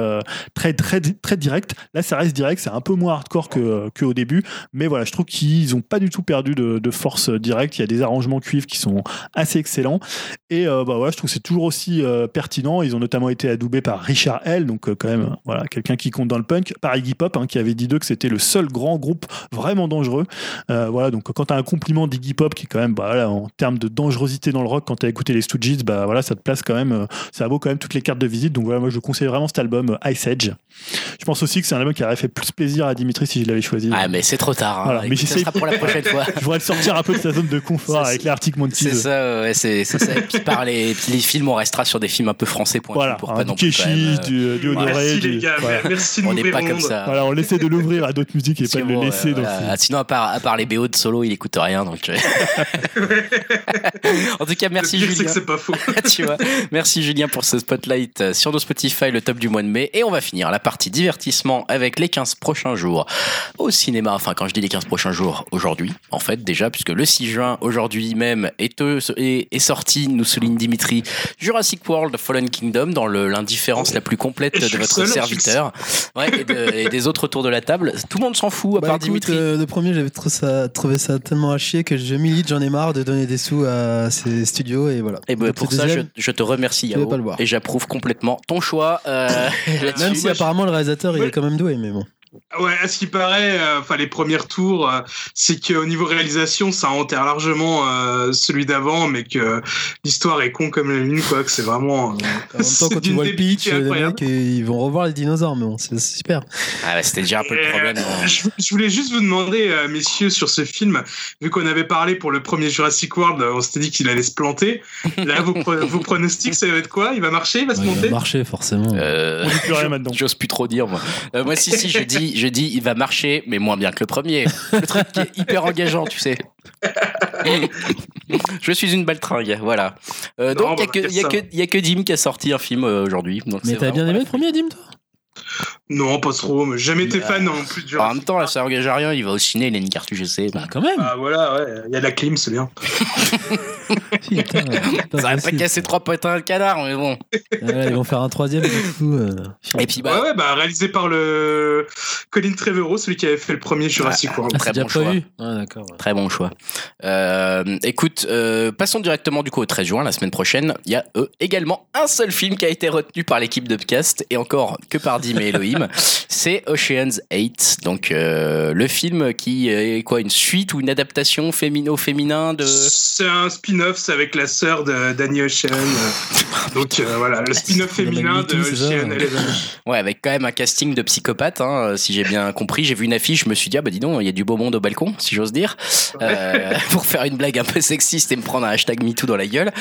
direct. Là, ça reste direct. C'est un peu moins hardcore que au début, mais voilà, je trouve qu'ils ont pas du tout perdu de force directe. Il y a des arrangements cuivre qui sont assez excellents. Et voilà, je trouve que c'est toujours aussi pertinent. Ils ont notamment été adoubés par Richard Hell, donc quand même, voilà, quelqu'un qui compte dans le punk, par Iggy Pop, hein, qui avait dit d'eux que c'était le seul grand groupe vraiment dangereux. Voilà, donc quand tu as un compliment d'Iggy Pop qui est quand même, voilà, en termes de dangerosité dans le rock, quand tu as écouté les Stooges, voilà, ça te place quand même, ça vaut quand même toutes les cartes de visite. Donc voilà, moi je conseille vraiment cet album Ice Edge. Je pense aussi que c'est un album qui aurait fait plus plaisir à Dimitri si je l'avais choisi. Ah, mais c'est trop tard. Hein. Voilà, mais ça sera pour la prochaine fois. Je voudrais le sortir un peu de sa zone de confort avec les Arctic Monkeys. C'est ça, ouais, c'est ça. Et puis les films, on restera sur des films un peu français pour pas non plus. Keshi, du Honoré. Merci les gars, merci de on nous n'est pas comme ça. Voilà, on essaie de l'ouvrir à d'autres musiques et sinon, pas de le laisser. Donc sinon, à part les BO de solo, il écoute rien. Donc. En tout cas, merci Julien. C'est que c'est pas faux. Tu vois, merci Julien pour ce spotlight sur nos Spotify, le top du mois de mai. Et on va finir la partie divertissement avec les 15 prochains jours au cinéma. Enfin, quand je dis les 15 prochains jours, aujourd'hui, en fait, déjà, puisque le 6 juin, aujourd'hui même, est sorti, nous souligne Dimitri, Jurassic World Fallen Kingdom, dans l'indifférence la plus complète de votre serviteur. Ouais, et des autres autour de la table. Tout le monde s'en fout, à part Dimitri. Le premier, j'avais trouvé ça tellement à chier que je milite, j'en ai marre de donner des sous à ces studios et voilà. Et ben pour ça, je te remercie, Yao, pas le voir. Et j'approuve complètement ton choix. Même si apparemment le réalisateur il est quand même doué, mais bon. Ouais, à ce qui paraît, les premiers tours, c'est qu'au niveau réalisation, ça enterre largement celui d'avant, mais que l'histoire est con comme la lune, quoi. Que c'est vraiment. En même temps, quand tu vois le pitch, les mecs ils vont revoir les dinosaures, mais bon, c'est super. Ah ouais, c'était déjà un peu le problème. Je voulais juste vous demander, messieurs, sur ce film, vu qu'on avait parlé pour le premier Jurassic World, on s'était dit qu'il allait se planter. Là, vos pronostics, ça va être quoi? Il va marcher? Il va se monter? Il va marcher, forcément. On dit plus rien maintenant. J'ose plus trop dire, moi. Moi, si, je dis, il va marcher, mais moins bien que le premier. Le truc qui est hyper engageant, tu sais. Je suis une baltringue, voilà. Donc, il y a que Dim qui a sorti un film aujourd'hui. Donc mais t'as bien aimé le premier, Dim, toi? Non, pas trop, mais j'ai jamais été fan non plus du En même temps, là, ça engage à rien, il va au ciné, il a une carte UGC. Bah, quand même. Ah, voilà, ouais, il y a la clim, c'est bien. Putain, Ça aurait pas possible. cassé 3 potins de canard, mais bon. Ouais, ils vont faire un troisième, du coup. Et puis, bah, réalisé par le Colin Trevorrow, celui qui avait fait le premier Jurassic World. Ah, très c'est déjà bon choix. prévu. Ah, d'accord. Ouais. Très bon choix. Écoute, passons directement du coup au 13 juin, la semaine prochaine. Il y a également un seul film qui a été retenu par l'équipe d'Upcast, et encore que par Dim et Elohim. C'est Ocean's 8. Donc le film qui est quoi, une suite ou une adaptation féminin de... C'est un spin-off, c'est avec la sœur de Danny Ocean. Donc voilà, le spin-off féminin de Ocean 11. Ouais, avec quand même un casting de psychopathes, hein, si j'ai bien compris. J'ai vu une affiche, je me suis dit, ah bah dis donc, il y a du beau monde au balcon, si j'ose dire, pour faire une blague un peu sexiste et me prendre un hashtag MeToo dans la gueule.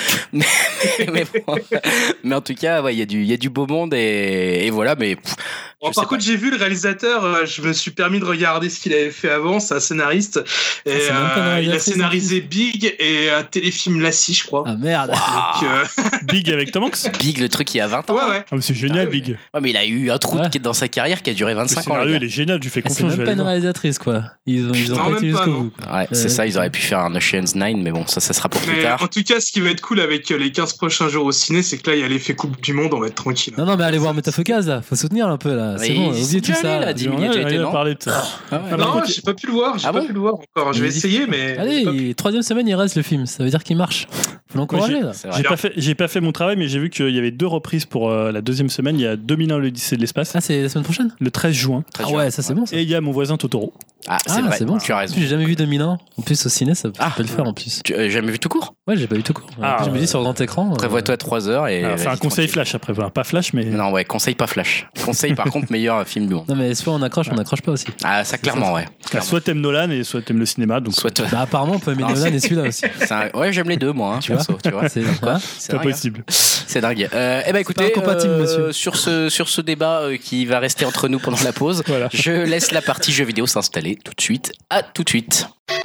Mais en tout cas, ouais, il y a du beau monde et voilà, mais... Bon, par contre, j'ai vu le réalisateur, je me suis permis de regarder ce qu'il avait fait avant, c'est un scénariste. Et, c'est même pas une il a réalisatrice, scénarisé Big et un téléfilm Lassie, je crois. Ah merde. Donc, Big avec Tom Hanks. Big, le truc, il y a 20 ans. ouais. Ah, mais c'est génial, Ah, Big. Ouais, mais il a eu un trou Ouais. dans sa carrière qui a duré Le 25 ans. scénario, le il gars. est génial, tu fais C'est confiance. même je vais pas aller une voir. réalisatrice, quoi. Ils ont Non, pas même été pas, jusqu'au non. bout. quoi. Ouais, c'est ça, ils auraient pu faire un Ocean's 9, mais bon, ça sera pour plus Mais tard. en tout cas, ce qui va être cool avec les 15 prochains jours au ciné, c'est que là, il y a l'effet Coupe du Monde, on va être tranquille. Non, mais allez voir Metafocas, là. Faut soutenir un peu, là. C'est Mais bon, ils oubliez sont tout déjà ça. allés, là, là. Dim, il y a déjà été, Il a non parlé de ça. Ah ouais. Ah, Non, par contre, j'ai pas pu le voir, Ah bon encore. Je vais essayer, mais. j'ai pas pu. Allez, troisième semaine, il reste le film. Ça veut dire qu'il marche. Faut l'encourager, là. C'est vrai. J'ai pas fait mon travail, mais j'ai vu qu'il y avait 2 reprises pour la deuxième semaine. Il y a 2001 l'Odyssée de l'espace, Ah, c'est la semaine prochaine le 13 juin. Très Ah dur. ouais, ça c'est bon. Ça. Et il y a Mon voisin Totoro. Ah, c'est vrai, bon. tu as raison. J'ai jamais vu 2001. En plus, au ciné, ça Ah. peut le faire en plus. Tu as jamais vu tout court? Ouais, j'ai pas vu tout court. Ah, je me dis sur grand écran. Prévois-toi 3 heures et. Alors, c'est un vas-y, conseil tranquille. flash après, enfin, pas flash, mais. Non, ouais, conseil pas flash. Conseil par contre, meilleur film du monde. Non, mais soit on accroche, on accroche pas aussi. Ah, ça clairement, ouais. Ah, soit t'aimes Nolan et soit t'aimes le cinéma. Donc, Soit. Bah, apparemment, on peut aimer Non, Nolan et celui-là aussi. Ouais, j'aime les deux, moi, hein, Tu vois perso, tu vois. C'est Quoi hein C'est pas dingue, hein. possible. C'est dingue. Eh ben écoutez, incompatible, monsieur. sur ce débat qui va rester entre nous pendant la pause, Voilà. je laisse la partie jeux vidéo s'installer tout de suite. À tout de suite.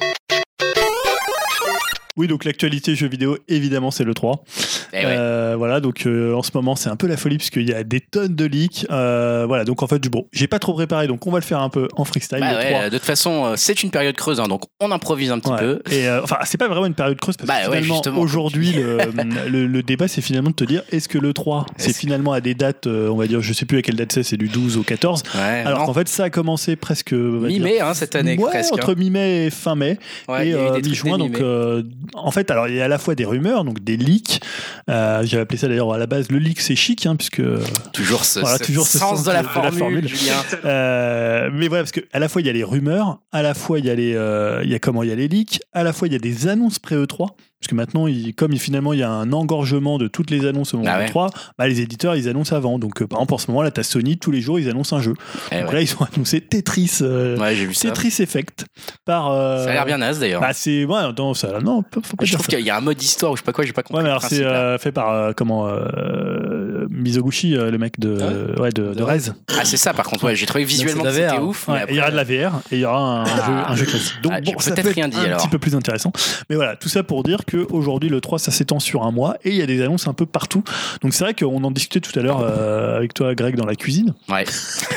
Oui, donc l'actualité jeux vidéo, évidemment, c'est le 3. Eh ouais. Voilà, donc en ce moment, c'est un peu la folie puisqu'il y a des tonnes de leaks. Voilà, donc en fait, bon, j'ai pas trop préparé, donc on va le faire un peu en freestyle. Bah le ouais, 3. de toute façon, c'est une période creuse, hein, donc on improvise un petit Ouais. peu. Et enfin, c'est pas vraiment une période creuse parce Bah que ouais, finalement, justement, aujourd'hui, le débat, c'est finalement de te dire est-ce que le 3, c'est Est-ce- finalement à des dates, on va dire, je sais plus à quelle date c'est du 12 au 14. Ouais, Alors non. qu'en fait, ça a commencé presque. on va dire, Mi-mai, hein, cette année, ouais, presque. entre hein. mi-mai et fin mai. Ouais, et il y a eu des trucs mi-juin, dès donc mi-mai. en fait, alors il y a à la fois des rumeurs, donc des leaks. J'avais appelé ça d'ailleurs à la base le leak, c'est chic, hein, puisque Toujours ce, voilà, ce toujours ce sens sens de la de la formule, formule. Julien. mais voilà, parce que à la fois il y a les rumeurs, à la fois il y a les, il y a les leaks, à la fois il y a des annonces pré-E3. Parce que maintenant, finalement il y a un engorgement de toutes les annonces au moment Ah ouais. E3, bah, les éditeurs ils annoncent avant. Donc par exemple en ce moment là, t'as Sony, tous les jours ils annoncent un jeu. Eh Donc ouais. là ils ont annoncé Tetris, Ouais, j'ai vu ça. Tetris Effect par. Ça a l'air bien naze d'ailleurs. Bah c'est ouais, non, ça, non, faut pas Je dire trouve ça. qu'il y a un mode histoire ou je sais pas quoi, j'ai pas compris. Ouais, mais le alors c'est principe, là. fait par Mizoguchi, le mec de Rez. Ah, c'est ça par contre, ouais, j'ai trouvé visuellement que c'est de la c'était VR. ouf. Ouais, mais et après- il y aura de la VR et il y aura un jeu classique. Donc Ah, j'ai bon, ça peut-être peut être rien dit, un alors. petit peu plus intéressant. Mais voilà, tout ça pour dire qu'aujourd'hui le 3 ça s'étend sur un mois et il y a des annonces un peu partout. Donc c'est vrai qu'on en discutait tout à l'heure avec toi Greg dans la cuisine. Ouais.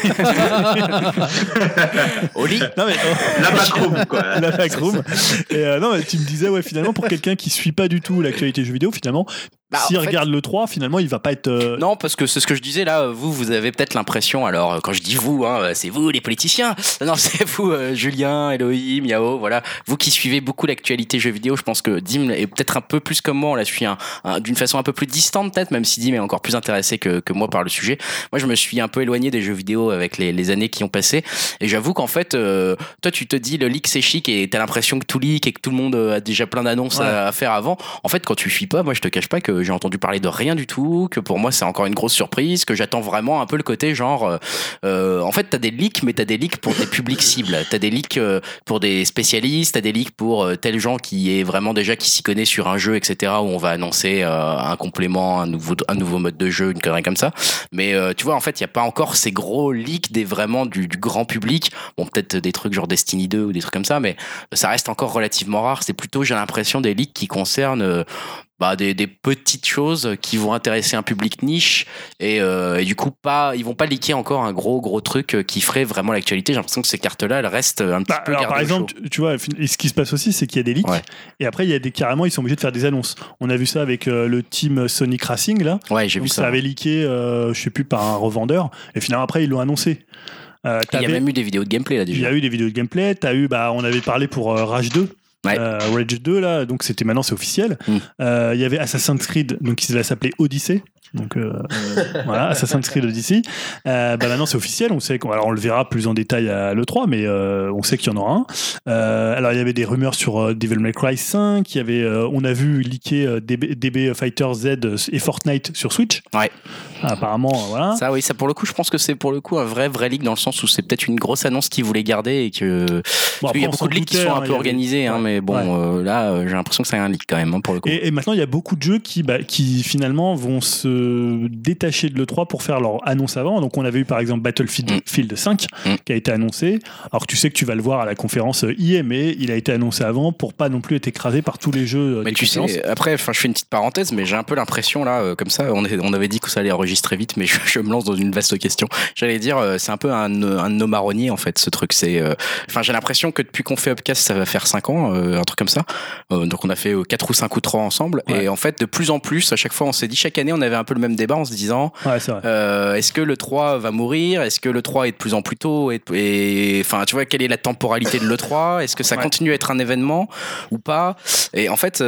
Au lit. Non mais La backroom, quoi. la backroom. Et non mais tu me disais ouais finalement pour quelqu'un qui suit pas du tout l'actualité jeux vidéo finalement Bah, s'il en fait- regarde le 3 finalement il va pas être Non, parce que c'est ce que je disais là, vous avez peut-être l'impression, alors quand je dis vous, hein, c'est vous les politiciens, non, c'est vous, Julien, Elohim, Yao, voilà, vous qui suivez beaucoup l'actualité jeux vidéo, je pense que Dim est peut-être un peu plus comme moi, on la suit d'une façon un peu plus distante peut-être, même si Dim est encore plus intéressé que moi par le sujet. Moi je me suis un peu éloigné des jeux vidéo avec les années qui ont passé, et j'avoue qu'en fait, toi tu te dis le leak c'est chic et t'as l'impression que tout leak et que tout le monde a déjà plein d'annonces Ouais. à faire avant. En fait quand tu suis pas, moi je te cache pas que j'ai entendu parler de rien du tout, que pour moi c'est encore une grosse surprise, que j'attends vraiment un peu le côté genre en fait t'as des leaks mais t'as des leaks pour des publics cibles, t'as des leaks pour des spécialistes, t'as des leaks pour tel gens qui est vraiment déjà qui s'y connaît sur un jeu etc, où on va annoncer un complément, un nouveau mode de jeu, une connerie comme ça, mais tu vois en fait il y a pas encore ces gros leaks vraiment du grand public, bon peut-être des trucs genre Destiny 2 ou des trucs comme ça, mais ça reste encore relativement rare, c'est plutôt j'ai l'impression des leaks qui concernent des petites choses qui vont intéresser un public niche et du coup ils vont pas leaker encore un gros truc qui ferait vraiment l'actualité. J'ai l'impression que ces cartes-là elles restent un petit peu alors, par exemple, tu vois, ce qui se passe aussi, c'est qu'il y a des leaks et après il y a carrément ils sont obligés de faire des annonces. On a vu ça avec le team Sonic Racing là. Ouais, j'ai vu ça. Ça avait leaké, je sais plus, par un revendeur et finalement après ils l'ont annoncé. Il y a même eu des vidéos de gameplay là déjà. Il y a eu des vidéos de gameplay. On avait parlé pour Rage 2. Rage 2 là, donc maintenant c'est officiel. Il y avait Assassin's Creed, donc il va s'appeler Odyssey. Donc voilà, Assassin's Creed Odyssey. Maintenant c'est officiel, on sait on le verra plus en détail à l'E3, mais on sait qu'il y en aura un. Alors il y avait des rumeurs sur Devil May Cry 5, on a vu leaker DB Fighter Z et Fortnite sur Switch. Ouais. Apparemment, voilà. Ça oui, ça pour le coup, je pense que c'est pour le coup un vrai leak dans le sens où c'est peut-être une grosse annonce qu'ils voulaient garder et que il y a beaucoup de leaks qui sont un peu organisés, mais bon, là j'ai l'impression que c'est un leak quand même pour le coup. Et maintenant il y a beaucoup de jeux qui finalement vont se détacher de l'E3 pour faire leur annonce avant. Donc on avait eu par exemple Battlefield 5 qui a été annoncé. Alors que tu sais que tu vas le voir à la conférence EA, mais il a été annoncé avant pour pas non plus être écrasé par tous les jeux. Mais tu sais, après, je fais une petite parenthèse, mais j'ai un peu l'impression là, comme ça, on avait dit que ça allait enregistrer vite, mais je me lance dans une vaste question. J'allais dire, c'est un peu un de nos marronniers en fait, ce truc. J'ai l'impression que depuis qu'on fait Upcast, ça va faire 5 ans, un truc comme ça. Donc on a fait 4 ou 5 ou 3 ensemble, et en fait, de plus en plus, à chaque fois, on s'est dit, chaque année, on avait un peu le même débat en se disant, est-ce que le 3 va mourir? Est-ce que le 3 est de plus en plus tôt? Et enfin, tu vois, quelle est la temporalité de l'E3? Est-ce que ça continue à être un événement ou pas? Et en fait,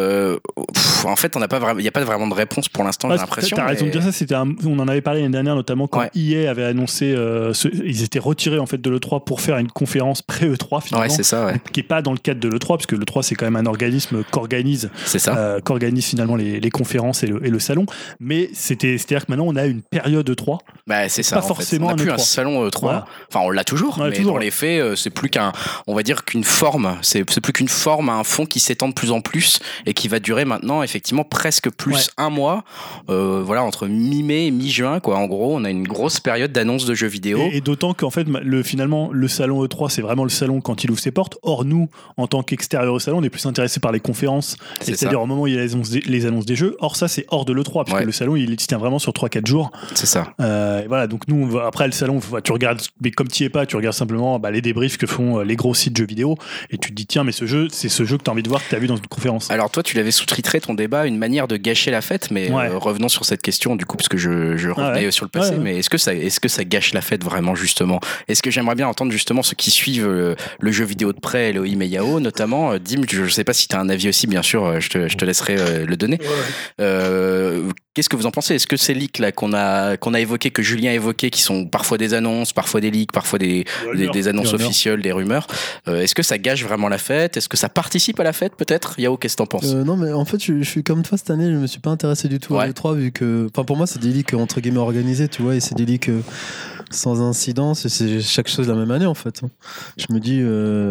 on n'a pas vraiment, il n'y a pas vraiment de réponse pour l'instant, j'ai l'impression. T'as raison de dire ça. On en avait parlé l'année dernière, notamment quand EA avait annoncé, ils étaient retirés en fait de l'E3 pour faire une conférence pré-E3 finalement, c'est ça, qui est pas dans le cadre de l'E3, puisque l'E3 c'est quand même un organisme qu'organise finalement les conférences et le salon. Mais c'est-à-dire que maintenant on a une période E3. C'est ça. Pas forcément on n'a plus E3. un salon E3. Voilà. Enfin, on l'a toujours, mais dans les faits, c'est plus on va dire qu'une forme. C'est plus qu'une forme à un fond qui s'étend de plus en plus et qui va durer maintenant effectivement presque plus un mois. Entre mi-mai et mi-juin, quoi. En gros, on a une grosse période d'annonce de jeux vidéo. Et d'autant qu'en fait, finalement, le salon E3, c'est vraiment le salon quand il ouvre ses portes. Or, nous, en tant qu'extérieur au salon, on est plus intéressés par les conférences. C'est-à-dire au moment où il y a les annonces des jeux. Or, ça, c'est hors de l'E3, puisque le salon, il se tient vraiment sur 3-4 jours. C'est ça. Voilà, donc nous, après le salon, tu regardes, mais comme tu y es pas, tu regardes simplement les débriefs que font les gros sites jeux vidéo, et tu te dis, tiens, mais c'est ce jeu que tu as envie de voir, que tu as vu dans une conférence. Alors, toi, tu l'avais sous-titré ton débat, une manière de gâcher la fête, mais revenons sur cette question, du coup, parce que je revenais sur le passé, mais est-ce que ça gâche la fête vraiment, justement? Est-ce que j'aimerais bien entendre justement ceux qui suivent le jeu vidéo de près, Elohim et Yao, notamment. Dim, je sais pas si tu as un avis aussi, bien sûr, je te laisserai le donner. Qu'est-ce que vous en pensez? Est-ce que ces leaks là qu'on a évoqués, que Julien a évoqués, qui sont parfois des annonces, parfois des leaks, parfois des annonces officielles, des rumeurs, est-ce que ça gâche vraiment la fête? Est-ce que ça participe à la fête peut-être? Yao, qu'est-ce que t'en penses? Non, mais en fait je suis comme toi cette année, je me suis pas intéressé du tout à l'E3, vu que, enfin, pour moi c'est des leaks entre guillemets organisés, tu vois, et c'est des leaks sans incidence, et c'est chaque chose la même année en fait. Je me dis,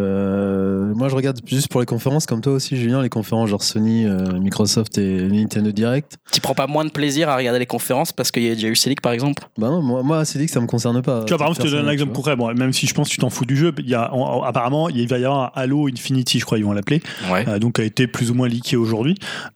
moi je regarde juste pour les conférences, comme toi aussi Julien, les conférences genre Sony, Microsoft et Nintendo Direct. Tu prends pas moins de plaisir à regarder les conférences parce qu'il y a déjà eu ces leaks par exemple? Bah non, moi ces leaks ça me concerne pas. Tu vois, par exemple, je te donne un exemple concret, même si je pense que tu t'en fous du jeu, apparemment il va y avoir un Halo Infinity, je crois ils vont l'appeler, donc a été plus ou moins leaké aujourd'hui.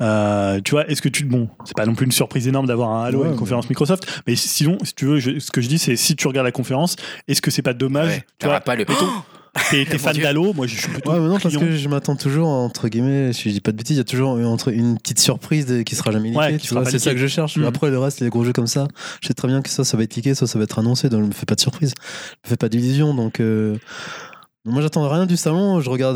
Tu vois, est-ce que c'est pas non plus une surprise énorme d'avoir un Halo à une conférence Microsoft, mais sinon, si tu veux, ce que je dis, c'est si tu regardes la conférence, est-ce que c'est pas dommage, tu vois, pas le t'es fan d'Halo, moi je suis plutôt mais non, parce que je m'attends toujours, entre guillemets, si je dis pas de bêtises, il y a toujours une petite surprise qui sera jamais leakée, c'est ça que je cherche. Après le reste, les gros jeux comme ça, je sais très bien que ça va être leaké, ça va être annoncé, donc je me fais pas de surprise, je me fais pas d'illusion, donc moi j'attends rien du salon, je regarde,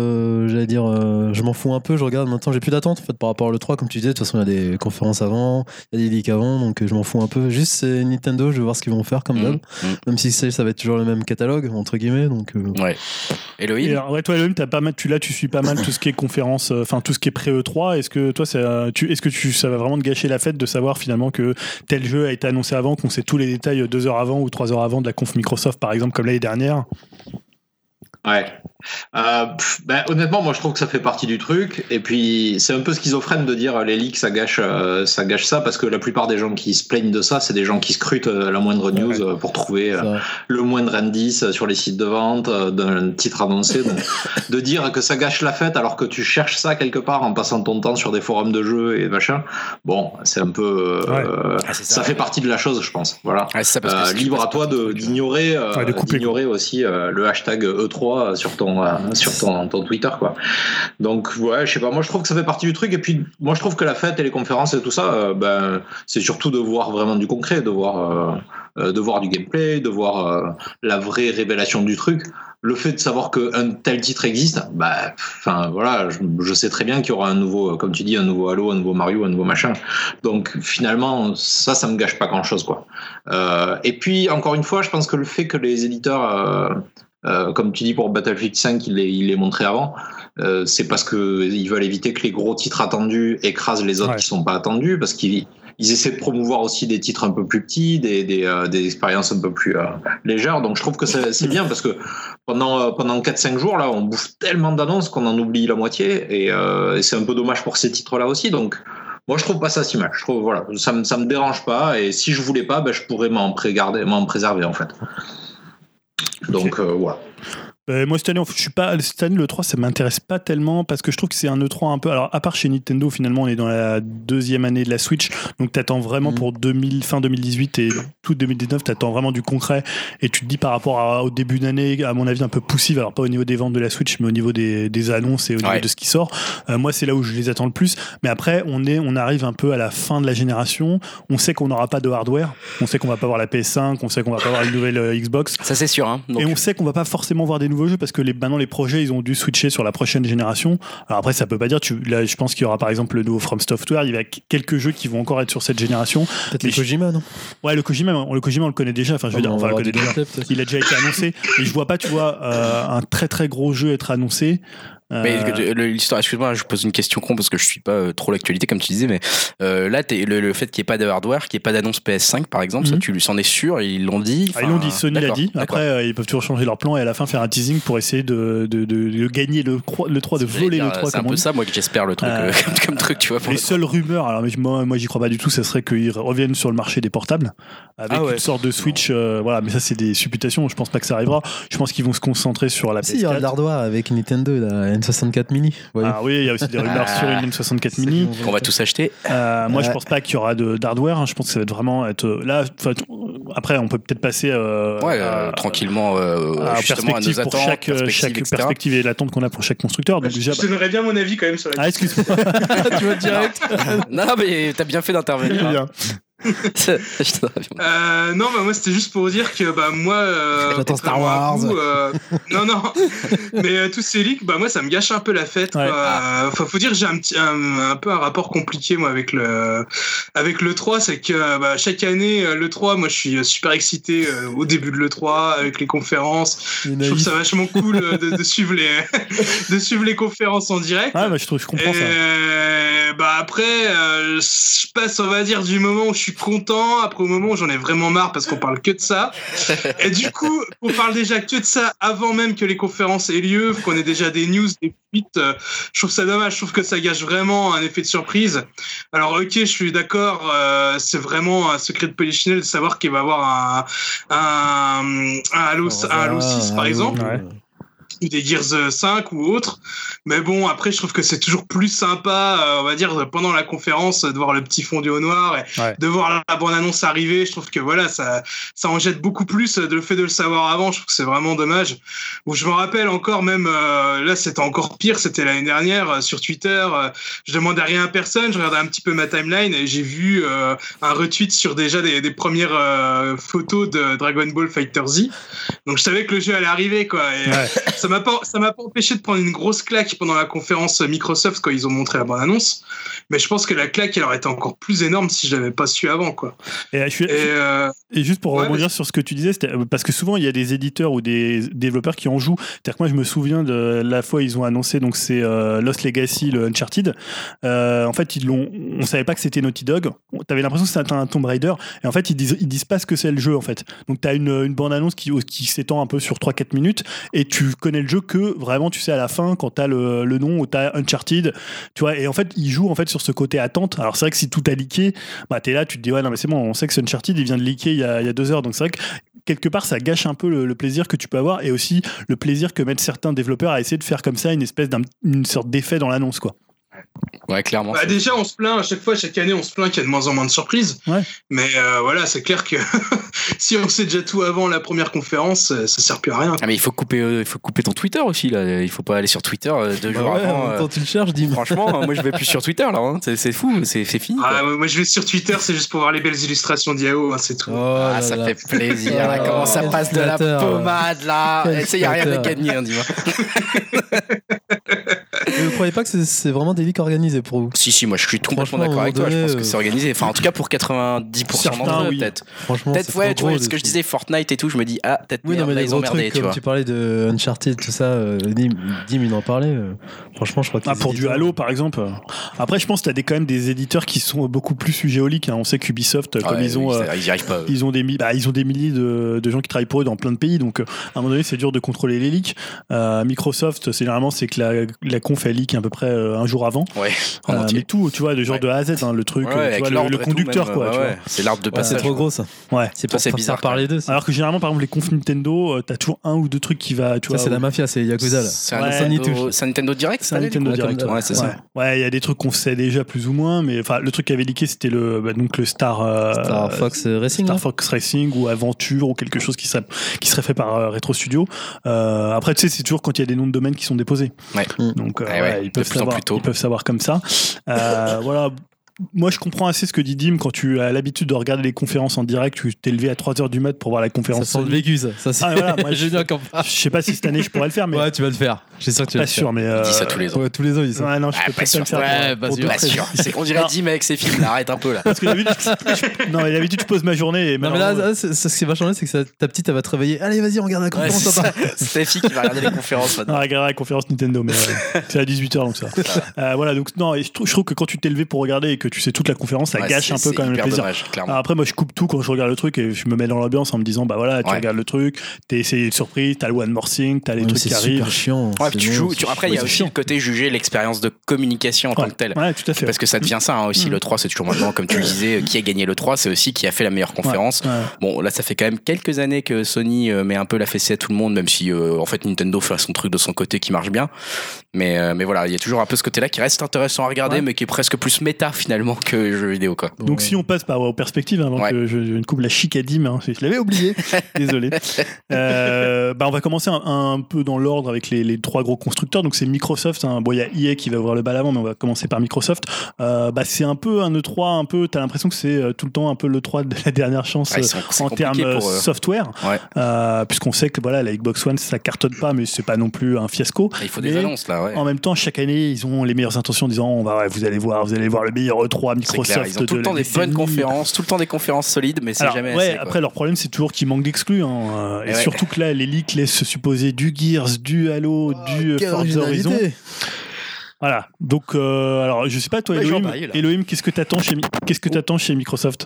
je m'en fous un peu, je regarde. Maintenant j'ai plus d'attente en fait par rapport à l'E3, comme tu disais, de toute façon il y a des conférences avant, il y a des leaks avant, donc je m'en fous un peu. Juste c'est Nintendo, je vais voir ce qu'ils vont faire comme d'hab, même si ça va être toujours le même catalogue entre guillemets, donc Elohim. Toi Elohim, tu suis pas mal tout ce qui est conférence, enfin tout ce qui est pré-E3. Est-ce que toi ça va vraiment te gâcher la fête de savoir finalement que tel jeu a été annoncé avant, qu'on sait tous les détails 2 heures avant ou 3 heures avant de la conf Microsoft par exemple, comme l'année dernière? Ouais. Honnêtement, moi je trouve que ça fait partie du truc. Et puis c'est un peu schizophrène de dire les leaks ça gâche ça, parce que la plupart des gens qui se plaignent de ça, c'est des gens qui scrutent la moindre news pour trouver le moindre indice sur les sites de vente d'un titre annoncé. Donc, de dire que ça gâche la fête alors que tu cherches ça quelque part en passant ton temps sur des forums de jeux et machin, bon, c'est un peu ça fait partie de la chose, je pense. Voilà. Libre à toi d'ignorer aussi le hashtag E3 sur ton Twitter, quoi. Donc ouais, je sais pas, moi je trouve que ça fait partie du truc. Et puis moi je trouve que la fête et les conférences et tout ça, c'est surtout de voir vraiment du concret, de voir du gameplay, de voir la vraie révélation du truc. Le fait de savoir qu'un tel titre existe, voilà, je sais très bien qu'il y aura un nouveau, comme tu dis, un nouveau Halo, un nouveau Mario, un nouveau machin. Donc finalement, ça me gâche pas grand chose, quoi. Et puis encore une fois, je pense que le fait que les éditeurs comme tu dis pour Battlefield 5, il est montré avant, c'est parce qu'ils veulent éviter que les gros titres attendus écrasent les autres qui sont pas attendus, parce qu'ils essaient de promouvoir aussi des titres un peu plus petits, des expériences un peu plus légères. Donc je trouve que c'est bien, parce que pendant 4-5 jours là, on bouffe tellement d'annonces qu'on en oublie la moitié, et c'est un peu dommage pour ces titres là aussi. Donc moi je trouve pas ça si mal. Je trouve, voilà, ça me dérange pas, et si je voulais pas, je pourrais m'en préserver en fait. Donc voilà. Moi cette année, le 3 ça m'intéresse pas tellement, parce que je trouve que c'est un E3 un peu, alors à part chez Nintendo, finalement on est dans la deuxième année de la Switch, donc t'attends vraiment pour fin 2018 et tout 2019, t'attends vraiment du concret, et tu te dis par rapport au début d'année, à mon avis un peu poussive, alors pas au niveau des ventes de la Switch, mais au niveau des annonces et au niveau de ce qui sort, moi c'est là où je les attends le plus. Mais après on arrive un peu à la fin de la génération, on sait qu'on n'aura pas de hardware, on sait qu'on va pas avoir la PS5, on sait qu'on va pas avoir une nouvelle Xbox, ça c'est sûr, hein. Donc... et on sait qu'on va pas forcément voir des nouveaux jeux, parce que maintenant les projets ils ont dû switcher sur la prochaine génération. Alors après ça peut pas dire, là je pense qu'il y aura par exemple le nouveau From Software, il y a quelques jeux qui vont encore être sur cette génération. Peut-être le Kojima, non? Ouais, le Kojima on le connaît déjà, enfin je veux dire, on va le connaître déjà. Il a déjà été annoncé, et je vois pas, tu vois, un très très gros jeu être annoncé. Mais l'histoire, excuse-moi, je pose une question con parce que je suis pas trop l'actualité comme tu disais, mais là le fait qu'il n'y ait pas de hardware, qu'il n'y ait pas d'annonce PS5 par exemple, ça tu s'en es sûr, ils l'ont dit. Ils l'ont dit, Sony l'a dit. Après ils peuvent toujours changer leur plan et à la fin faire un teasing pour essayer de gagner le 3, de voler le 3. C'est un peu ça, moi que j'espère, le truc comme truc, tu vois. Les seules rumeurs, alors moi j'y crois pas du tout, ça serait qu'ils reviennent sur le marché des portables avec une sorte de Switch, voilà, mais ça c'est des supputations, je pense pas que ça arrivera. Je pense qu'ils vont se concentrer sur la PS4. Si, il y aura de l'hardware avec Nintendo, la N64 mini. Voyez. Ah oui, il y a aussi des rumeurs sur une N64 mini qu'on va tous acheter. Moi, je pense pas qu'il y aura d'hardware. Hein. Je pense que ça va vraiment être là. Après, on peut peut-être passer tranquillement justement à nos attentes, chaque perspective et l'attente qu'on a pour chaque constructeur. Donc, je donnerais bien mon avis quand même sur la. Ah, excuse-moi. Tu vas direct. Non, mais t'as bien fait d'intervenir. Bien. Non, moi c'était juste pour dire que moi j'attends Star Wars. Non, mais tous ces leaks, moi ça me gâche un peu la fête. Faut dire que j'ai un peu un rapport compliqué moi avec le 3, c'est que chaque année le 3, moi je suis super excité au début de le 3 avec les conférences. Je trouve ça vachement cool de suivre les conférences en direct. Je comprends ça. Après je passe, on va dire, du moment où je suis content, après au moment où j'en ai vraiment marre parce qu'on parle que de ça. Et du coup, on parle déjà que de ça avant même que les conférences aient lieu, qu'on ait déjà des news, des tweets. Je trouve ça dommage, je trouve que ça gâche vraiment un effet de surprise. Alors ok, je suis d'accord, c'est vraiment un secret de Polichinelle de savoir qu'il va y avoir un Halo 6 par exemple. Ouais. Ou des Gears 5 ou autre, mais bon, après je trouve que c'est toujours plus sympa, on va dire, pendant la conférence, de voir le petit fondu au noir et de voir la bande-annonce arriver. Je trouve que voilà, ça en jette beaucoup plus, le fait de le savoir avant. Je trouve que c'est vraiment dommage. Où je me rappelle encore, même là c'était encore pire, c'était l'année dernière, sur Twitter, je demandais rien à personne, je regardais un petit peu ma timeline et j'ai vu un retweet sur déjà des premières photos de Dragon Ball FighterZ, donc je savais que le jeu allait arriver, quoi. Et ça m'a pas empêché de prendre une grosse claque pendant la conférence Microsoft quand ils ont montré la bande-annonce, mais je pense que la claque elle aurait été encore plus énorme si je l'avais pas su avant, quoi. Et juste pour Ouais, rebondir sur ce que tu disais, parce que souvent il y a des éditeurs ou des développeurs qui en jouent. C'est-à-dire que moi je me souviens de la fois ils ont annoncé, donc c'est Lost Legacy, le Uncharted. En fait on savait pas que c'était Naughty Dog. T'avais l'impression que c'était un Tomb Raider. Et en fait ils disent pas ce que c'est le jeu en fait. Donc t'as une bande-annonce qui s'étend un peu sur 3-4 minutes et tu connais le jeu que vraiment tu sais à la fin quand t'as le nom ou t'as Uncharted. Tu vois, et en fait ils jouent en fait sur ce côté attente. Alors c'est vrai que si tout a leaké, bah t'es là, tu te dis ouais non mais c'est bon, on sait que ce Uncharted il vient de leaker il y a 2 heures, donc c'est vrai que quelque part ça gâche un peu le plaisir que tu peux avoir et aussi le plaisir que mettent certains développeurs à essayer de faire comme ça une espèce d'une sorte d'effet dans l'annonce quoi. Ouais, clairement. Bah déjà, on se plaint à chaque fois, chaque année, on se plaint qu'il y a de moins en moins de surprises. Ouais. Mais voilà, c'est clair que si on sait déjà tout avant la première conférence, ça sert plus à rien. Ah, mais il faut couper ton Twitter aussi là. Il faut pas aller sur Twitter 2 jours avant. Quand tu le cherches, dis-moi. Franchement, moi je vais plus sur Twitter là. Hein. C'est fou, c'est fini. Quoi. Ah, moi je vais sur Twitter, c'est juste pour voir les belles illustrations d'Yao, hein, c'est tout. Ça fait plaisir. Là, comment ça passe de la pommade là. Il y a rien à gagner, hein, dis-moi. Vous ne croyez pas que c'est vraiment des leaks organisés pour vous? Si, moi je suis complètement d'accord avec toi. Je pense que c'est organisé. Enfin, en tout cas pour 90% d'entre eux, oui. peut-être. Franchement, Peut-être, ouais, tu vois, ce que je disais, Fortnite et tout, je me dis, peut-être oui, non, mais là, les ils ont gros merdé, trucs, tu comme vois. tu parlais de Uncharted, tout ça, Dim il en parlait. Franchement, je crois que Pour du Halo par exemple. Après je pense que t'as quand même des éditeurs qui sont beaucoup plus sujets au leak, hein. On sait qu'Ubisoft comme ils y arrivent pas. Ils ont des milliers de gens qui travaillent pour eux dans plein de pays, donc à un moment donné c'est dur de contrôler les leaks. Microsoft généralement c'est que la conf elle leak à peu près un jour avant. Ouais, en entier. Mais tout, tu vois, de genre de A à Z, hein, le truc, tu vois, le conducteur, tout, quoi. même, tu vois. C'est l'arbre de passage. c'est trop gros ça. Ouais. C'est pour c'est bizarre, faire parler d'eux. Alors que généralement, par exemple, les confs Nintendo, t'as toujours un ou deux trucs qui va. Tu vois, ça, c'est la mafia, c'est Yakuza là. C'est Ouais, un Nintendo Direct, c'est un Nintendo Direct. Ouais, c'est ça. Ouais, il y a des trucs qu'on sait déjà plus ou moins, mais enfin, le truc qui avait leaké, c'était le Star Fox Racing. Star Fox Racing ou Aventure ou quelque chose qui serait fait par Retro Studio. Après, tu sais, c'est toujours quand il y a des noms de domaines qui sont déposés. Ouais. Donc, ils peuvent savoir comme ça. Voilà. Moi, je comprends assez ce que dit Dim quand tu as l'habitude de regarder les conférences en direct. Tu t'es levé à 3h du mat pour voir la conférence. Ça sent le vécu, ça. C'est... Voilà, moi, je sais pas si cette année je pourrais le faire, mais. Ouais, tu vas le faire. J'ai sûr que tu vas le faire. Pas sûr, mais. Il dit ça tous les ans. Ouais, tous les ans, il dit ça. Ouais, non, je peux pas le faire. Ouais, pas sûr. C'est qu'on dirait Dim avec ses films, là. Arrête un peu, là. Parce que d'habitude, je pose ma journée. Et non, mais là, ce qui va changer, c'est que ta petite, elle va te réveiller. Allez, vas-y, on regarde la conférence. C'est Steffi qui va regarder les conférences. On regardera la conférence Nintendo, mais c'est à 18h, donc ça. Voilà, donc non, je trouve que quand tu t'es levé pour regarder et que tu sais toute la conférence, ça gâche un peu quand même le plaisir. Dommage, alors après, moi je coupe tout quand je regarde le truc et je me mets dans l'ambiance en me disant bah voilà, tu regardes le truc, t'es surprise, t'as le one more thing, t'as les trucs qui arrivent. C'est super chiant. Ouais, tu joues. Après, il y a aussi le côté juger l'expérience de communication en tant que telle. Ouais, tout à fait. Parce que ça devient ça aussi. Le 3, c'est toujours maintenant, comme tu le disais, qui a gagné le 3, c'est aussi qui a fait la meilleure conférence. Bon, là, ça fait quand même quelques années que Sony met un peu la fessée à tout le monde, même si en fait Nintendo fait son truc de son côté qui marche bien. Mais voilà, il y a toujours un peu ce côté-là qui reste intéressant à regarder, mais qui est presque plus méta finalement que jeu vidéo, quoi. Donc si on passe aux perspectives avant que je ne coupe la chic à Dim, je l'avais oublié, désolé. On va commencer un peu dans l'ordre avec les trois gros constructeurs. Donc c'est Microsoft, il y a EA qui va ouvrir le bal avant, mais on va commencer par Microsoft. C'est un peu un E3, t'as l'impression que c'est tout le temps un peu l'E3 de la dernière chance en termes software, puisqu'on sait que voilà, la Xbox One ça cartonne pas, mais c'est pas non plus un fiasco. Il faut des annonces là. En même temps, chaque année, ils ont les meilleures intentions en disant vous allez voir le meilleur E3 Microsoft. Ils ont tout le temps des bonnes conférences, tout le temps des conférences solides, mais c'est jamais assez. Après, leur problème, c'est toujours qu'ils manquent d'exclus. Et surtout que là, les leaks laissent se supposer du Gears, du Halo, du Forza Horizon. Voilà. Donc, alors, je sais pas, toi, Elohim, qu'est-ce que t'attends chez Microsoft?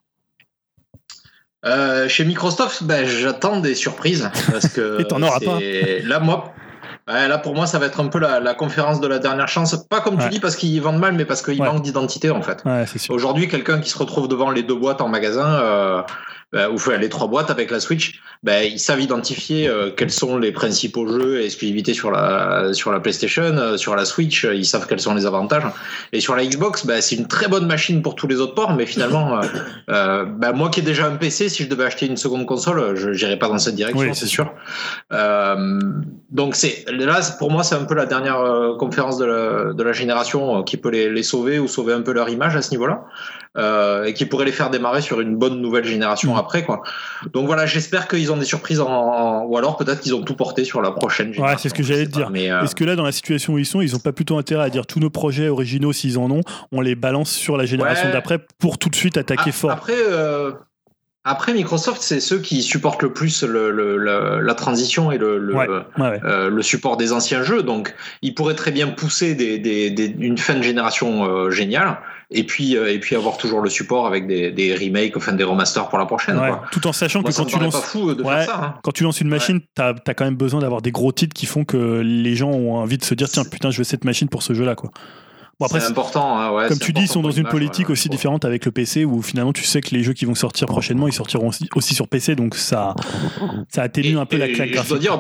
Chez Microsoft, j'attends des surprises parce que et t'en auras pas. Là, pour moi, ça va être un peu la conférence de la dernière chance. Pas comme tu dis parce qu'ils vendent mal, mais parce qu'ils manquent d'identité, en fait. Ouais, c'est sûr. Aujourd'hui, quelqu'un qui se retrouve devant les 2 boîtes en magasin, ou les 3 boîtes avec la Switch, ils savent identifier quels sont les principaux jeux et exclusivités sur la PlayStation, sur la Switch, ils savent quels sont les avantages. Et sur la Xbox, c'est une très bonne machine pour tous les autres ports, mais finalement, moi qui ai déjà un PC, si je devais acheter une seconde console, je n'irais pas dans cette direction, c'est sûr. Donc là, pour moi, c'est un peu la dernière conférence de la génération qui peut les sauver ou sauver un peu leur image à ce niveau-là, et qui pourrait les faire démarrer sur une bonne nouvelle génération après, quoi. Donc voilà, j'espère qu'ils ont des surprises ou alors peut-être qu'ils ont tout porté sur la prochaine génération. Ouais, c'est ce que j'allais te dire. Mais est-ce que là, dans la situation où ils sont, ils n'ont pas plutôt intérêt à dire tous nos projets originaux, s'ils en ont, on les balance sur la génération d'après pour tout de suite attaquer fort. Après, Microsoft, c'est ceux qui supportent le plus la transition et le support des anciens jeux. Donc, ils pourraient très bien pousser une fin de génération géniale. Et puis avoir toujours le support avec des remakes, enfin des remasters pour la prochaine. Ouais, quoi. tout en sachant que ça quand tu lances, pas fou de faire ça, hein. Quand tu lances une machine, t'as quand même besoin d'avoir des gros titres qui font que les gens ont envie de se dire tiens putain je veux cette machine pour ce jeu là quoi. Bon, après, c'est important, hein, comme tu dis, ils sont dans une politique aussi différente avec le PC où finalement tu sais que les jeux qui vont sortir prochainement ils sortiront aussi sur PC, donc ça atténue un peu la claque graphique. Je dois dire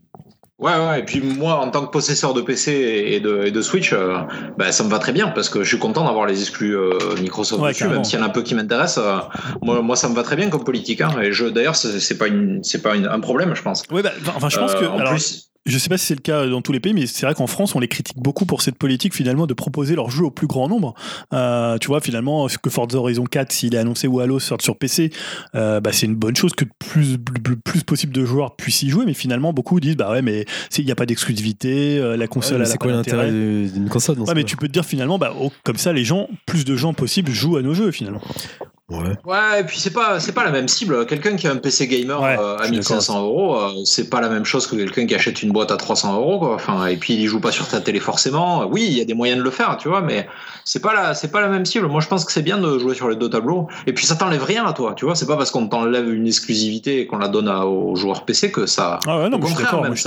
et puis moi en tant que possesseur de PC et de Switch, ça me va très bien parce que je suis content d'avoir les exclus Microsoft dessus, même s'il y en a un peu qui m'intéressent. Moi ça me va très bien comme politique, hein, et d'ailleurs c'est pas un problème, je pense. Ouais, je pense que je sais pas si c'est le cas dans tous les pays, mais c'est vrai qu'en France, on les critique beaucoup pour cette politique finalement de proposer leurs jeux au plus grand nombre. Tu vois, finalement, que Forza Horizon 4, s'il est annoncé ou Halo sorte sur PC, c'est une bonne chose que plus possible de joueurs puissent y jouer, mais finalement, beaucoup disent, mais il n'y a pas d'exclusivité, la console, c'est quoi l'intérêt d'une console dans mais tu peux te dire finalement, comme ça, plus de gens possibles jouent à nos jeux finalement. Ouais, et puis c'est pas la même cible. Quelqu'un qui a un PC gamer à 1500 €, c'est pas la même chose que quelqu'un qui achète une boîte à 300 €, quoi. Enfin, et puis il joue pas sur ta télé forcément. Oui, il y a des moyens de le faire, tu vois, mais c'est pas la même cible. Moi, je pense que c'est bien de jouer sur les deux tableaux. Et puis ça t'enlève rien à toi, tu vois. C'est pas parce qu'on t'enlève une exclusivité et qu'on la donne aux joueurs PC que ça. Au contraire, même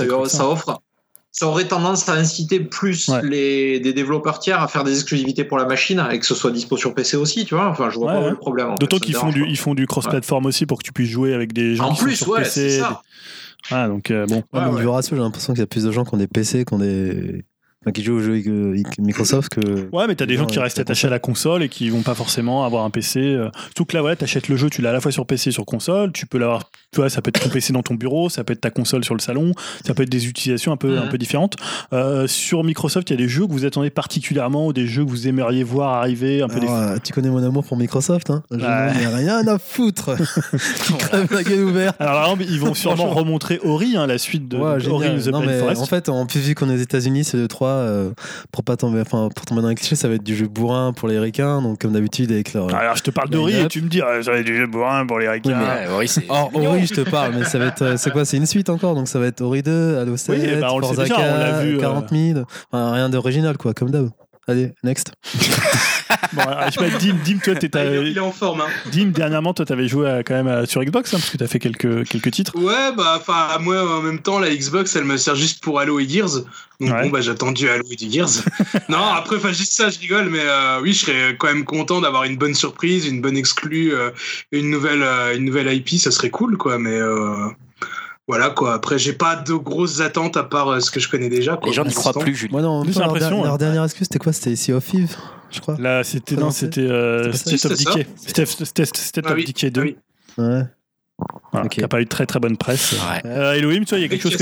ça aurait tendance à inciter plus des développeurs tiers à faire des exclusivités pour la machine et que ce soit dispo sur PC aussi, tu vois. Enfin, je vois pas le problème. D'autant qu'ils font du cross-platform aussi pour que tu puisses jouer avec des gens qui sont sur PC. C'est ça. Donc du ratio, j'ai l'impression qu'il y a plus de gens qui ont des PC, qui jouent aux jeux avec Microsoft que. Ouais, mais t'as des gens qui restent attachés à la console et qui vont pas forcément avoir un PC. Surtout que là, t'achètes le jeu, tu l'as à la fois sur PC et sur console. Tu peux l'avoir, tu vois, ça peut être ton PC dans ton bureau, ça peut être ta console sur le salon, ça peut être des utilisations un peu différentes. Sur Microsoft, il y a des jeux que vous attendez particulièrement ou des jeux que vous aimeriez voir arriver un peu. Tu connais mon amour pour Microsoft, hein. Je n'en ai rien à foutre. Tu crèves la gueule ouverte. Alors, ils vont sûrement remontrer Ori, la suite de Ori and the Blind Forest. En fait, en plus, vu qu'on est aux États-Unis, c'est le 3. Pour tomber dans les clichés, ça va être du jeu bourrin pour les ricains, donc comme d'habitude avec leur. Alors je te parle d'Ori et tu me dis ça va être du jeu bourrin pour les ricains. Ori, je te parle, mais ça va être c'est quoi, c'est une suite encore, donc ça va être Ori 2, Halo 7, Forza 4, on l'a vu, 40 000, rien d'original quoi, comme d'hab. Allez, next. Bon, je sais pas, Dim, toi, il est en forme. Hein. Dim, dernièrement, toi, t'avais joué quand même sur Xbox, parce que t'as fait quelques titres. Ouais, moi, en même temps, la Xbox, elle me sert juste pour Halo et Gears. Donc j'ai attendu Halo et Gears. Non, après, juste ça, je rigole, mais oui, je serais quand même content d'avoir une bonne surprise, une bonne exclue, une nouvelle IP, ça serait cool, quoi, mais. Voilà quoi, après j'ai pas de grosses attentes à part ce que je connais déjà quoi. Les gens ne croient plus, Jules. Moi non, j'ai l'impression. Leur dernière excuse c'était quoi? C'était Sea of Thieves, je crois. Là c'était State of Decay. State of Decay 2. Ouais. Voilà, qui n'a pas eu de très très bonne presse. Elohim, toi, il y a quelque chose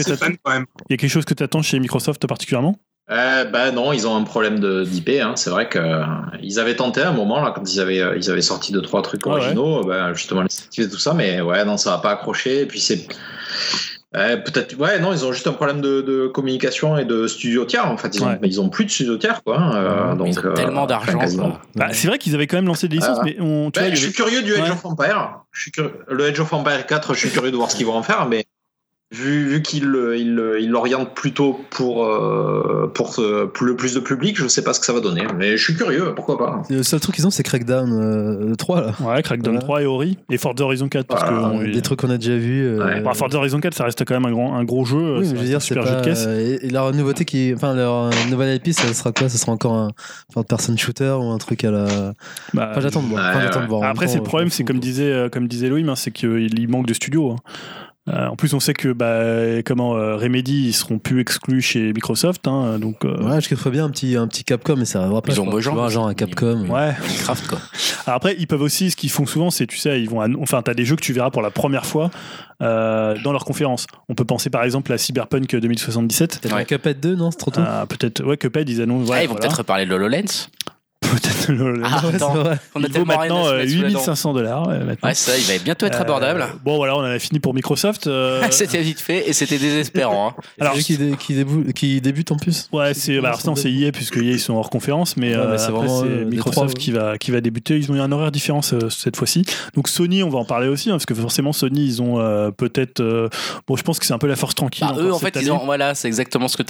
que t'attends chez Microsoft particulièrement? Non, ils ont un problème d'IP. Hein. C'est vrai qu'ils avaient tenté à un moment là quand ils avaient sorti 2-3 trucs originaux, justement les tout ça, mais non, ça va pas accrocher. Et puis c'est peut-être ils ont juste un problème de communication et de studio tiers en fait. Ils ont plus de studio tiers quoi. Donc ils ont tellement d'argent. C'est vrai qu'ils avaient quand même lancé des licences, mais je suis curieux du Age of Empire. Le Age of Empire 4, je suis curieux de voir ce qu'ils vont en faire, mais vu qu'il l'oriente plutôt pour le plus de public, je sais pas ce que ça va donner, mais je suis curieux, pourquoi pas. Le seul truc qu'ils ont, c'est Crackdown 3 là. Ouais, Crackdown 3 et Ori et Forza Horizon 4 parce que des trucs qu'on a déjà vus. Forza Horizon 4, ça reste quand même un gros jeu. Oui, je veux dire, c'est super jeu de caisse. Et leur nouveauté leur nouvelle IP, ça sera quoi? Ça sera encore un third-person shooter ou un truc à la. J'attends de voir. Après, c'est le problème, c'est comme disait Elohim, c'est qu'il manque de studio. En plus, on sait que Remedy ils seront plus exclus chez Microsoft, donc. Je kifferais bien un petit Capcom, mais ça arrivera pas. Ils ont besoin, genre un Capcom. Ouais. Craft quoi. Alors après, ils peuvent aussi, ce qu'ils font souvent, c'est t'as des jeux que tu verras pour la première fois dans leur conférence. On peut penser par exemple à Cyberpunk 2077. Peut-être Cuphead 2, non, c'est trop tôt. Peut-être, Cuphead, ils annoncent. Ils vont peut-être parler de HoloLens. peut-être le Ah, attends, on a il vaut tellement rien maintenant à se mettre sous la dent. $8,500 maintenant. Ouais, ça, il va bientôt être abordable. Bon voilà, on en a fini pour Microsoft. C'était vite fait et c'était désespérant. Hein. Alors, qui débute en plus. ouais, c'est EA puisque EA ils sont hors conférence, mais, Ouais, mais c'est après, vraiment, c'est Microsoft qui va débuter. Ils ont eu un horaire différent cette fois-ci. Donc Sony, on va en parler aussi, hein, parce que forcément Sony, ils ont peut-être. Bon, je pense que c'est un peu la force tranquille. Bah, eux, en fait, voilà, c'est exactement ce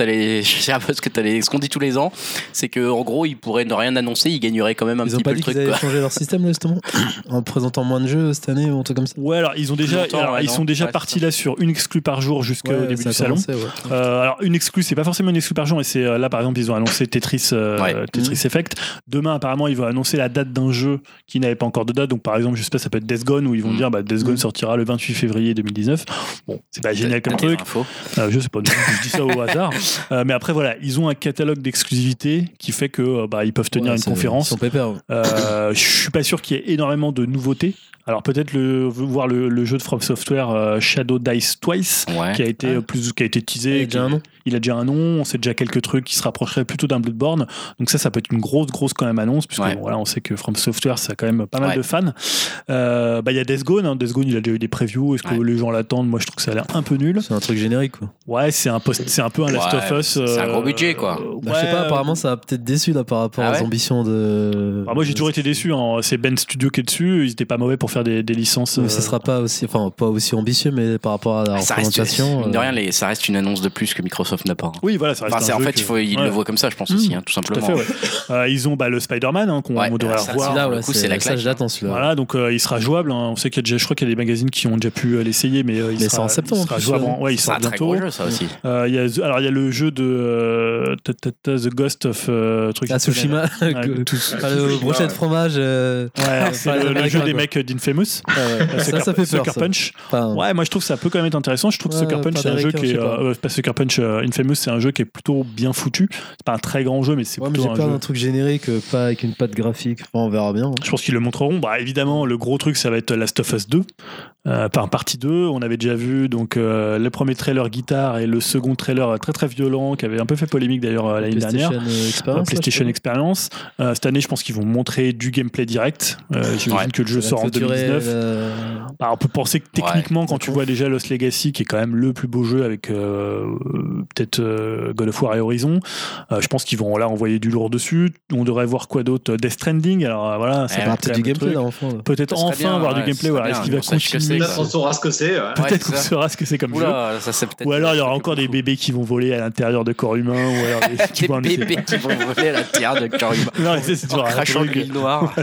qu'on dit tous les ans, c'est que en gros, ils pourraient ne rien annoncer, ils gagneraient quand même un Ils ont petit pas peu dit le truc. qu'ils allaient Quoi. changer leur système là, justement en présentant moins de jeux cette année ou un truc comme ça. Ouais, alors ils ont déjà, longtemps, alors, ouais, ils non. sont déjà Ouais, partis là sur une exclue par jour jusqu'au Ouais, début ça a du salon. commencé, ouais. Alors une exclue, c'est pas forcément une exclue par jour, mais c'est là par exemple ils ont annoncé Tetris Effect. Demain apparemment ils vont annoncer la date d'un jeu qui n'avait pas encore de date. Donc par exemple je sais pas, ça peut être Death Gone où ils vont dire Death Gone sortira le 28 février 2019. Bon, c'est pas génial comme truc. Je sais pas, je dis ça au hasard. Mais après voilà, ils ont un catalogue d'exclusivité qui fait que ils peuvent tenir une conférence. Ils sont pépères, ouais. Je suis pas sûr qu'il y ait énormément de nouveautés. Alors peut-être voir le jeu de From Software Shadow Dice Twice qui a été teasé. Il a déjà un nom. On sait déjà quelques trucs qui se rapprocheraient plutôt d'un Bloodborne. Donc ça peut être une grosse quand même annonce puisque bon, voilà, on sait que From Software ça a quand même pas mal de fans. Il y a Death Gone. Death Gone il a déjà eu des previews. Est-ce que les gens l'attendent? Moi je trouve que ça a l'air un peu nul. C'est un truc générique quoi. Ouais, c'est un peu un Last of Us. C'est un gros budget quoi. Je sais pas, apparemment ça a peut-être déçu là par rapport aux ambitions de. Moi j'ai toujours été déçu. Hein. C'est Ben Studio qui est dessus. Ils étaient pas mauvais pour faire des licences. Mais ça sera pas aussi ambitieux, mais par rapport à la représentation. Mine de rien, ça reste une annonce de plus que Microsoft n'a pas. Oui, voilà, ça reste. En fait, il le voit comme ça, je pense aussi, tout simplement. Tout à fait, ils ont le Spider-Man qu'on devrait revoir. Celui-là, c'est la classe, j'attends celui-là. Voilà, donc il sera jouable. On sait qu'il y a je crois qu'il y a des magazines qui ont déjà pu l'essayer, mais il sera en septembre. Il sera jouable. Ouais, il sort bientôt. C'est un très gros jeu, ça aussi. Il y a le jeu de The Ghost of Tsushima, le brochet de fromage. C'est le jeu des mecs d'Infamous. Ça fait peur. Sucker Punch. Ouais, moi je trouve que ça peut quand même être intéressant. Je trouve que Sucker Punch, c'est un jeu qui est. Pas Sucker Punch, Infamous, c'est un jeu qui est plutôt bien foutu. C'est pas un très grand jeu, mais c'est plutôt un jeu. J'ai peur d'un truc générique, pas avec une patte graphique. On verra bien. Je pense qu'ils le montreront. Évidemment, le gros truc, ça va être Last of Us 2. Partie 2. On avait déjà vu donc le premier trailer guitare et le second trailer très très violent qui avait un peu fait polémique d'ailleurs l'année dernière. PlayStation Experience. Cette année, je pense qu'ils vont montrer du gameplay direct. J'imagine que le jeu sort en 2019. On peut penser que techniquement, quand tu vois déjà Lost Legacy, qui est quand même le plus beau jeu avec peut-être God of War et Horizon, je pense qu'ils vont là envoyer du lourd dessus. On devrait voir quoi d'autre? Death Stranding. Alors voilà, ça va peut-être du gameplay là, enfin. Peut-être enfin voir du gameplay. Est-ce qu'il va continuer? Peut-être on saura ce que c'est. Peut-être qu'on saura ce que c'est comme jeu. Ou alors il y aura encore des bébés qui vont voler à l'intérieur de corps humains. Ou alors des bébés qui vont voler à l'intérieur de corps humains. Non, c'est en crachant de l'huile noire.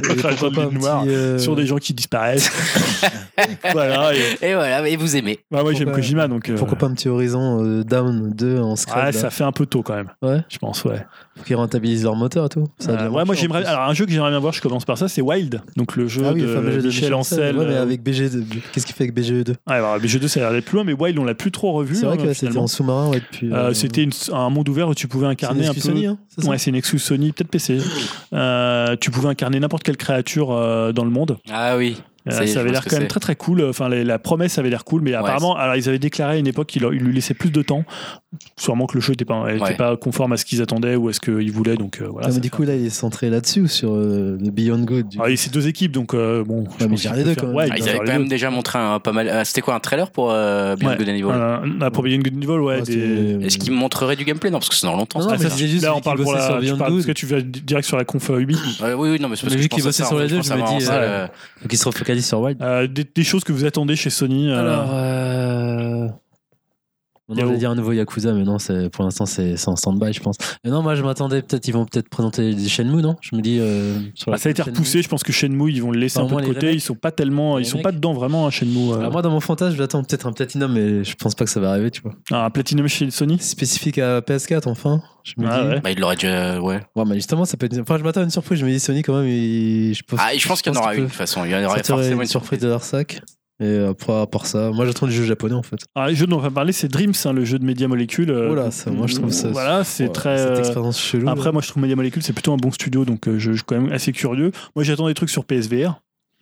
Sur des gens qui disparaissent. Voilà. Et voilà, et vous aimez. Moi j'aime Kojima donc. Pourquoi pas un petit Horizon Down 2 en scrap? Ouais, ça fait un peu tôt quand même. Ouais. Je pense, ouais. Faut qu'ils rentabilisent leur moteur et tout. Moi j'aimerais. Alors un jeu que j'aimerais bien voir, je commence par ça, c'est Wild. Donc le jeu de Michel Ancel. Ouais, mais avec BG2. Qu'est-ce qu'il fait avec BGE2? Alors BGE2 ça a l'air d'être plus loin, mais Wild on l'a plus trop revu. C'est vrai que c'était en sous-marin depuis. C'était un monde ouvert où tu pouvais incarner un peu. Sony, hein, ouais, c'est une exclu Sony, peut-être PC. Tu pouvais incarner n'importe quelle créature dans le monde. Ah oui. Ça avait l'air quand même très très cool. Enfin, la promesse avait l'air cool, mais apparemment, alors ils avaient déclaré à une époque qu'ils lui laissaient plus de temps. Sûrement que le jeu n'était pas conforme à ce qu'ils attendaient ou à ce qu'ils voulaient. Donc voilà. Mais du coup, là, il est centré là-dessus ou sur le Beyond Good. C'est deux équipes, donc bon. Mais j'ai les deux quand même. Ils avaient quand même déjà montré pas mal. C'était quoi un trailer pour Beyond Good and Evil? Pour Beyond Good and Evil, ouais. Est-ce qu'ils montreraient du gameplay? Non, parce que c'est dans longtemps. Là, on parle pour parce que tu vas direct sur la conf Ubi. Oui, non, mais c'est parce que vu qu'ils bossaient sur les deux, je me dis. Donc ils se refocalisent sur Wild. Des choses que vous attendez chez Sony. Alors, on allait dire un nouveau Yakuza, mais non, pour l'instant c'est en stand-by, je pense. Mais non, moi je m'attendais ils vont peut-être présenter des Shenmue, non? Je me dis. Ça a été repoussé, je pense que Shenmue, ils vont le laisser un peu de côté. Ils sont pas tellement, ils sont pas dedans vraiment à Shenmue. Alors moi dans mon fantasme, j'attends peut-être un Platinum, mais je pense pas que ça va arriver, tu vois. Un Platinum chez Sony? Spécifique à PS4, enfin. Je me dis. Il l'aurait déjà, ouais. Ouais, mais justement, ça peut être. Enfin, je m'attends à une surprise. Je me dis Sony quand même. Je pense qu'il y en aura une de toute façon. Il y en aurait forcément une surprise de leur sac. Et après, à part ça, moi j'attends du jeu japonais en fait. Alors, les jeux dont on va parler, c'est Dreams, le jeu de Media Molecule. Voilà, moi je trouve ça. Voilà, c'est très. Cette expérience chelou. Après, moi je trouve Media Molecule, c'est plutôt un bon studio, donc je suis quand même assez curieux. Moi j'attends des trucs sur PSVR.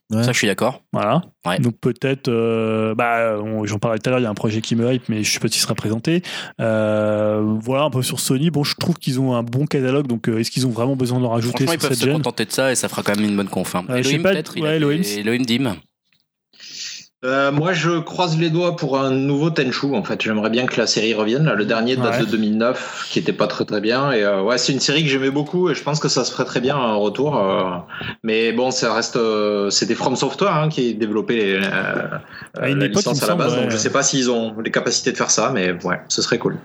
Ouais. Ça, je suis d'accord. Voilà. Ouais. Donc peut-être, j'en parlais tout à l'heure, il y a un projet qui me hype, mais je sais pas s'il sera présenté. Voilà, un peu sur Sony. Bon, je trouve qu'ils ont un bon catalogue, donc est-ce qu'ils ont vraiment besoin d'en rajouter Franchement, ils sur peuvent cette se gen? contenter de ça et ça fera quand même une bonne conf. Hein. Je sais Elohim, pas, peut-être. ouais, Elohim. Elohim Dim. Moi, je croise les doigts pour un nouveau Tenchu. En fait, j'aimerais bien que la série revienne. Là, le dernier date de 2009, qui était pas très très bien. Et c'est une série que j'aimais beaucoup et je pense que ça se ferait très bien un retour. Mais bon, ça reste, c'était From Software qui développait la licence à la base. Donc, je sais pas s'ils ont les capacités de faire ça, mais ouais, ce serait cool.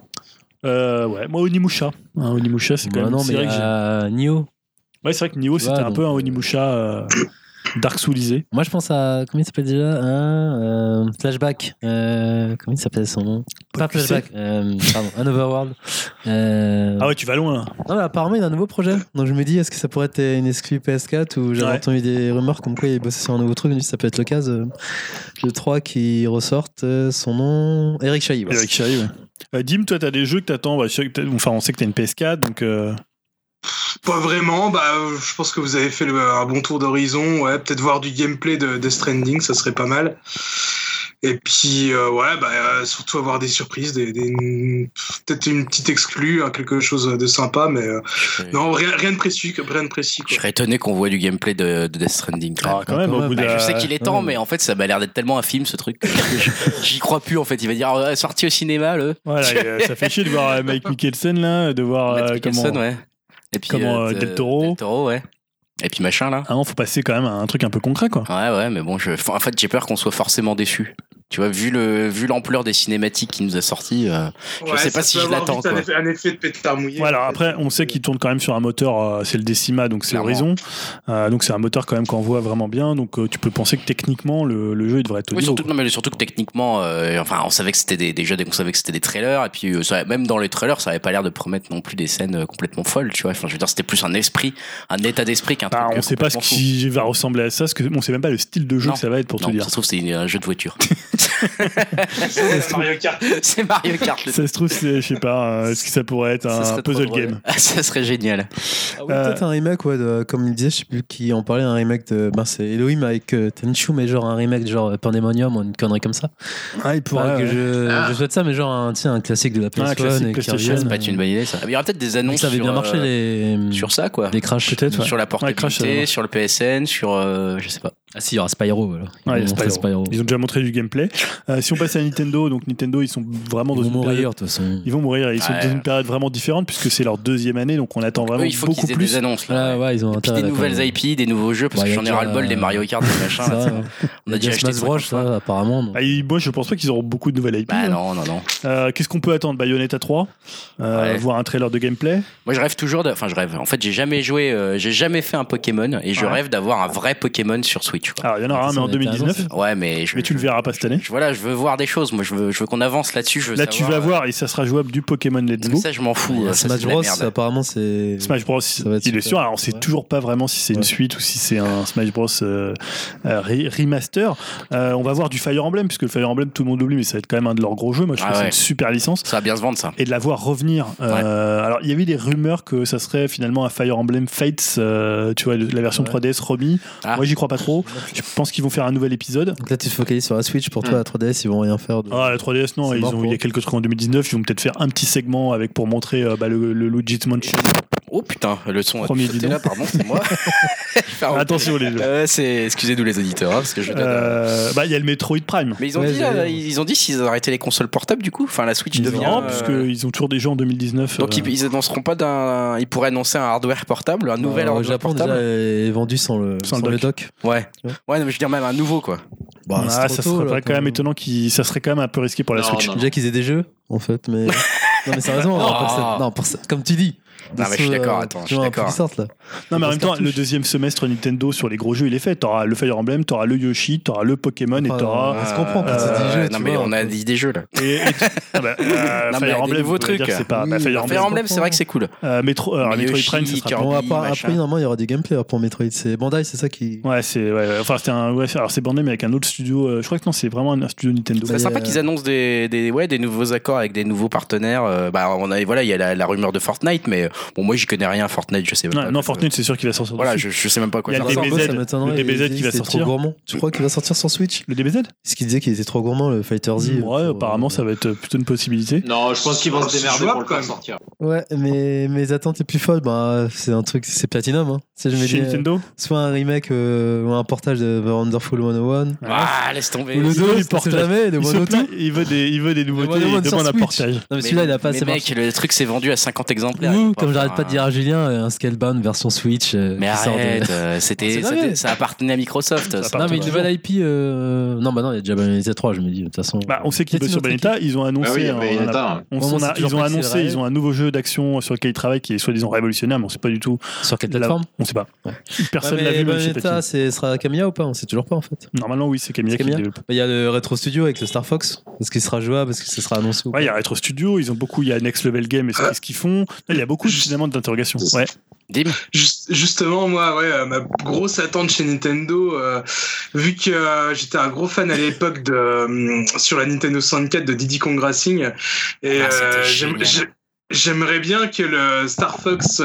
Moi, Onimusha. Onimusha, c'est quand même une série que j'ai. Nioh. Ouais, c'est vrai que Nioh, c'était un peu un Onimusha. Dark Soulisé. Moi, je pense à. Comment il s'appelle déjà Flashback. Comment il s'appelle son nom? Pas Flashback. Pardon, An Overworld. Ah ouais, tu vas loin là. Non, mais apparemment, il y a un nouveau projet. Donc, je me dis, est-ce que ça pourrait être une exclue PS4 ou j'avais entendu des rumeurs comme quoi il bossait sur un nouveau truc. Je me dis, ça peut être le cas. Le 3 qui ressortent. Son nom. Eric Chahi. Ouais. Eric Chahi, ouais. Dim, toi, t'as des jeux que t'attends. Enfin, on sait que t'as une PS4, donc. Pas vraiment, je pense que vous avez fait un bon tour d'horizon, peut-être voir du gameplay de Death Stranding, ça serait pas mal. Et puis, surtout avoir des surprises, peut-être une petite exclue, quelque chose de sympa, mais non, rien de précis. Quoi. Je serais étonné qu'on voit du gameplay de Death Stranding. Quand même, au bout je sais qu'il est temps, mais en fait, ça m'a l'air d'être tellement un film, ce truc. J'y crois plus, en fait. Il va dire, sorti au cinéma, le. Voilà, ça fait chier de voir Mike Mikkelsen, là, de voir comment... Et puis, Del Toro. Del Toro, ouais. Et puis machin, là. Ah non, faut passer quand même à un truc un peu concret, quoi. Ouais, mais bon, en fait, j'ai peur qu'on soit forcément déçus. Tu vois, vu l'ampleur des cinématiques qu'il nous a sorti, je sais pas si je l'attends. Un effet de pétard mouillé. Voilà, après, on sait qu'il tourne quand même sur un moteur, c'est le Decima, donc c'est Horizon. Donc c'est un moteur quand même qu'on voit vraiment bien. Donc tu peux penser que techniquement, le jeu il devrait être au niveau. Surtout que techniquement, on savait que c'était on savait que c'était des trailers. Et puis même dans les trailers, ça avait pas l'air de promettre non plus des scènes complètement folles. Tu vois, je veux dire, c'était plus un état d'esprit qu'un truc. On sait pas ce qui va ressembler à ça, parce que on sait même pas le style de jeu que ça va être pour te dire. Ça se trouve c'est un jeu de voiture. C'est Mario Kart. C'est Mario Kart. Ça se trouve, je sais pas, est-ce que ça pourrait être un puzzle game? Ça serait génial. Peut-être un remake, comme il disait, je sais plus qui en parlait, un remake de. C'est Elohim avec Tenchu, mais genre un remake genre Pandemonium ou une connerie comme ça. Ah, il pourrait. Je souhaite ça, mais genre un classique de la PS1 ça peut être une bonne idée, ça. Il y aura peut-être des annonces. Ça avait bien marché sur ça, quoi. Des crashs. Peut-être. Sur la portabilité, sur le PSN, sur. Je sais pas. Ah si, il y aura Spyro. Voilà. Spyro. Ils ont déjà montré du gameplay. Si on passe à Nintendo, donc Nintendo, ils sont vraiment dans une période. Ils vont mourir. Ils sont dans une période vraiment différente puisque c'est leur deuxième année, donc on attend vraiment beaucoup plus. Des annonces. Ils ont des nouvelles IP, des nouveaux jeux, parce que j'en ai ras-le-bol des Mario Kart, des machins. On a déjà acheté Smash Bros, ça, apparemment. Moi, je pense pas qu'ils auront beaucoup de nouvelles IP. Non. Qu'est-ce qu'on peut attendre? Bayonetta 3, voir un trailer de gameplay. Moi, je rêve toujours je rêve. En fait, j'ai jamais joué, j'ai jamais fait un Pokémon et je rêve d'avoir un vrai Pokémon sur Switch. Alors, il y en aura un, mais en 2019. Ouais, mais tu le verras pas cette année. Voilà, je veux voir des choses. Moi, je veux qu'on avance là-dessus. Tu vas voir et ça sera jouable du Pokémon Let's Go. Ça, je m'en fous. Smash Bros, apparemment, c'est. Smash Bros, il est sûr. Alors, on sait toujours pas vraiment si c'est une suite ou si c'est un Smash Bros remaster. On va voir du Fire Emblem, puisque le Fire Emblem, tout le monde l'oublie, mais ça va être quand même un de leurs gros jeux. Moi, je trouve que c'est une super licence. Ça va bien se vendre, ça. Et de la voir revenir. Alors, il y avait des rumeurs que ça serait finalement un Fire Emblem Fates, tu vois, la version 3DS remis. Moi, j'y crois pas trop. Je pense qu'ils vont faire un nouvel épisode. Donc là, tu te focalises sur la Switch. Pour toi, la 3DS, ils vont rien faire. La 3DS, non. Il y a quelques trucs en 2019. Ils vont peut-être faire un petit segment pour montrer le Luigi's Mansion. Oh putain, le son premier a là, pardon, c'est moi. Attention les deux. Excusez-nous les auditeurs, parce que je il y a le Metroid Prime. Mais ils ont dit s'ils arrêtaient les consoles portables du coup, enfin la Switch devient. Non, parce qu'ils ont toujours des jeux en 2019. Donc ils annonceront pas ils pourraient annoncer un hardware portable, un nouvel hardware portable. Déjà est vendu sans le dock. Ouais, mais je veux dire même un nouveau quoi. Ça serait quand même étonnant ça serait quand même un peu risqué pour la Switch. Déjà qu'ils aient des jeux en fait, mais non mais sérieusement, comme tu dis. Non mais je suis d'accord, attends, je suis d'accord. Non mais en même temps, le deuxième semestre Nintendo sur les gros jeux, il est fait. T'auras le Fire Emblem, t'auras le Yoshi, t'auras le Pokémon et t'auras. On se comprend quand tu dis jeux. Non mais on a dit des jeux là. Fire Emblem, nouveaux trucs. C'est pas Fire Emblem, c'est vrai que c'est cool. Metroid Prime, ça sera après normalement il y aura du gameplay pour Metroid. C'est Bandai, c'est ça qui. Ouais, enfin c'était alors c'est Bandai mais avec un autre studio. Je crois que non, c'est vraiment un studio Nintendo. C'est sympa qu'ils annoncent des nouveaux accords avec des nouveaux partenaires. Il y a la rumeur de Fortnite, mais bon, moi, j'y connais rien. Fortnite, je sais même pas. Non, Fortnite, c'est sûr qu'il va sortir. Voilà, dessus. je sais même pas quoi Il y a faire. le DBZ qui va sortir. Trop gourmand. Tu crois qu'il va sortir sur Switch? Le DBZ? Est-ce qu'il disait qu'il était trop gourmand, le Fighter Z? Ouais, apparemment, ça va être plutôt une possibilité. Non, je pense qu'ils vont se démerder pour le faire sortir. Ouais, mais mes attentes les plus folles, bah, c'est un truc, c'est Platinum. Hein. Je me Chez dis, Nintendo? soit un remake ou un portage de The Wonderful 101. Ah, laisse tomber. Ou le 2, il porte jamais, le One Il veut des nouveautés, il sur demande un Switch. portage. Non, mais celui-là, il a pas assez Mais marché. mec, le truc s'est vendu à 50 exemplaires. Ou, comme j'arrête pas de dire à Julien, un Scalebound version Switch. Mais qui sort de- arrête, c'est jamais. ça appartenait à Microsoft. Ça ça. Non, mais une Ouais. nouvelle IP. Non, bah non, il y a déjà Bayonetta 3, je me dis, de toute façon. Bah, on sait qu'ils bossent sur Peut-être une Bayonetta, ils ont Ah annoncé. oui, un- Bayonetta. on Bon, s'en c'est a- toujours ils ont pas que c'est annoncé, vrai. ils ont un nouveau jeu d'action sur lequel ils travaillent qui est soi-disant révolutionnaire, mais on sait pas du tout. Sur quelle la- plateforme? On sait pas. Ouais. Personne Ouais, l'a mais vu, mais je sais pas Bayonetta, qui. sera Camilla ou pas? On sait toujours pas en fait. Normalement, oui, c'est Camilla C'est qui Camilla développe. Bah, il y a le Retro Studio avec le Star Fox. Est-ce qu'il sera jouable? Est-ce que ce sera annoncé ou pas? Ouais, il y a Retro Studio, ils ont beaucoup, il y a Next Level Game et ce qu'ils font. Là, il y a beaucoup finalement d'interrogations. Ouais. Dim. Justement, moi, ma grosse attente chez Nintendo, vu que j'étais un gros fan à l'époque sur la Nintendo 64 de Diddy Kong Racing, et c'était génial. j'aimerais bien que le Star Fox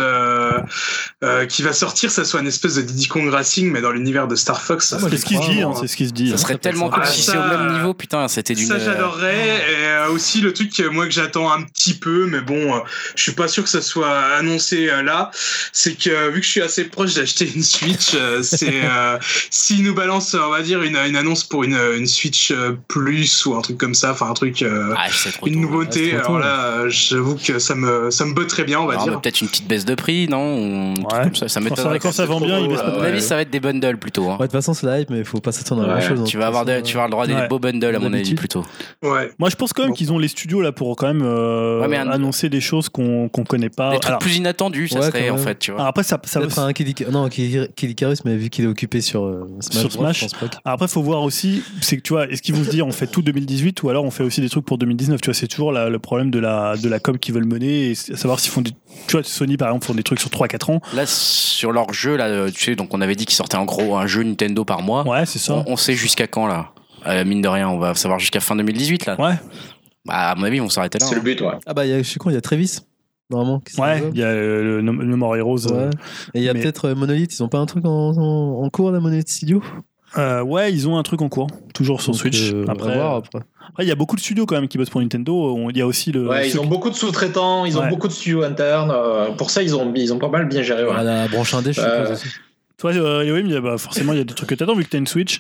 qui va sortir, ça soit une espèce de Diddy Kong Racing, mais dans l'univers de Star Fox. Ça C'est serait ce qui se dit, vraiment- c'est ce qui se dit. Ça serait tellement cool Ah, si c'est ça- au même niveau, putain, c'était d'une. Ça j'adorerais, et aussi le truc que j'attends un petit peu, mais bon, je suis pas sûr que ça soit annoncé là, c'est que vu que je suis assez proche d'acheter une Switch, s'ils nous balancent, on va dire, une annonce pour une Switch Plus ou un truc comme ça, enfin un truc, Ah, c'est trop une tôt. nouveauté, c'est trop alors tôt, là, j'avoue que ça me botterait bien, on va Non, dire. mais peut-être une petite baisse de prix, non? Ou un truc Ouais. comme ça m'étonnerait. Quand ça vend bien, ils baissent pas À de mon prix. avis, ça va être des bundles plutôt. Hein. Ouais, de toute façon, c'est la hype, mais il faut pas s'attendre à Ouais. grand chose. Tu vas avoir le droit à des Ouais. beaux bundles, à mon avis, D'habitude. plutôt. Ouais. Moi, je pense quand même qu'ils ont les studios là pour quand même Ouais, mais annoncer des choses qu'on connaît pas. Des trucs Alors, plus inattendus, ça Ouais, serait, quand en même. fait, tu vois. alors après, ça Peut-être un Kid Icarus, mais vu qu'il est occupé sur Smash. Sur Bros, Smash. je pense pas que- Après, faut voir aussi, c'est que tu vois, est-ce qu'ils vont se dire on fait tout 2018 ou alors on fait aussi des trucs pour 2019. Tu vois, c'est toujours le problème de la com qu'ils veulent mener, et savoir s'ils font des. Tu vois, Sony par exemple font des trucs sur 3-4 ans. Là, sur leur jeu, là, tu sais, donc on avait dit qu'ils sortaient en gros un jeu Nintendo par mois. Ouais, c'est ça. On sait jusqu'à quand, là? Mine de rien, on va savoir jusqu'à fin 2018, là. Ouais, Bah, à mon avis, ils vont s'arrêter là. C'est le but, ouais. Ah bah, je suis con, il y a Travis, normalement. qui sera ouais. jouable. Il y a le No More Heroes. Ouais. Et il y a mais- peut-être Monolith, ils ont pas un truc en cours, la Monolith Studio? Ouais, ils ont un truc en cours, toujours sur Donc, Switch. à Après, voir, après. il y a beaucoup de studios quand même qui bossent pour Nintendo. Il y a aussi le. Ouais, ceux ils ont beaucoup de sous-traitants, ils ont Ouais. beaucoup de studios internes. Pour ça, ils ont pas mal bien géré. Ouais. À la branche indé, je suppose aussi. Toi, Yoim, forcément, il y a des trucs que t'attends vu que t'as une Switch.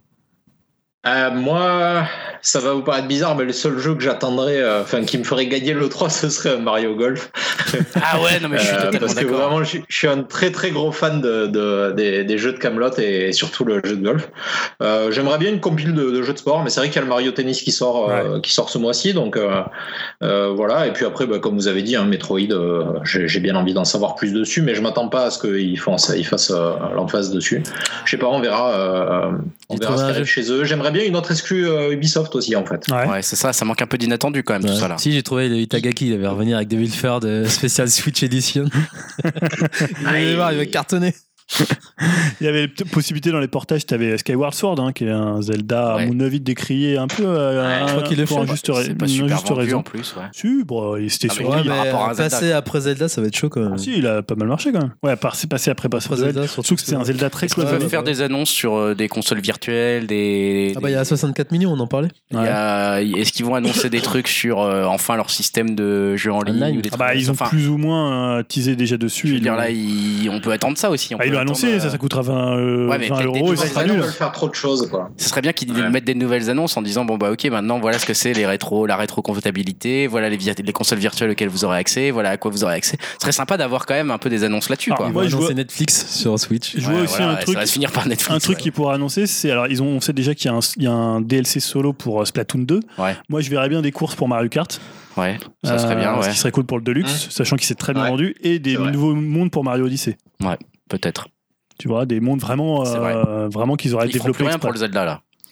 Moi, ça va vous paraître bizarre, mais le seul jeu que j'attendrais, qui me ferait gagner le 3, ce serait un Mario Golf. Ah ouais, non, mais je suis totalement Parce que d'accord. vraiment, je suis un très très gros fan des jeux de Camelot et surtout le jeu de golf. J'aimerais bien une compile de jeux de sport, mais c'est vrai qu'il y a le Mario Tennis qui sort ce mois-ci, donc voilà. Et puis après, comme vous avez dit, Metroid, j'ai bien envie d'en savoir plus dessus, mais je m'attends pas à ce qu'ils fassent l'emphase dessus. Je sais pas, on verra. On verra ce qui arrive chez eux. J'aimerais bien une autre exclue Ubisoft aussi, en fait. Ouais, c'est ça manque un peu d'inattendu quand même, tout Ouais. ça là. Si, j'ai trouvé le Itagaki, il va revenir avec Devil Fair de Special Switch Edition. il va cartonner. Il y avait possibilité dans les portages, tu avais Skyward Sword, qui est un Zelda, à mon avis, décrié un peu. je crois qu'il est pour fait. C'est pas super juste vendu raison. En plus, ouais. Si, c'était Ah, sur mais Ouais, oui, par mais rapport à Zelda, passer quoi. après Zelda, ça va être chaud quand même. Ah, si, il a pas mal marché quand même. Ouais, c'est passé après Zelda. Surtout que c'est un Zelda très Est-ce qu'ils cloisonné. peuvent faire des annonces sur des consoles virtuelles, des. Ah bah il y a 64 millions, on en parlait. Est-ce qu'ils vont annoncer des trucs sur enfin leur système de jeu en ligne Online. ou des Ah trucs bah, comme ils ça. ont Enfin, plus ou moins teasé déjà dessus. je veux dire là, on peut attendre ça aussi. Il l'a annoncé, ça coûtera 20 Ouais, mais 20 peut-être des euros et nouvelles ça sera annonces. nul. Ils veulent faire trop de choses, quoi. Ce serait bien qu'ils mettent des nouvelles annonces en disant bon bah ok, maintenant voilà ce que c'est la rétrocompatibilité, voilà les consoles virtuelles auxquelles vous aurez accès, voilà à quoi vous aurez accès. Ce serait sympa d'avoir quand même un peu des annonces là-dessus, quoi. Ils vont Ouais, je annoncer vois- Netflix sur Switch. Je vois aussi voilà, un truc. ça va se finir par Netflix. Un truc ouais. qu'ils pourraient annoncer, c'est alors on sait déjà qu'il y a un DLC solo pour Splatoon 2. Ouais. Moi, je verrais bien des courses pour Mario Kart. Ouais, ça serait bien, Ce ouais. qui serait cool pour le Deluxe, sachant qu'il s'est très bien Ouais. vendu, et des C'est vrai. nouveaux mondes pour Mario Odyssey. Peut-être. Tu vois, des mondes vraiment, C'est vrai. vraiment qu'ils auraient Ils feront développés plus rien exprès. pour le Zelda là.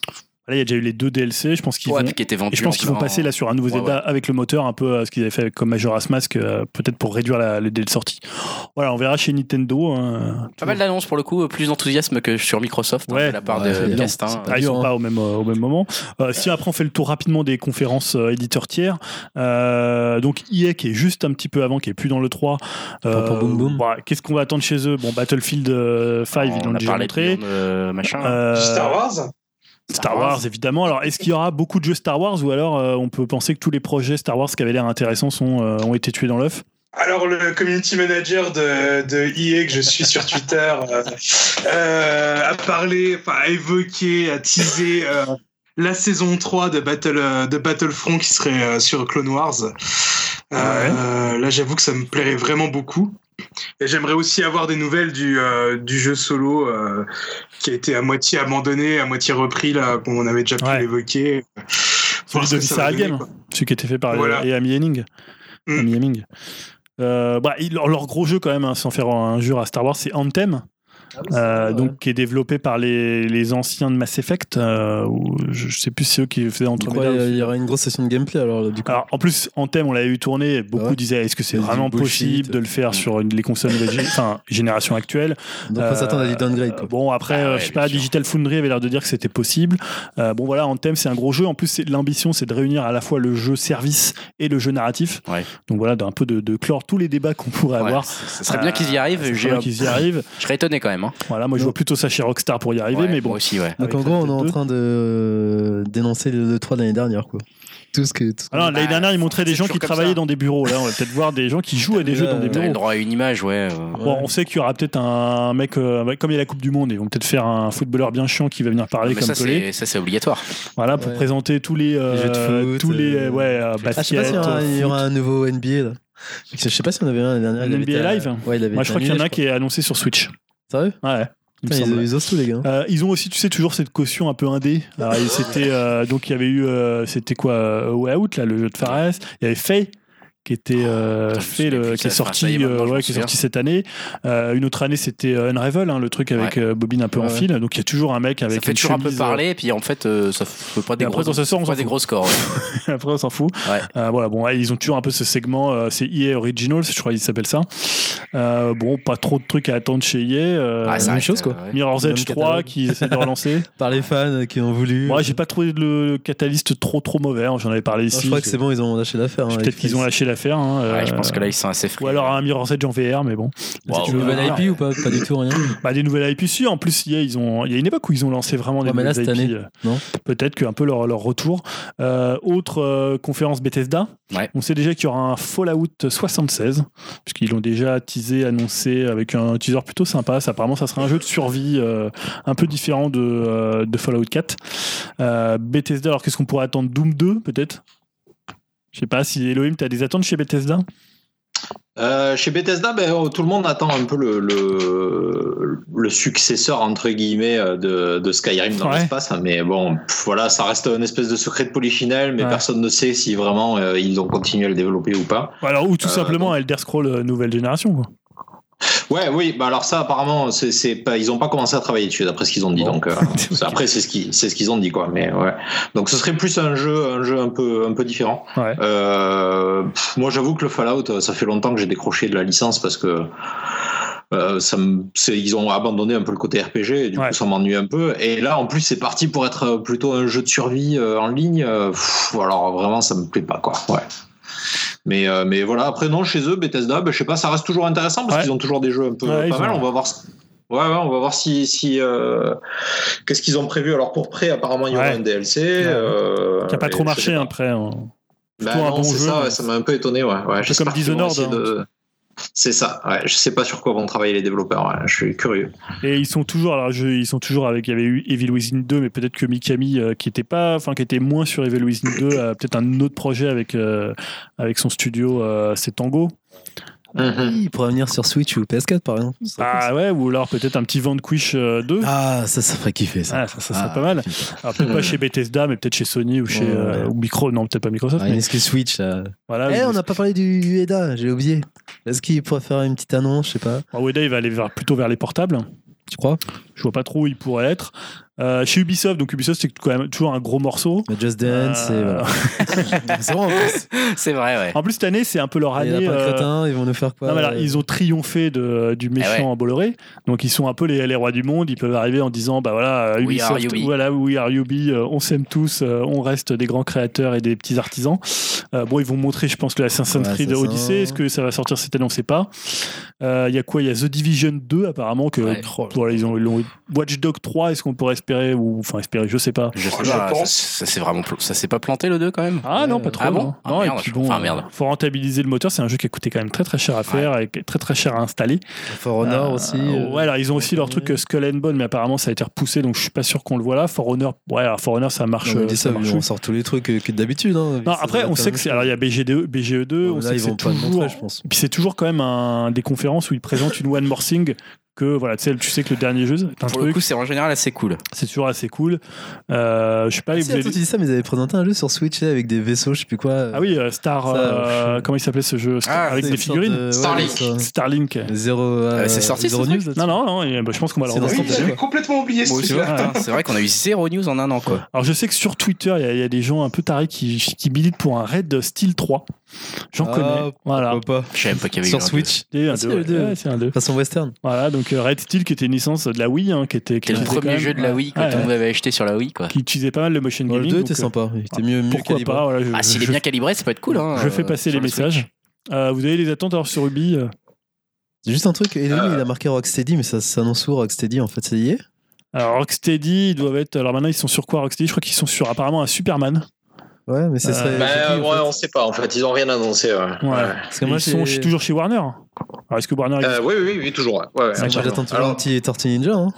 Là, il y a déjà eu les 2 DLC. Je pense qu'ils Ouais, vont. puis qui était vendu. Et je pense qu'ils vont passer là sur un nouveau Zelda ouais. avec le moteur, un peu ce qu'ils avaient fait avec comme Majora's Mask, peut-être pour réduire le délai de sortie. Voilà, on verra chez Nintendo. Pas mal d'annonces pour le coup, plus d'enthousiasme que sur Microsoft Ouais. de la part Ouais, c'est de évident. Cast. Hein. Ils sont dur, pas au même moment. Si après on fait le tour rapidement des conférences éditeurs tiers, donc EA qui est juste un petit peu avant, qui est plus dans le 3. Boum, boum. Qu'est-ce qu'on va attendre chez eux? Bon, Battlefield 5, ils l'ont On a déjà parlé montré. de machin. Star Wars. Star Wars, évidemment. Alors, est-ce qu'il y aura beaucoup de jeux Star Wars ou alors on peut penser que tous les projets Star Wars qui avaient l'air intéressants ont été tués dans l'œuf? Alors, le community manager de EA que je suis sur Twitter a parlé, a évoqué, a teasé la saison 3 de Battlefront qui serait sur Clone Wars. Là, j'avoue que ça me plairait vraiment beaucoup. Et j'aimerais aussi avoir des nouvelles du jeu solo qui a été à moitié abandonné, à moitié repris, là, comme on avait déjà pu l'évoquer. Celui de Visceral Game, celui qui était fait par Amy Hennig. Amy Hennig. Leur gros jeu quand même, sans faire un jeu à Star Wars, c'est Anthem. Donc qui est développé par les anciens de Mass Effect, je sais plus si c'est eux qui faisaient il y aura une grosse session de gameplay alors du coup. Alors en plus Anthem on l'avait vu tourner, beaucoup disaient est-ce que c'est vraiment possible de le faire sur les consoles génération actuelle. Donc faut s'attendre à du downgrade quoi. Bon après je sais pas, Digital Foundry avait l'air de dire que c'était possible. Bon voilà, Anthem c'est un gros jeu, en plus l'ambition c'est de réunir à la fois le jeu service et le jeu narratif. Donc voilà, d'un peu de clore tous les débats qu'on pourrait avoir. Ça serait bien qu'ils y arrivent. Je serais étonné quand même. Voilà, moi je vois plutôt ça chez Rockstar pour y arriver, mais bon. Moi aussi, Donc en gros, on est en train de dénoncer le 3 de l'année dernière, quoi. Alors l'année dernière, ils montraient des gens qui travaillaient dans des bureaux. Là, on va peut-être voir des gens qui jouent à des jeux dans des bureaux. On a le droit à une image, Bon, on sait qu'il y aura peut-être un mec, comme il y a la Coupe du Monde, ils vont peut-être faire un footballeur bien chiant qui va venir parler comme Pelé. Ça, c'est obligatoire. Voilà, pour présenter tous les jeux de foot, tous les basket. Je sais pas s'il y aura un nouveau NBA là. Je sais pas si on avait un l'année dernière. NBA Live. Moi, je crois qu'il y en a qui est annoncé sur Switch. Sérieux? Ouais. Ils osent tout les gars. Ils ont aussi, tu sais, toujours cette caution un peu indé. Alors, c'était donc il y avait eu, c'était quoi, Way Out là, le jeu de Fares. Il y avait Faye qui était qui est sorti cette année. Une autre année c'était Unravel, le truc avec bobine un peu en fil. Donc il y a toujours un mec avec ça fait toujours un peu parler et puis en fait ça fait pas des gros scores. Après on s'en fout. Voilà, bon, ils ont toujours un peu ce segment, c'est EA Originals, je crois qu'il s'appelle ça. Bon, pas trop de trucs à attendre chez EA. C'est la même chose quoi. Mirror's Edge 3 qui essaie de relancer. Par les fans qui ont voulu. Moi j'ai pas trouvé le catalyste trop mauvais, j'en avais parlé ici. Je crois que c'est bon, ils ont lâché l'affaire. Peut-être qu'ils ont lâché l'affaire. Je pense que là ils sont assez frais. Ou alors un Mirror's Edge en VR, mais bon. Des nouvelles IP ou pas du tout, rien. Des nouvelles IP, si. En plus, il y a une époque où ils ont lancé vraiment des nouvelles IP. Année, non peut-être qu'un peu leur retour. Autre conférence Bethesda. On sait déjà qu'il y aura un Fallout 76, puisqu'ils l'ont déjà teasé, annoncé avec un teaser plutôt sympa. Apparemment, ça sera un jeu de survie un peu différent de Fallout 4. Bethesda, alors qu'est-ce qu'on pourrait attendre? Doom 2, peut-être? Je sais pas si Elohim, tu as des attentes chez Bethesda? Chez Bethesda, tout le monde attend un peu le successeur entre guillemets de Skyrim dans l'espace, mais bon, voilà, ça reste une espèce de secret de polichinelle, mais personne ne sait si vraiment ils ont continué à le développer ou pas. Alors, ou tout simplement Elder Scrolls nouvelle génération, quoi. Oui, alors ça apparemment c'est pas, ils ont pas commencé à travailler dessus d'après ce qu'ils ont dit, donc après c'est ce qu'ils ont dit quoi, mais ouais. Donc ce serait plus un jeu un peu différent. Moi j'avoue que le Fallout, ça fait longtemps que j'ai décroché de la licence parce que ils ont abandonné un peu le côté RPG et du coup ça m'ennuie un peu, et là en plus c'est parti pour être plutôt un jeu de survie en ligne. Alors vraiment ça me plaît pas quoi. Mais voilà, après non, chez eux Bethesda, je sais pas, ça reste toujours intéressant parce qu'ils ont toujours des jeux un peu pas mal. On va voir. On va voir si qu'est-ce qu'ils ont prévu. Alors pour prêt, apparemment il y aura un DLC qui a pas trop marché après. Plutôt un bon jeu. Ça m'a un peu étonné. C'est comme Dishonored. C'est ça. Je sais pas sur quoi vont travailler les développeurs. Je suis curieux. Et ils sont toujours avec. Il y avait eu Evil Within 2, mais peut-être que Mikami, qui était moins sur Evil Within 2, a peut-être un autre projet avec son studio, c'est Tango. Il pourrait venir sur Switch ou PS4 par exemple. Ou alors peut-être un petit Vanquish 2. Ça ferait kiffer ça. Ça serait pas mal. Alors peut-être pas chez Bethesda, mais peut-être chez Sony ou chez ou Micro. Non, peut-être pas Microsoft. Est-ce que Switch voilà, on n'a pas parlé du Ueda, j'ai oublié. Est-ce qu'il pourrait faire une petite annonce, je sais pas. Ueda il va aller plutôt vers les portables. Tu crois? Je vois pas trop où il pourrait être. Chez Ubisoft, donc Ubisoft c'est quand même toujours un gros morceau. Mais Just Dance, et voilà. C'est vrai, en plus. C'est vrai, ouais. En plus cette année c'est un peu leur Et année. Lapin Crétin, ils vont nous faire quoi? Non, mais là, ils ont triomphé du méchant Bolloré, donc ils sont un peu les rois du monde. Ils peuvent arriver en disant bah voilà Ubisoft, voilà We Are Ubi, on s'aime tous, on reste des grands créateurs et des petits artisans. Bon, ils vont montrer, je pense, que Assassin's Creed Odyssey. Est-ce que ça va sortir cette année? On sait pas. Il y a quoi? Il y a The Division 2 apparemment que voilà, ils ont Watch Dogs 3. Est-ce qu'on pourrait espérer ou enfin espérer? Je sais pas. Je pense. Ça s'est pas planté le 2 quand même. Ah non, pas trop. Ah bon? Non, merde, et puis bon, merde. faut rentabiliser le moteur. C'est un jeu qui a coûté quand même très très cher à faire et très très cher à installer. For Honor aussi. Ouais, alors ils ont aussi leur truc Skull and Bone, mais apparemment ça a été repoussé, donc je suis pas sûr qu'on le voit là. For Honor, ouais, alors For Honor ça marche. Non, ça marche. On sort tous les trucs que d'habitude. Hein. Non, après on sait que c'est. Alors il y a BGE2, on sait que c'est toujours. Je pense. Et puis c'est toujours quand même des conférences où ils présentent une One More Thing. Que voilà, tu sais que le dernier jeu, pour le coup, c'est en général assez cool. C'est toujours assez cool. Je sais pas. Vous avez dit ça, mais ils avaient présenté un jeu sur Switch avec des vaisseaux, je sais plus quoi. Ah oui, comment il s'appelait ce jeu avec des figurines. Starlink. C'est sorti Zero News. Non. Je pense qu'on va le revoir. J'avais complètement oublié ce truc. C'est vrai qu'on a eu 0 news en un an, quoi. Alors je sais que sur Twitter, il y a des gens un peu tarés qui militent pour un raid Steel 3. J'en connais. Voilà. Je savais même pas qu'il y avait sur Switch. C'est un 2. Façon western. Voilà, donc Red Steel qui était une licence de la Wii, qui était le premier jeu de la Wii que tout le monde avait acheté sur la Wii, quoi. Qui utilisait pas mal le motion gaming. Le 2 était sympa. Il était mieux pourquoi calibré. pas, voilà, s'il est bien calibré, ça peut être cool. Je fais passer les messages. Vous avez les attentes alors sur Ubi? C'est juste un truc. Elohim, il a marqué Rocksteady, mais ça s'annonce où Rocksteady en fait? Ça y est? Alors Rocksteady, ils doivent être. Alors maintenant, ils sont sur quoi Rocksteady? Je crois qu'ils sont sur apparemment un Superman. Ouais, mais ça serait. On sait pas en fait, ils ont rien annoncé. Parce que moi, je suis toujours chez Warner. Alors est-ce que Warner oui, toujours. Ouais. Moi, j'attends toujours un petit Tortue Ninja. Hein.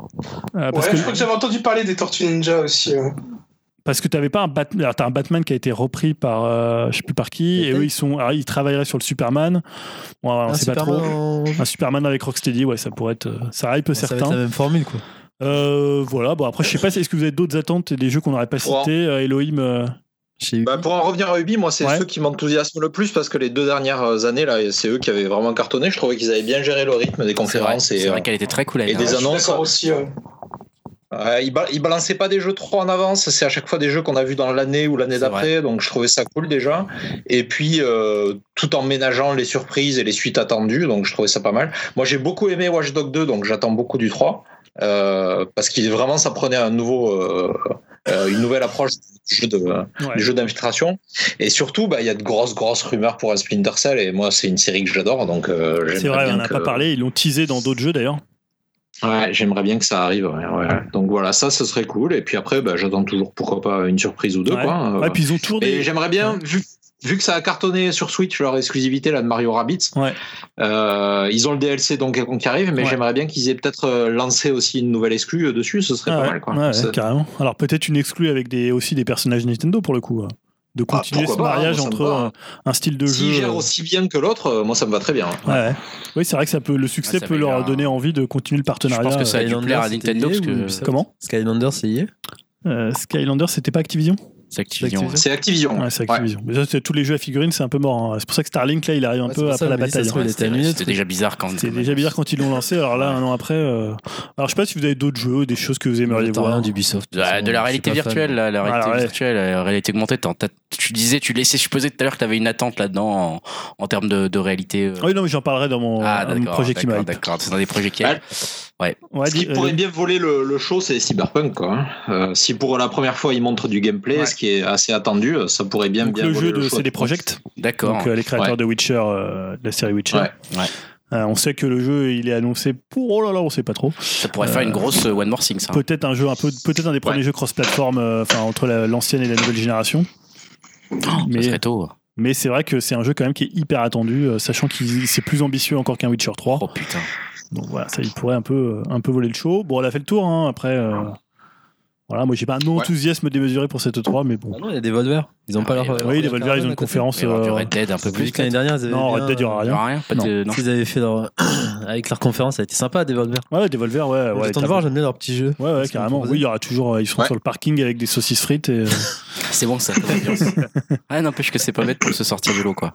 Parce que je crois que j'avais entendu parler des Tortues Ninja aussi. Parce que t'avais pas un Batman. Alors t'as un Batman qui a été repris par je sais plus par qui, et eux ils travailleraient sur le Superman. Bon, on sait pas trop. Un Superman avec Rocksteady, ouais, ça pourrait être. Ça hype certains. Ça va être la même formule, quoi. Voilà. Bon après, je sais pas. Est-ce que vous avez d'autres attentes des jeux qu'on n'aurait pas cités? Elohim. Pour en revenir à Ubi, moi c'est ceux qui m'enthousiasment le plus parce que les 2 dernières années là, c'est eux qui avaient vraiment cartonné. Je trouvais qu'ils avaient bien géré le rythme des conférences. C'est vrai qu'elle était très cool. Et des annonces aussi. Ils balançaient pas des jeux trop en avance, c'est à chaque fois des jeux qu'on a vus dans l'année ou l'année d'après, donc je trouvais ça cool déjà. Et puis tout en ménageant les surprises et les suites attendues, donc je trouvais ça pas mal. Moi j'ai beaucoup aimé Watch Dogs 2, donc j'attends beaucoup du 3 parce qu'il vraiment ça prenait une nouvelle approche du jeu d'infiltration. Et surtout, il y a de grosses rumeurs pour un Splinter Cell, et moi c'est une série que j'adore, donc c'est vrai, on n'a pas parlé, ils l'ont teasé dans d'autres jeux d'ailleurs. Ouais, j'aimerais bien que ça arrive. Ouais. Donc voilà, ça, ce serait cool. Et puis après, j'attends toujours, pourquoi pas, une surprise ou deux. Quoi. Ouais, puis ils ont tourné. Et j'aimerais bien, vu que ça a cartonné sur Switch, leur exclusivité là, de Mario Rabbids, ils ont le DLC donc qui arrive, mais j'aimerais bien qu'ils aient peut-être lancé aussi une nouvelle exclue dessus, ce serait pas mal. Quoi. Ouais, carrément. Alors peut-être une exclue avec aussi des personnages Nintendo pour le coup. De continuer ce mariage entre un style de jeu. S'ils gèrent aussi bien que l'autre, moi ça me va très bien. Ouais. Oui, c'est vrai que le succès peut leur donner envie de continuer le partenariat. Je pense que ça a dû plaire à Nintendo. Comment Skylander, c'est y est Skylander, c'était pas Activision? C'est Activision. C'est Activision. Ouais, c'est Activision. Mais ça, tous les jeux à figurines, c'est un peu mort. Hein. C'est pour ça que Starlink, là, il arrive un peu après la bataille. C'était déjà bizarre quand. C'était déjà bizarre quand ils l'ont lancé. Alors là, un an après. Alors je sais pas si vous avez d'autres jeux, des choses que vous aimeriez voir. d'Ubisoft. De la réalité virtuelle, la réalité virtuelle, la réalité augmentée. Tu disais, tu laissais supposer tout à l'heure que tu avais une attente là-dedans en termes de réalité. Oui, non, mais j'en parlerai dans mon projet qui m'a. D'accord, c'est dans des projets qui. Ce qui pourrait bien voler le show, c'est Cyberpunk, quoi. Si pour la première fois ils montrent du gameplay, ce qui est assez attendu, ça pourrait bien voler le show. Le jeu de CD Projekt. D'accord. Donc les créateurs de Witcher, de la série Witcher. On sait que le jeu il est annoncé pour on sait pas trop. Ça pourrait faire une grosse One More Thing, ça. Peut-être un des premiers jeux cross-platform, entre l'ancienne et la nouvelle génération. Ça serait tôt. Mais c'est vrai que c'est un jeu quand même qui est hyper attendu, sachant qu'il c'est plus ambitieux encore qu'un Witcher 3. Oh putain. Donc voilà, ça il pourrait un peu voler le show. Bon, on a fait le tour, hein. Après. Voilà, moi j'ai pas un enthousiasme démesuré pour cette 3, mais bon. Non, il y a des Devolver. Ils ont pas leur. Oui, les Devolver, ils ont une conférence. Du Red Dead un peu plus. L'année dernière, ils avaient. Non, Red Dead, il y aura rien. Non. Ils avaient fait avec leur conférence, ça a été sympa, Devolver. Ouais, Devolver, ouais. J'attends de voir, j'aime bien leurs petits jeux. Ouais, carrément. Oui, il y aura toujours. Ils seront sur le parking avec des saucisses frites et. C'est bon, ça. N'empêche que c'est pas bête pour se sortir du lot, quoi.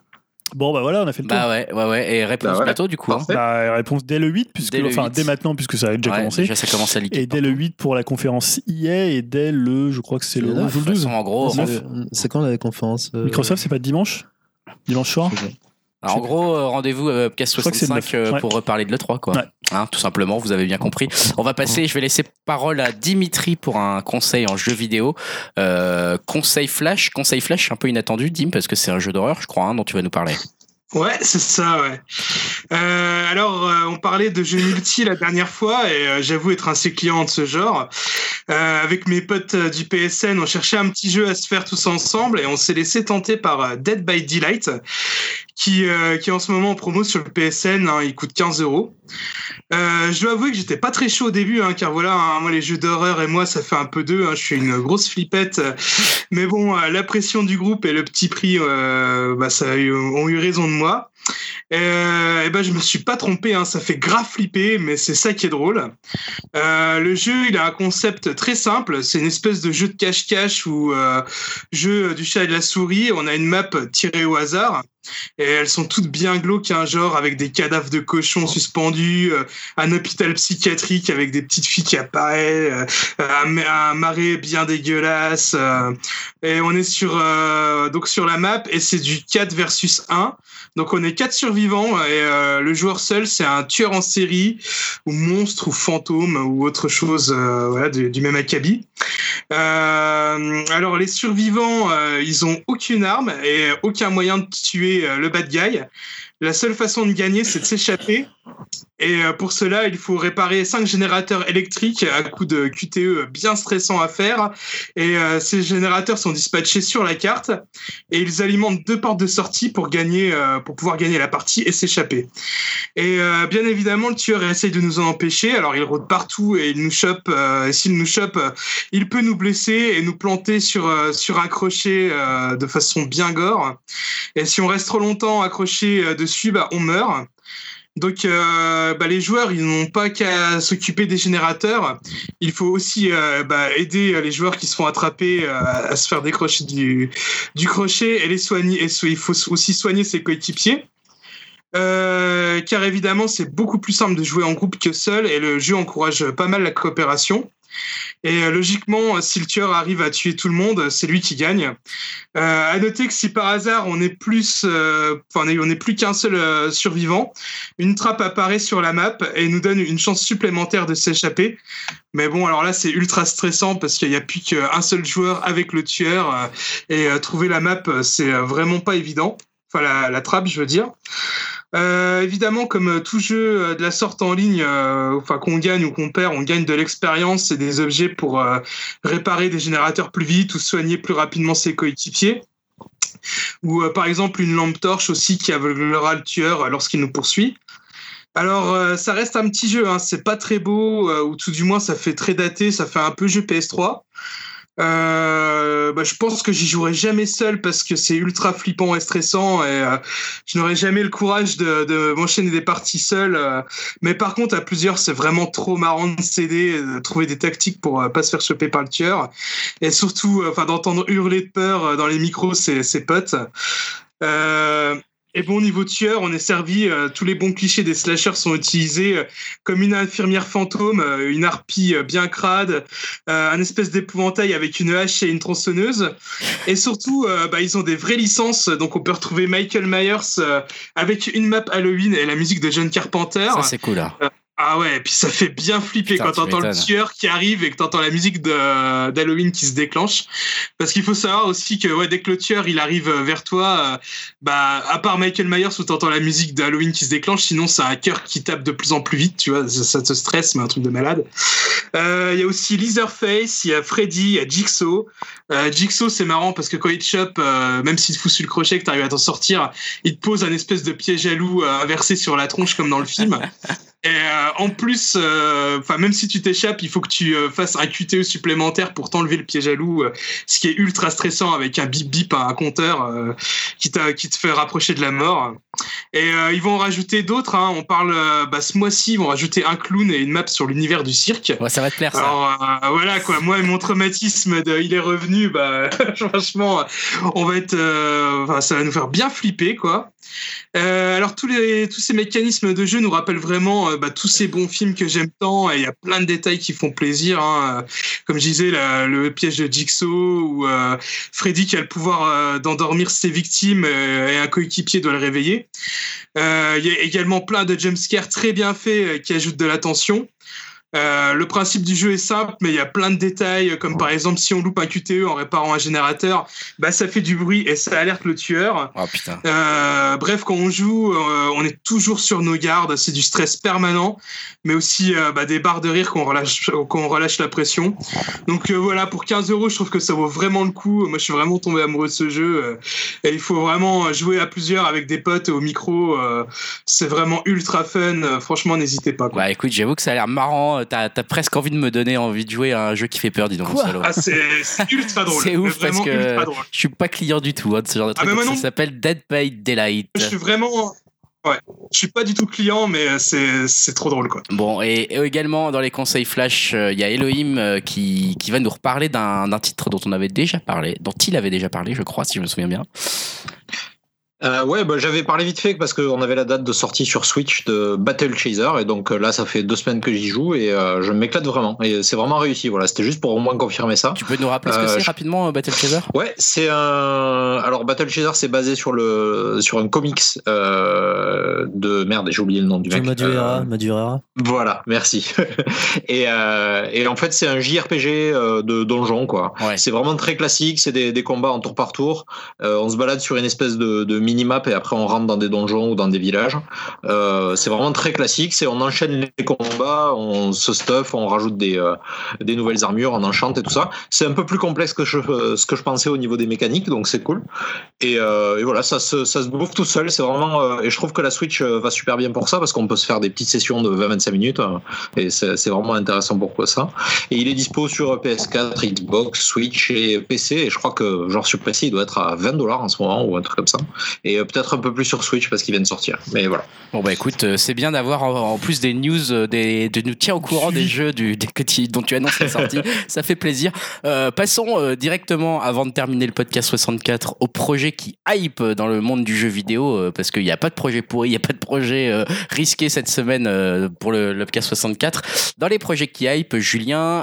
Bon, bah voilà, on a fait le tour. Bah ouais. Et réponse bientôt, du coup. Hein. Bah, réponse dès le 8, puisque, dès maintenant, puisque ça a déjà commencé. Déjà, ça commence à liquer. Et dès le 8 pour la conférence EA, et dès le, je crois que c'est le 11 ou le 12. En gros, c'est quand la conférence Microsoft, c'est pas dimanche soir. Alors, en gros, rendez-vous à Upcast 65 pour reparler de l'E3, quoi. Ouais. Hein, tout simplement, vous avez bien compris. On va passer, je vais laisser parole à Dimitri pour un conseil en jeu vidéo. Conseil flash, un peu inattendu, Dim, parce que c'est un jeu d'horreur, je crois, hein, dont tu vas nous parler. Ouais, c'est ça, ouais. Alors, on parlait de jeux multi la dernière fois, et j'avoue être assez client de ce genre. Avec mes potes du PSN, on cherchait un petit jeu à se faire tous ensemble, et on s'est laissé tenter par Dead by Daylight, qui est en ce moment en promo sur le PSN, hein, il coûte 15 €. Je dois avouer que j'étais pas très chaud au début, hein, car voilà, hein, moi les jeux d'horreur et moi ça fait un peu deux, hein, je suis une grosse flippette, mais bon, la pression du groupe et le petit prix, ça ont eu raison de moi. Et ben je me suis pas trompé, hein, ça fait grave flipper, mais c'est ça qui est drôle. Le jeu, il a un concept très simple, c'est une espèce de jeu de cache-cache ou jeu du chat et de la souris. On a une map tirée au hasard. Et elles sont toutes bien glauques, hein, genre avec des cadavres de cochons suspendus, un hôpital psychiatrique avec des petites filles qui apparaissent, un marais bien dégueulasse. Et on est sur la map et c'est du 4 versus 1. Donc on est 4 survivants et le joueur seul, c'est un tueur en série ou monstre ou fantôme ou autre chose du même acabit. Alors les survivants, ils ont aucune arme et aucun moyen de tuer le bad guy. La seule façon de gagner, c'est de s'échapper. Et pour cela, il faut réparer 5 générateurs électriques à coup de QTE bien stressant à faire. Et ces générateurs sont dispatchés sur la carte et ils alimentent 2 portes de sortie pour pouvoir gagner la partie et s'échapper. Et bien évidemment, le tueur essaye de nous en empêcher. Alors il rôde partout et il nous chope. Et s'il nous chope, il peut nous blesser et nous planter sur un crochet de façon bien gore. Et si on reste trop longtemps accroché dessus, on meurt. Donc les joueurs, ils n'ont pas qu'à s'occuper des générateurs. Il faut aussi aider les joueurs qui se font attraper à se faire décrocher du crochet et les soigner. Et il faut aussi soigner ses coéquipiers. Car évidemment, c'est beaucoup plus simple de jouer en groupe que seul et le jeu encourage pas mal la coopération. Et logiquement, si le tueur arrive à tuer tout le monde, c'est lui qui gagne. À noter que si par hasard on n'est plus qu'un seul survivant, une trappe apparaît sur la map et nous donne une chance supplémentaire de s'échapper. Mais bon, alors là c'est ultra stressant parce qu'il n'y a plus qu'un seul joueur avec le tueur et trouver la map c'est vraiment pas évident. Enfin la trappe, je veux dire. Évidemment, comme tout jeu de la sorte en ligne, qu'on gagne ou qu'on perd, on gagne de l'expérience et des objets pour réparer des générateurs plus vite ou soigner plus rapidement ses coéquipiers. Ou par exemple une lampe torche aussi qui aveuglera le tueur lorsqu'il nous poursuit. Alors ça reste un petit jeu, hein, c'est pas très beau, ou tout du moins ça fait très daté, ça fait un peu jeu PS3. Je pense que j'y jouerai jamais seul parce que c'est ultra flippant et stressant et je n'aurai jamais le courage de m'enchaîner des parties seul. Mais par contre, à plusieurs, c'est vraiment trop marrant de s'aider, de trouver des tactiques pour pas se faire choper par le tueur et surtout, d'entendre hurler de peur dans les micros ses potes. Et bon, niveau tueur, on est servi, tous les bons clichés des slashers sont utilisés, comme une infirmière fantôme, une harpie bien crade, un espèce d'épouvantail avec une hache et une tronçonneuse. Et surtout, ils ont des vraies licences, donc on peut retrouver Michael Myers avec une map Halloween et la musique de John Carpenter. Ça, c'est cool, là. Ah ouais, et puis ça fait bien flipper quand t'entends le tueur qui arrive et que t'entends la musique d'Halloween qui se déclenche. Parce qu'il faut savoir aussi que dès que le tueur il arrive vers toi, à part Michael Myers où t'entends la musique d'Halloween qui se déclenche, sinon c'est un cœur qui tape de plus en plus vite, tu vois, ça te stresse, mais un truc de malade. Il y a aussi Leatherface, il y a Freddy, il y a Jigsaw. Jigsaw c'est marrant parce que quand il te chope, même s'il te fout sur le crochet que t'arrives à t'en sortir, il te pose un espèce de piège à loup inversé sur la tronche comme dans le film. Et en plus, même si tu t'échappes, il faut que tu fasses un QTE supplémentaire pour t'enlever le piège à loup, ce qui est ultra stressant avec un bip bip à un compteur qui te fait rapprocher de la mort. Et ils vont en rajouter d'autres. Hein. On parle ce mois-ci, ils vont rajouter un clown et une map sur l'univers du cirque. Ouais, ça va te plaire ça. Alors voilà quoi. Moi, mon traumatisme il est revenu. Franchement, on va être, ça va nous faire bien flipper quoi. Alors tous ces mécanismes de jeu nous rappellent vraiment tous ces bons films que j'aime tant, et il y a plein de détails qui font plaisir, hein. Comme je disais, le piège de Jigsaw, ou Freddy qui a le pouvoir d'endormir ses victimes et un coéquipier doit le réveiller. Il y a également plein de jumpscares très bien faits qui ajoutent de la tension. Le principe du jeu est simple, mais il y a plein de détails, comme par exemple si on loupe un QTE en réparant un générateur, ça fait du bruit et ça alerte le tueur. Oh putain. Bref, quand on joue, on est toujours sur nos gardes, c'est du stress permanent, mais aussi des barres de rire quand on relâche la pression. Donc voilà, pour 15 €, je trouve que ça vaut vraiment le coup. Moi, je suis vraiment tombé amoureux de ce jeu, et il faut vraiment jouer à plusieurs avec des potes au micro. C'est vraiment ultra fun. Franchement, n'hésitez pas, quoi. Bah écoute, j'avoue que ça a l'air marrant. T'as presque envie de me donner envie de jouer à un jeu qui fait peur, dis donc. C'est ultra drôle. C'est ouf parce que je suis pas client du tout de ce genre de truc. Ça s'appelle Dead by Daylight. Je suis vraiment... Ouais, je suis pas du tout client, mais c'est trop drôle, quoi. Bon, et également dans les conseils flash, il y a Elohim qui va nous reparler d'un titre dont il avait déjà parlé, je crois, si je me souviens bien. J'avais parlé vite fait parce qu'on avait la date de sortie sur Switch de Battle Chaser, et donc là ça fait 2 semaines que j'y joue et je m'éclate vraiment, et c'est vraiment réussi. Voilà, c'était juste pour au moins confirmer ça. Tu peux nous rappeler ce que c'est rapidement, Battle Chaser? Ouais, c'est alors Battle Chaser, c'est basé sur un comics de merde, j'ai oublié le nom du mec. Madureira. Voilà, merci. et en fait c'est un JRPG de donjon, quoi. Ouais. C'est vraiment très classique, c'est des combats en tour par tour. On se balade sur une espèce de mini-map et après on rentre dans des donjons ou dans des villages. C'est vraiment très classique, on enchaîne les combats, on se stuff, on rajoute des nouvelles armures, on enchante et tout ça. C'est un peu plus complexe que ce que je pensais au niveau des mécaniques, donc c'est cool. Et voilà, ça se bouffe tout seul, c'est vraiment... et je trouve que la Switch va super bien pour ça, parce qu'on peut se faire des petites sessions de 20-25 minutes, et c'est vraiment intéressant pour ça. Et il est dispo sur PS4, Xbox, Switch et PC, et je crois que genre sur PC il doit être à 20 $ en ce moment, ou un truc comme ça. Et peut-être un peu plus sur Switch parce qu'il vient de sortir, mais voilà. Bon bah écoute, c'est bien d'avoir en plus des news, de nous tiens au courant des jeux dont tu annonces la sortie. Ça fait plaisir. Passons directement, avant de terminer le podcast 64, au projet qui hype dans le monde du jeu vidéo, parce qu'il n'y a pas de projet pourri, il n'y a pas de projet risqué cette semaine pour le podcast 64. Dans les projets qui hype, Julien,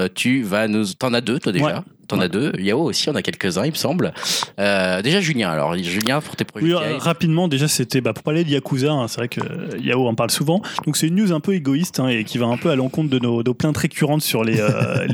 t'en as 2 toi déjà. Ouais. T'en as 2, Yao aussi, on a quelques-uns, il me semble. Déjà Julien, pour tes projets. Oui, rapidement, déjà c'était pour parler de Yakuza, hein, c'est vrai que Yao en parle souvent. Donc c'est une news un peu égoïste, hein, et qui va un peu à l'encontre de nos plaintes récurrentes sur les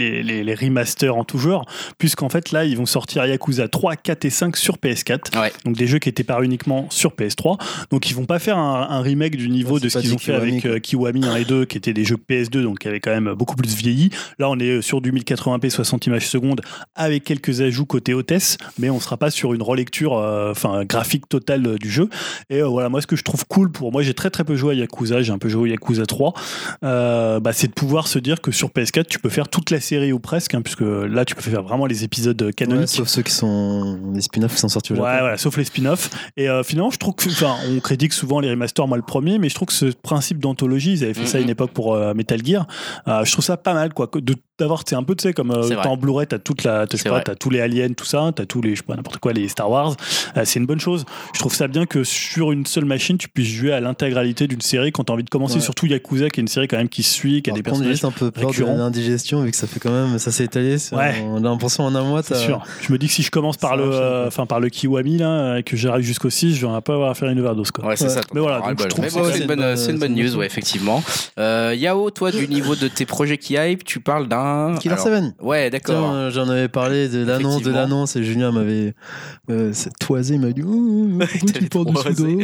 remasters en tout genre, puisqu'en fait là ils vont sortir Yakuza 3, 4 et 5 sur PS4. Ouais. Donc des jeux qui étaient parus uniquement sur PS3. Donc ils vont pas faire un remake du niveau de ce qu'ils ont fait avec Kiwami 1 et 2, qui étaient des jeux PS2, donc qui avaient quand même beaucoup plus vieilli. Là on est sur du 1080p 60 images secondes, avec quelques ajouts côté hôtesse, mais on sera pas sur une relecture graphique totale du jeu. Et voilà, moi ce que je trouve cool, pour moi j'ai très peu joué à Yakuza, j'ai un peu joué à Yakuza 3, c'est de pouvoir se dire que sur PS4 tu peux faire toute la série ou presque, hein, puisque là tu peux faire vraiment les épisodes canoniques. Ouais, sauf ceux qui sont les spin-offs qui sont sortis au Japon. Ouais, voilà, sauf les spin-offs. Et finalement je trouve que, on critique souvent les remasters, moi le premier, mais je trouve que ce principe d'anthologie, ils avaient fait ça à une époque pour Metal Gear, je trouve ça pas mal, quoi, d'avoir, un peu, tu sais, comme en Blu-ray, t'as tous les aliens, tout ça, t'as tous les, je sais pas, n'importe quoi, les Star Wars, c'est une bonne chose. Je trouve ça bien que sur une seule machine, tu puisses jouer à l'intégralité d'une série quand t'as envie de commencer, surtout Yakuza, qui est une série quand même qui suit, qui a des personnages juste un peu peur de l'indigestion, vu que ça fait quand même, ça s'est étalé, on a l'impression en un mois. C'est sûr. Je me dis que si je commence par le Kiwami, là, que j'arrive jusqu'au 6, je vais pas avoir à faire une overdose, quoi. Ouais, c'est ça. Mais voilà, donc, je trouve c'est une bonne news, ouais, effectivement. Yao, toi, du niveau de tes projets qui hype, tu parles d'un Killer 7. Ouais, d'accord. Tiens, j'en avais parlé de l'annonce et Julien m'avait toisé, il m'a dit pourquoi tu portes du pseudo.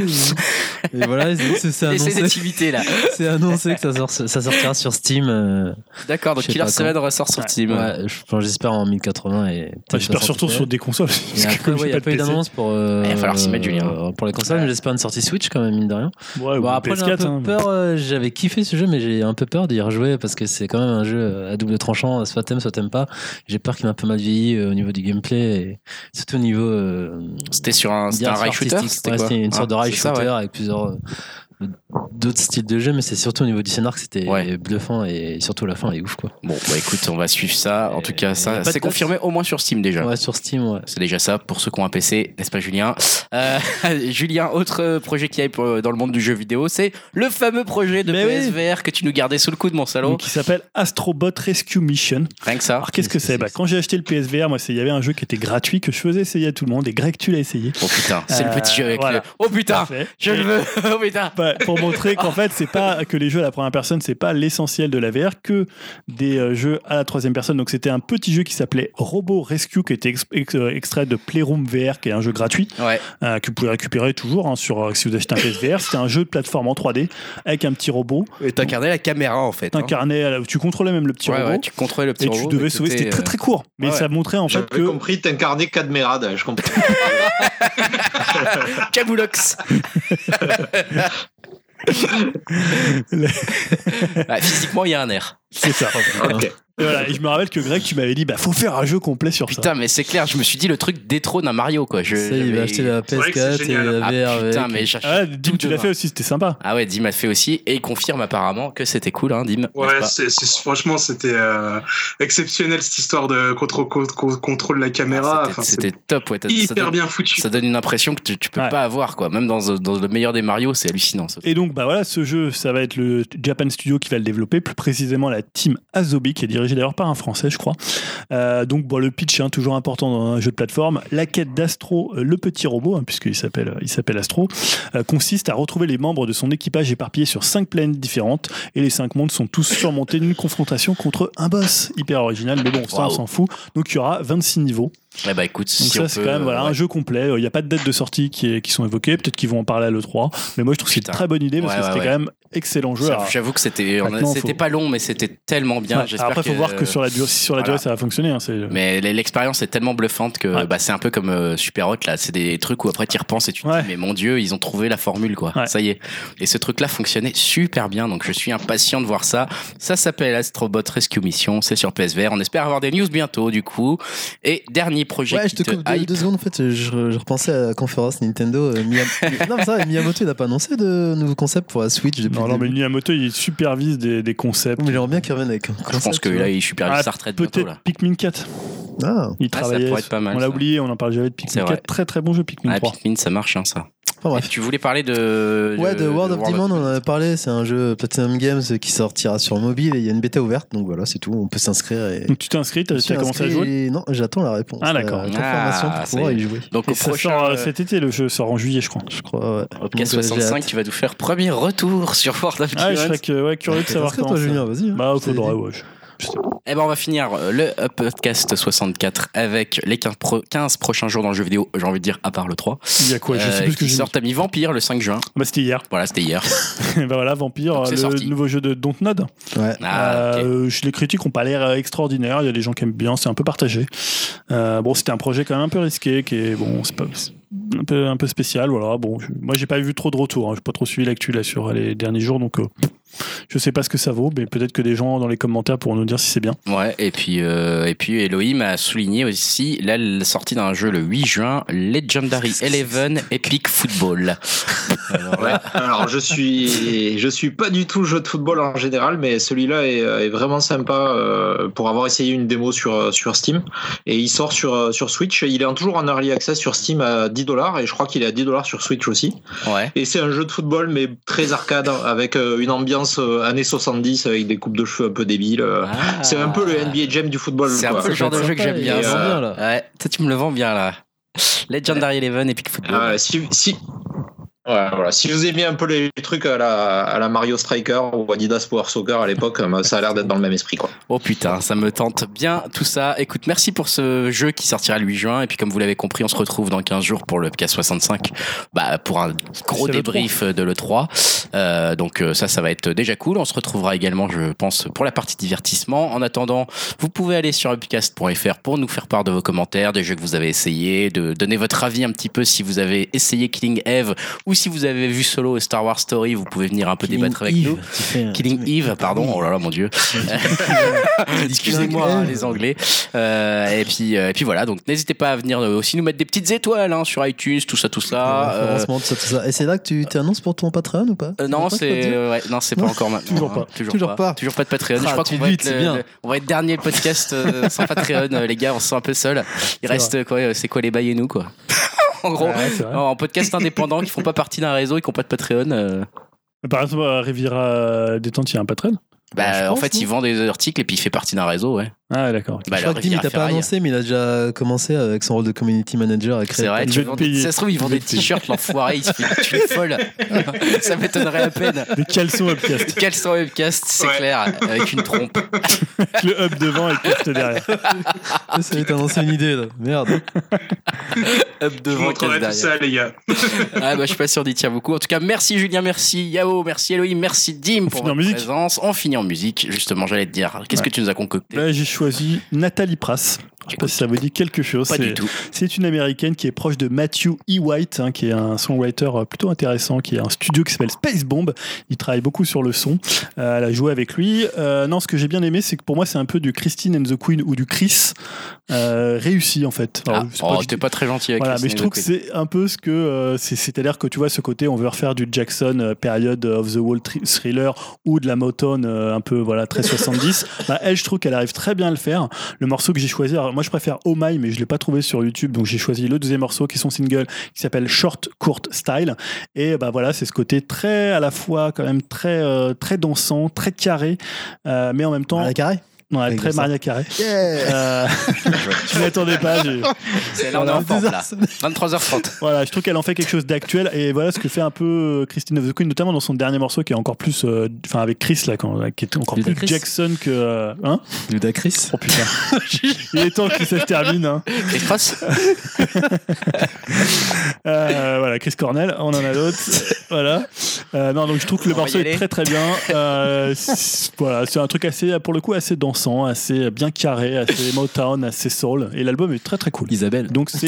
Et voilà, c'est annoncé. Là. C'est annoncé que ça sortira sur Steam. D'accord, donc Killer 7 ressort sur Steam. Ouais, j'espère en 1080 et j'espère surtout sur des consoles. Il n'y a pas eu d'annonce pour. Il va falloir s'y mettre, Julien. Pour les consoles, mais j'espère une sortie Switch quand même, mine de rien. Ouais, après, j'ai un peu peur. J'avais kiffé ce jeu, mais j'ai un peu peur d'y rejouer parce que c'est quand même un jeu à double tranchant. Soit t'aimes pas. J'ai peur qu'il m'a un peu mal vieilli au niveau du gameplay et surtout au niveau. C'était sur un rail shooter. C'était une sorte de rail shooter avec d'autres styles de jeu, mais c'est surtout au niveau du scénar que c'était Ouais. bluffant et surtout la fin est ouf quoi. Bon, bah écoute, on va suivre ça. En tout cas, y a ça, pas de c'est date. confirmé au moins sur Steam déjà. Ouais, sur Steam, ouais. C'est déjà ça pour ceux qui ont un PC, n'est-ce pas Julien? Julien, autre projet qui hype dans le monde du jeu vidéo, c'est le fameux projet de Mais oui. PSVR que tu nous gardais sous le coude, mon salaud. Donc, qui s'appelle Astrobot Rescue Mission. Rien que ça. Alors qu'est-ce que c'est? Quand j'ai acheté le PSVR, moi, il y avait un jeu qui était gratuit que je faisais essayer à tout le monde. Et Greg, tu l'as essayé. Oh putain, c'est le petit jeu avec voilà. le... Oh putain, Parfait. je le veux. Oh putain. Bah, pour montrer qu'en fait, c'est pas que les jeux à la première personne, c'est pas l'essentiel de la VR, que des jeux à la troisième personne. Donc c'était un petit jeu qui s'appelait Robo Rescue, qui était extrait de Playroom VR, qui est un jeu gratuit Ouais. que vous pouvez récupérer toujours sur si vous achetez un PSVR. C'était un jeu de plateforme en 3D avec un petit robot. Et t'incarnais la caméra en fait. Tu contrôlais même le petit Ouais, robot. ouais, tu contrôlais le petit Et robot. tu devais mais sauver, c'était très très court. Mais ouais. ça montrait en fait J'avais que. compris, t'incarnais Cadmerade, je comprends. Kaboulox. Bah, physiquement, il y a un air. C'est ça. Ok. Et voilà. Et je me rappelle que Greg, tu m'avais dit, faut faire un jeu complet sur ça. Putain, mais c'est clair, je me suis dit le truc détrône un Mario quoi. Ça, il va acheter la C'est vrai que c'est PS4 et génial. la Ah VR putain, avec. mais j'achète Ah, Dim, tout tu l'as demain. fait aussi, c'était sympa. Ah ouais, Dim a fait aussi et il confirme apparemment que c'était cool, hein, Dim. Ouais, n'est-ce pas franchement, c'était exceptionnel cette histoire de contrôle de la caméra. Ah, Enfin, c'était top, ouais. c'est Ça hyper donne, bien foutu. ça donne une impression que tu peux Ouais. pas avoir, quoi. Même dans le meilleur des Mario, c'est hallucinant. Ça. Et donc, voilà, ce jeu, ça va être le Japan Studio qui va le développer, plus précisément la team Asobi, qui est dirigée d'ailleurs par un Français, je crois. Donc, le pitch, toujours important dans un jeu de plateforme. La quête d'Astro, le petit robot, puisqu'il s'appelle Astro, consiste à retrouver les membres de son équipage éparpillés sur 5 planètes différentes, et les 5 mondes sont tous surmontés d'une confrontation contre un boss hyper original, mais bon, ça, on Waouh. s'en fout. Donc, il y aura 26 niveaux. Eh bah écoute, Donc si ça, on c'est peut, quand même ouais. un jeu complet. Il n'y a pas de date de sortie qui sont évoquées. Peut-être qu'ils vont en parler à l'E3. Mais moi, je trouve que c'est Putain. une très bonne idée parce Ouais, que ouais, c'était ouais. quand même excellent jeu. Alors, J'avoue que c'était Maintenant, pas long, mais c'était tellement bien. ouais, J'espère après, il faut voir que sur la durée, si sur la voilà. durée, ça va fonctionner. Mais l'expérience est tellement bluffante que Ouais. bah, c'est un peu comme Super Hot là. C'est des trucs où après tu y repenses et tu te Ouais. dis mais mon Dieu, ils ont trouvé la formule quoi. Ouais. Ça y est. Et ce truc là fonctionnait super bien. Donc je suis impatient de voir ça. Ça s'appelle Astrobot Rescue Mission. C'est sur PSVR. On espère avoir des news bientôt du coup. Et dernier projet Ouais, qui je te coupe hype. 2 secondes. En fait, je repensais à la conférence Nintendo. Non, mais ça, Miyamoto, il n'a pas annoncé de nouveaux concepts pour la Switch depuis Non, le mais début. Miyamoto, il supervise des concepts. Mais j'aimerais bien qu'il revienne avec un Je concept. pense que tu là vois. il supervise sa retraite bientôt Peut-être là. Pikmin 4. Ah, Il Ah, ça travaillait. pourrait être pas mal, On l'a ça. oublié, on en parle jamais de C'est Pikmin vrai. 4. Très très bon jeu, Pikmin Ah, 3. Pikmin, ça marche hein, ça. enfin bref. Et tu voulais parler de Ouais, de World of Demand, on en avait parlé. C'est un jeu Platinum Games qui sortira sur mobile et il y a une bêta ouverte. Donc voilà, c'est tout. On peut s'inscrire. Et... Donc tu t'es inscrit, Je tu suis as commencé à inscrit jouer et- Non, j'attends la réponse. Ah, d'accord. La confirmation Ah, pour pouvoir c'est- y jouer. Donc Et au ça prochain sort cet été, le jeu sort en juillet, je crois. Je crois, ouais. podcast Donc, j'ai 65 hâte. qui va nous faire premier retour sur World of Ah, je Demand. serais curieux de savoir Inscris-toi, comment ça. Julien, vas-y. hein. Bah, C'est faudrait, dit. ouais. Eh ben on va finir le podcast 64 avec les 15 prochains jours dans le jeu vidéo, j'ai envie de dire à part le 3. Il y a quoi? Je sais plus ce que qui j'ai sort, t'as mis Vampire le 5 juin. Bah, c'était hier. Voilà, c'était hier. Bah voilà, Vampire, Donc, c'est le sorti. nouveau jeu de Dontnod. Ouais. Ah, ok. Les critiques n'ont pas l'air extraordinaires. Il y a des gens qui aiment bien, c'est un peu partagé. Bon, c'était un projet quand même un peu risqué, qui est bon, c'est pas un peu spécial. Voilà. Bon, moi j'ai pas vu trop de retours. J'ai pas trop suivi l'actu là sur les derniers jours, donc je sais pas ce que ça vaut, mais peut-être que des gens dans les commentaires pourront nous dire si c'est bien. Ouais, et puis Elohim a souligné aussi la sortie d'un jeu le 8 juin, Legendary 11 Epic Football. Alors, Ouais, alors je suis pas du tout jeu de football en général, mais celui-là est vraiment sympa pour avoir essayé une démo sur Steam. Et il sort sur Switch. Il est toujours en early access sur Steam à $10 et je crois qu'il est à $10 sur Switch aussi. ouais. Et c'est un jeu de football mais très arcade avec une ambiance années 70 avec des coupes de cheveux un peu débiles. C'est un peu le NBA Jam du football. C'est un quoi. peu le genre de jeu que j'aime bien. Et, ça. bien, là. Ouais, toi tu me le vends bien là. Legendary 11 Epic Football. Ouais, voilà. Si vous aimez un peu les trucs à la Mario Striker ou Adidas Power Soccer à l'époque, ça a l'air d'être dans le même esprit, quoi. Oh putain, ça me tente bien tout ça. Écoute, merci pour ce jeu qui sortira le 8 juin. Et puis comme vous l'avez compris, on se retrouve dans 15 jours pour le PK65 pour un gros C'est débrief de l'E3. Donc ça va être déjà cool. On se retrouvera également, je pense, pour la partie divertissement. En attendant, vous pouvez aller sur upcast.fr pour nous faire part de vos commentaires, des jeux que vous avez essayés, de donner votre avis un petit peu si vous avez essayé Killing Eve ou ou si vous avez vu Solo et Star Wars Story, vous pouvez venir un peu débattre avec nous. Killing Eve, pardon. Oh là là, mon Dieu. Excusez-moi, les Anglais. Et puis voilà. Donc n'hésitez pas à venir aussi nous mettre des petites étoiles sur iTunes, tout ça. Tout ça. Et c'est là que tu t'annonces pour ton Patreon ou pas? Non, c'est pas encore maintenant. Toujours pas de Patreon. Je crois qu'on va être dernier podcast sans Patreon, les gars. On se sent un peu seul. Il reste quoi? C'est quoi les bails et nous, quoi? En gros, en podcast indépendant qui font pas partie d'un réseau et qui n'ont pas de Patreon. Par exemple, Riviera Détente, il y a un Patreon? En fait, il vend des articles et puis il fait partie d'un réseau, ouais. Ah, d'accord. Je crois que Dim, il t'a pas annoncé, mais il a déjà commencé avec son rôle de community manager à créer. C'est vrai, ça se trouve, ils vendent des t-shirts, l'enfoiré, il se fait tuer folle. Ça m'étonnerait à peine. Des caleçons Upcast. Des caleçons Upcast, c'est clair, avec une trompe. Le Up devant et le Cast derrière. Ça va t'annoncer une idée, là. Merde. Up devant, Cast derrière. Tout ça, les gars. Je suis pas sûr d'y tient beaucoup. En tout cas, merci Julien, merci Yao, merci Elohim, merci Dim pour votre présence. On finit en musique, justement, j'allais te dire. Qu'est-ce que tu nous as concocté? J'ai choisi Nathalie Prass. Je sais pas si ça vous dit quelque chose. Pas du tout. C'est une américaine qui est proche de Matthew E. White, qui est un songwriter plutôt intéressant, qui a un studio qui s'appelle Space Bomb. Il travaille beaucoup sur le son. Elle a joué avec lui. Non, ce que j'ai bien aimé, c'est que pour moi, c'est un peu du Christine and the Queen ou du Chris réussi en fait. Alors, t'es pas très gentil avec mais je trouve que c'est un peu ce que c'est-à-dire que tu vois ce côté, on veut refaire du Jackson période of the Wall thriller ou de la Motown un peu très 70. Elle, je trouve qu'elle arrive très bien à le faire. Le morceau que j'ai choisi, alors, moi je préfère Oh My, mais je l'ai pas trouvé sur YouTube, donc j'ai choisi le deuxième morceau qui est son single qui s'appelle Short Court Style. Et c'est ce côté très à la fois quand même très très dansant, très carré, mais en même temps carré. Ouais, très Maria Carré. Yeah. Je m'y attendais pas. C'est là, on est en forme, là. 23h30. Voilà, je trouve qu'elle en fait quelque chose d'actuel. Et voilà ce que fait un peu Christine of the Queen, notamment dans son dernier morceau qui est encore plus. Avec Chris, là, qui est encore plus Jackson que. Ludacris. Oh putain. Il est temps que ça se termine. Chris Cross. Voilà, Chris Cornell, on en a d'autres. Voilà. Non, donc je trouve que le morceau est très très bien. Voilà, c'est un truc assez, pour le coup, assez dansant, assez bien carré, assez Motown, assez soul. Et l'album est très très cool. Isabelle. Donc c'est.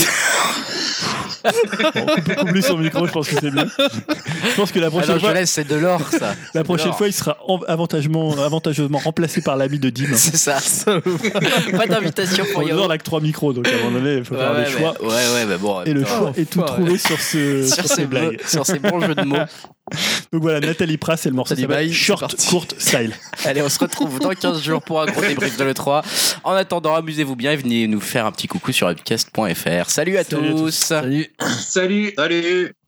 On peut combler son micro, je pense que c'est bien. Je pense que la prochaine fois. C'est de l'or, ça. La prochaine fois, il sera avantageusement remplacé par l'ami de Dim. C'est ça. Pas d'invitation pour Yao. On a que 3 micros, donc à un moment donné, il faut faire des choix. Mais bon. Et le choix est tout trouvé sur ces blagues. Sur ces bons jeux de mots. Donc voilà, Nathalie Prass et le morceau s'appelle Short Court Style. Allez, on se retrouve dans 15 jours pour un gros débrief de l'E3. En attendant, amusez-vous bien et venez nous faire un petit coucou sur upcast.fr. Salut à tous. Salut. Salut.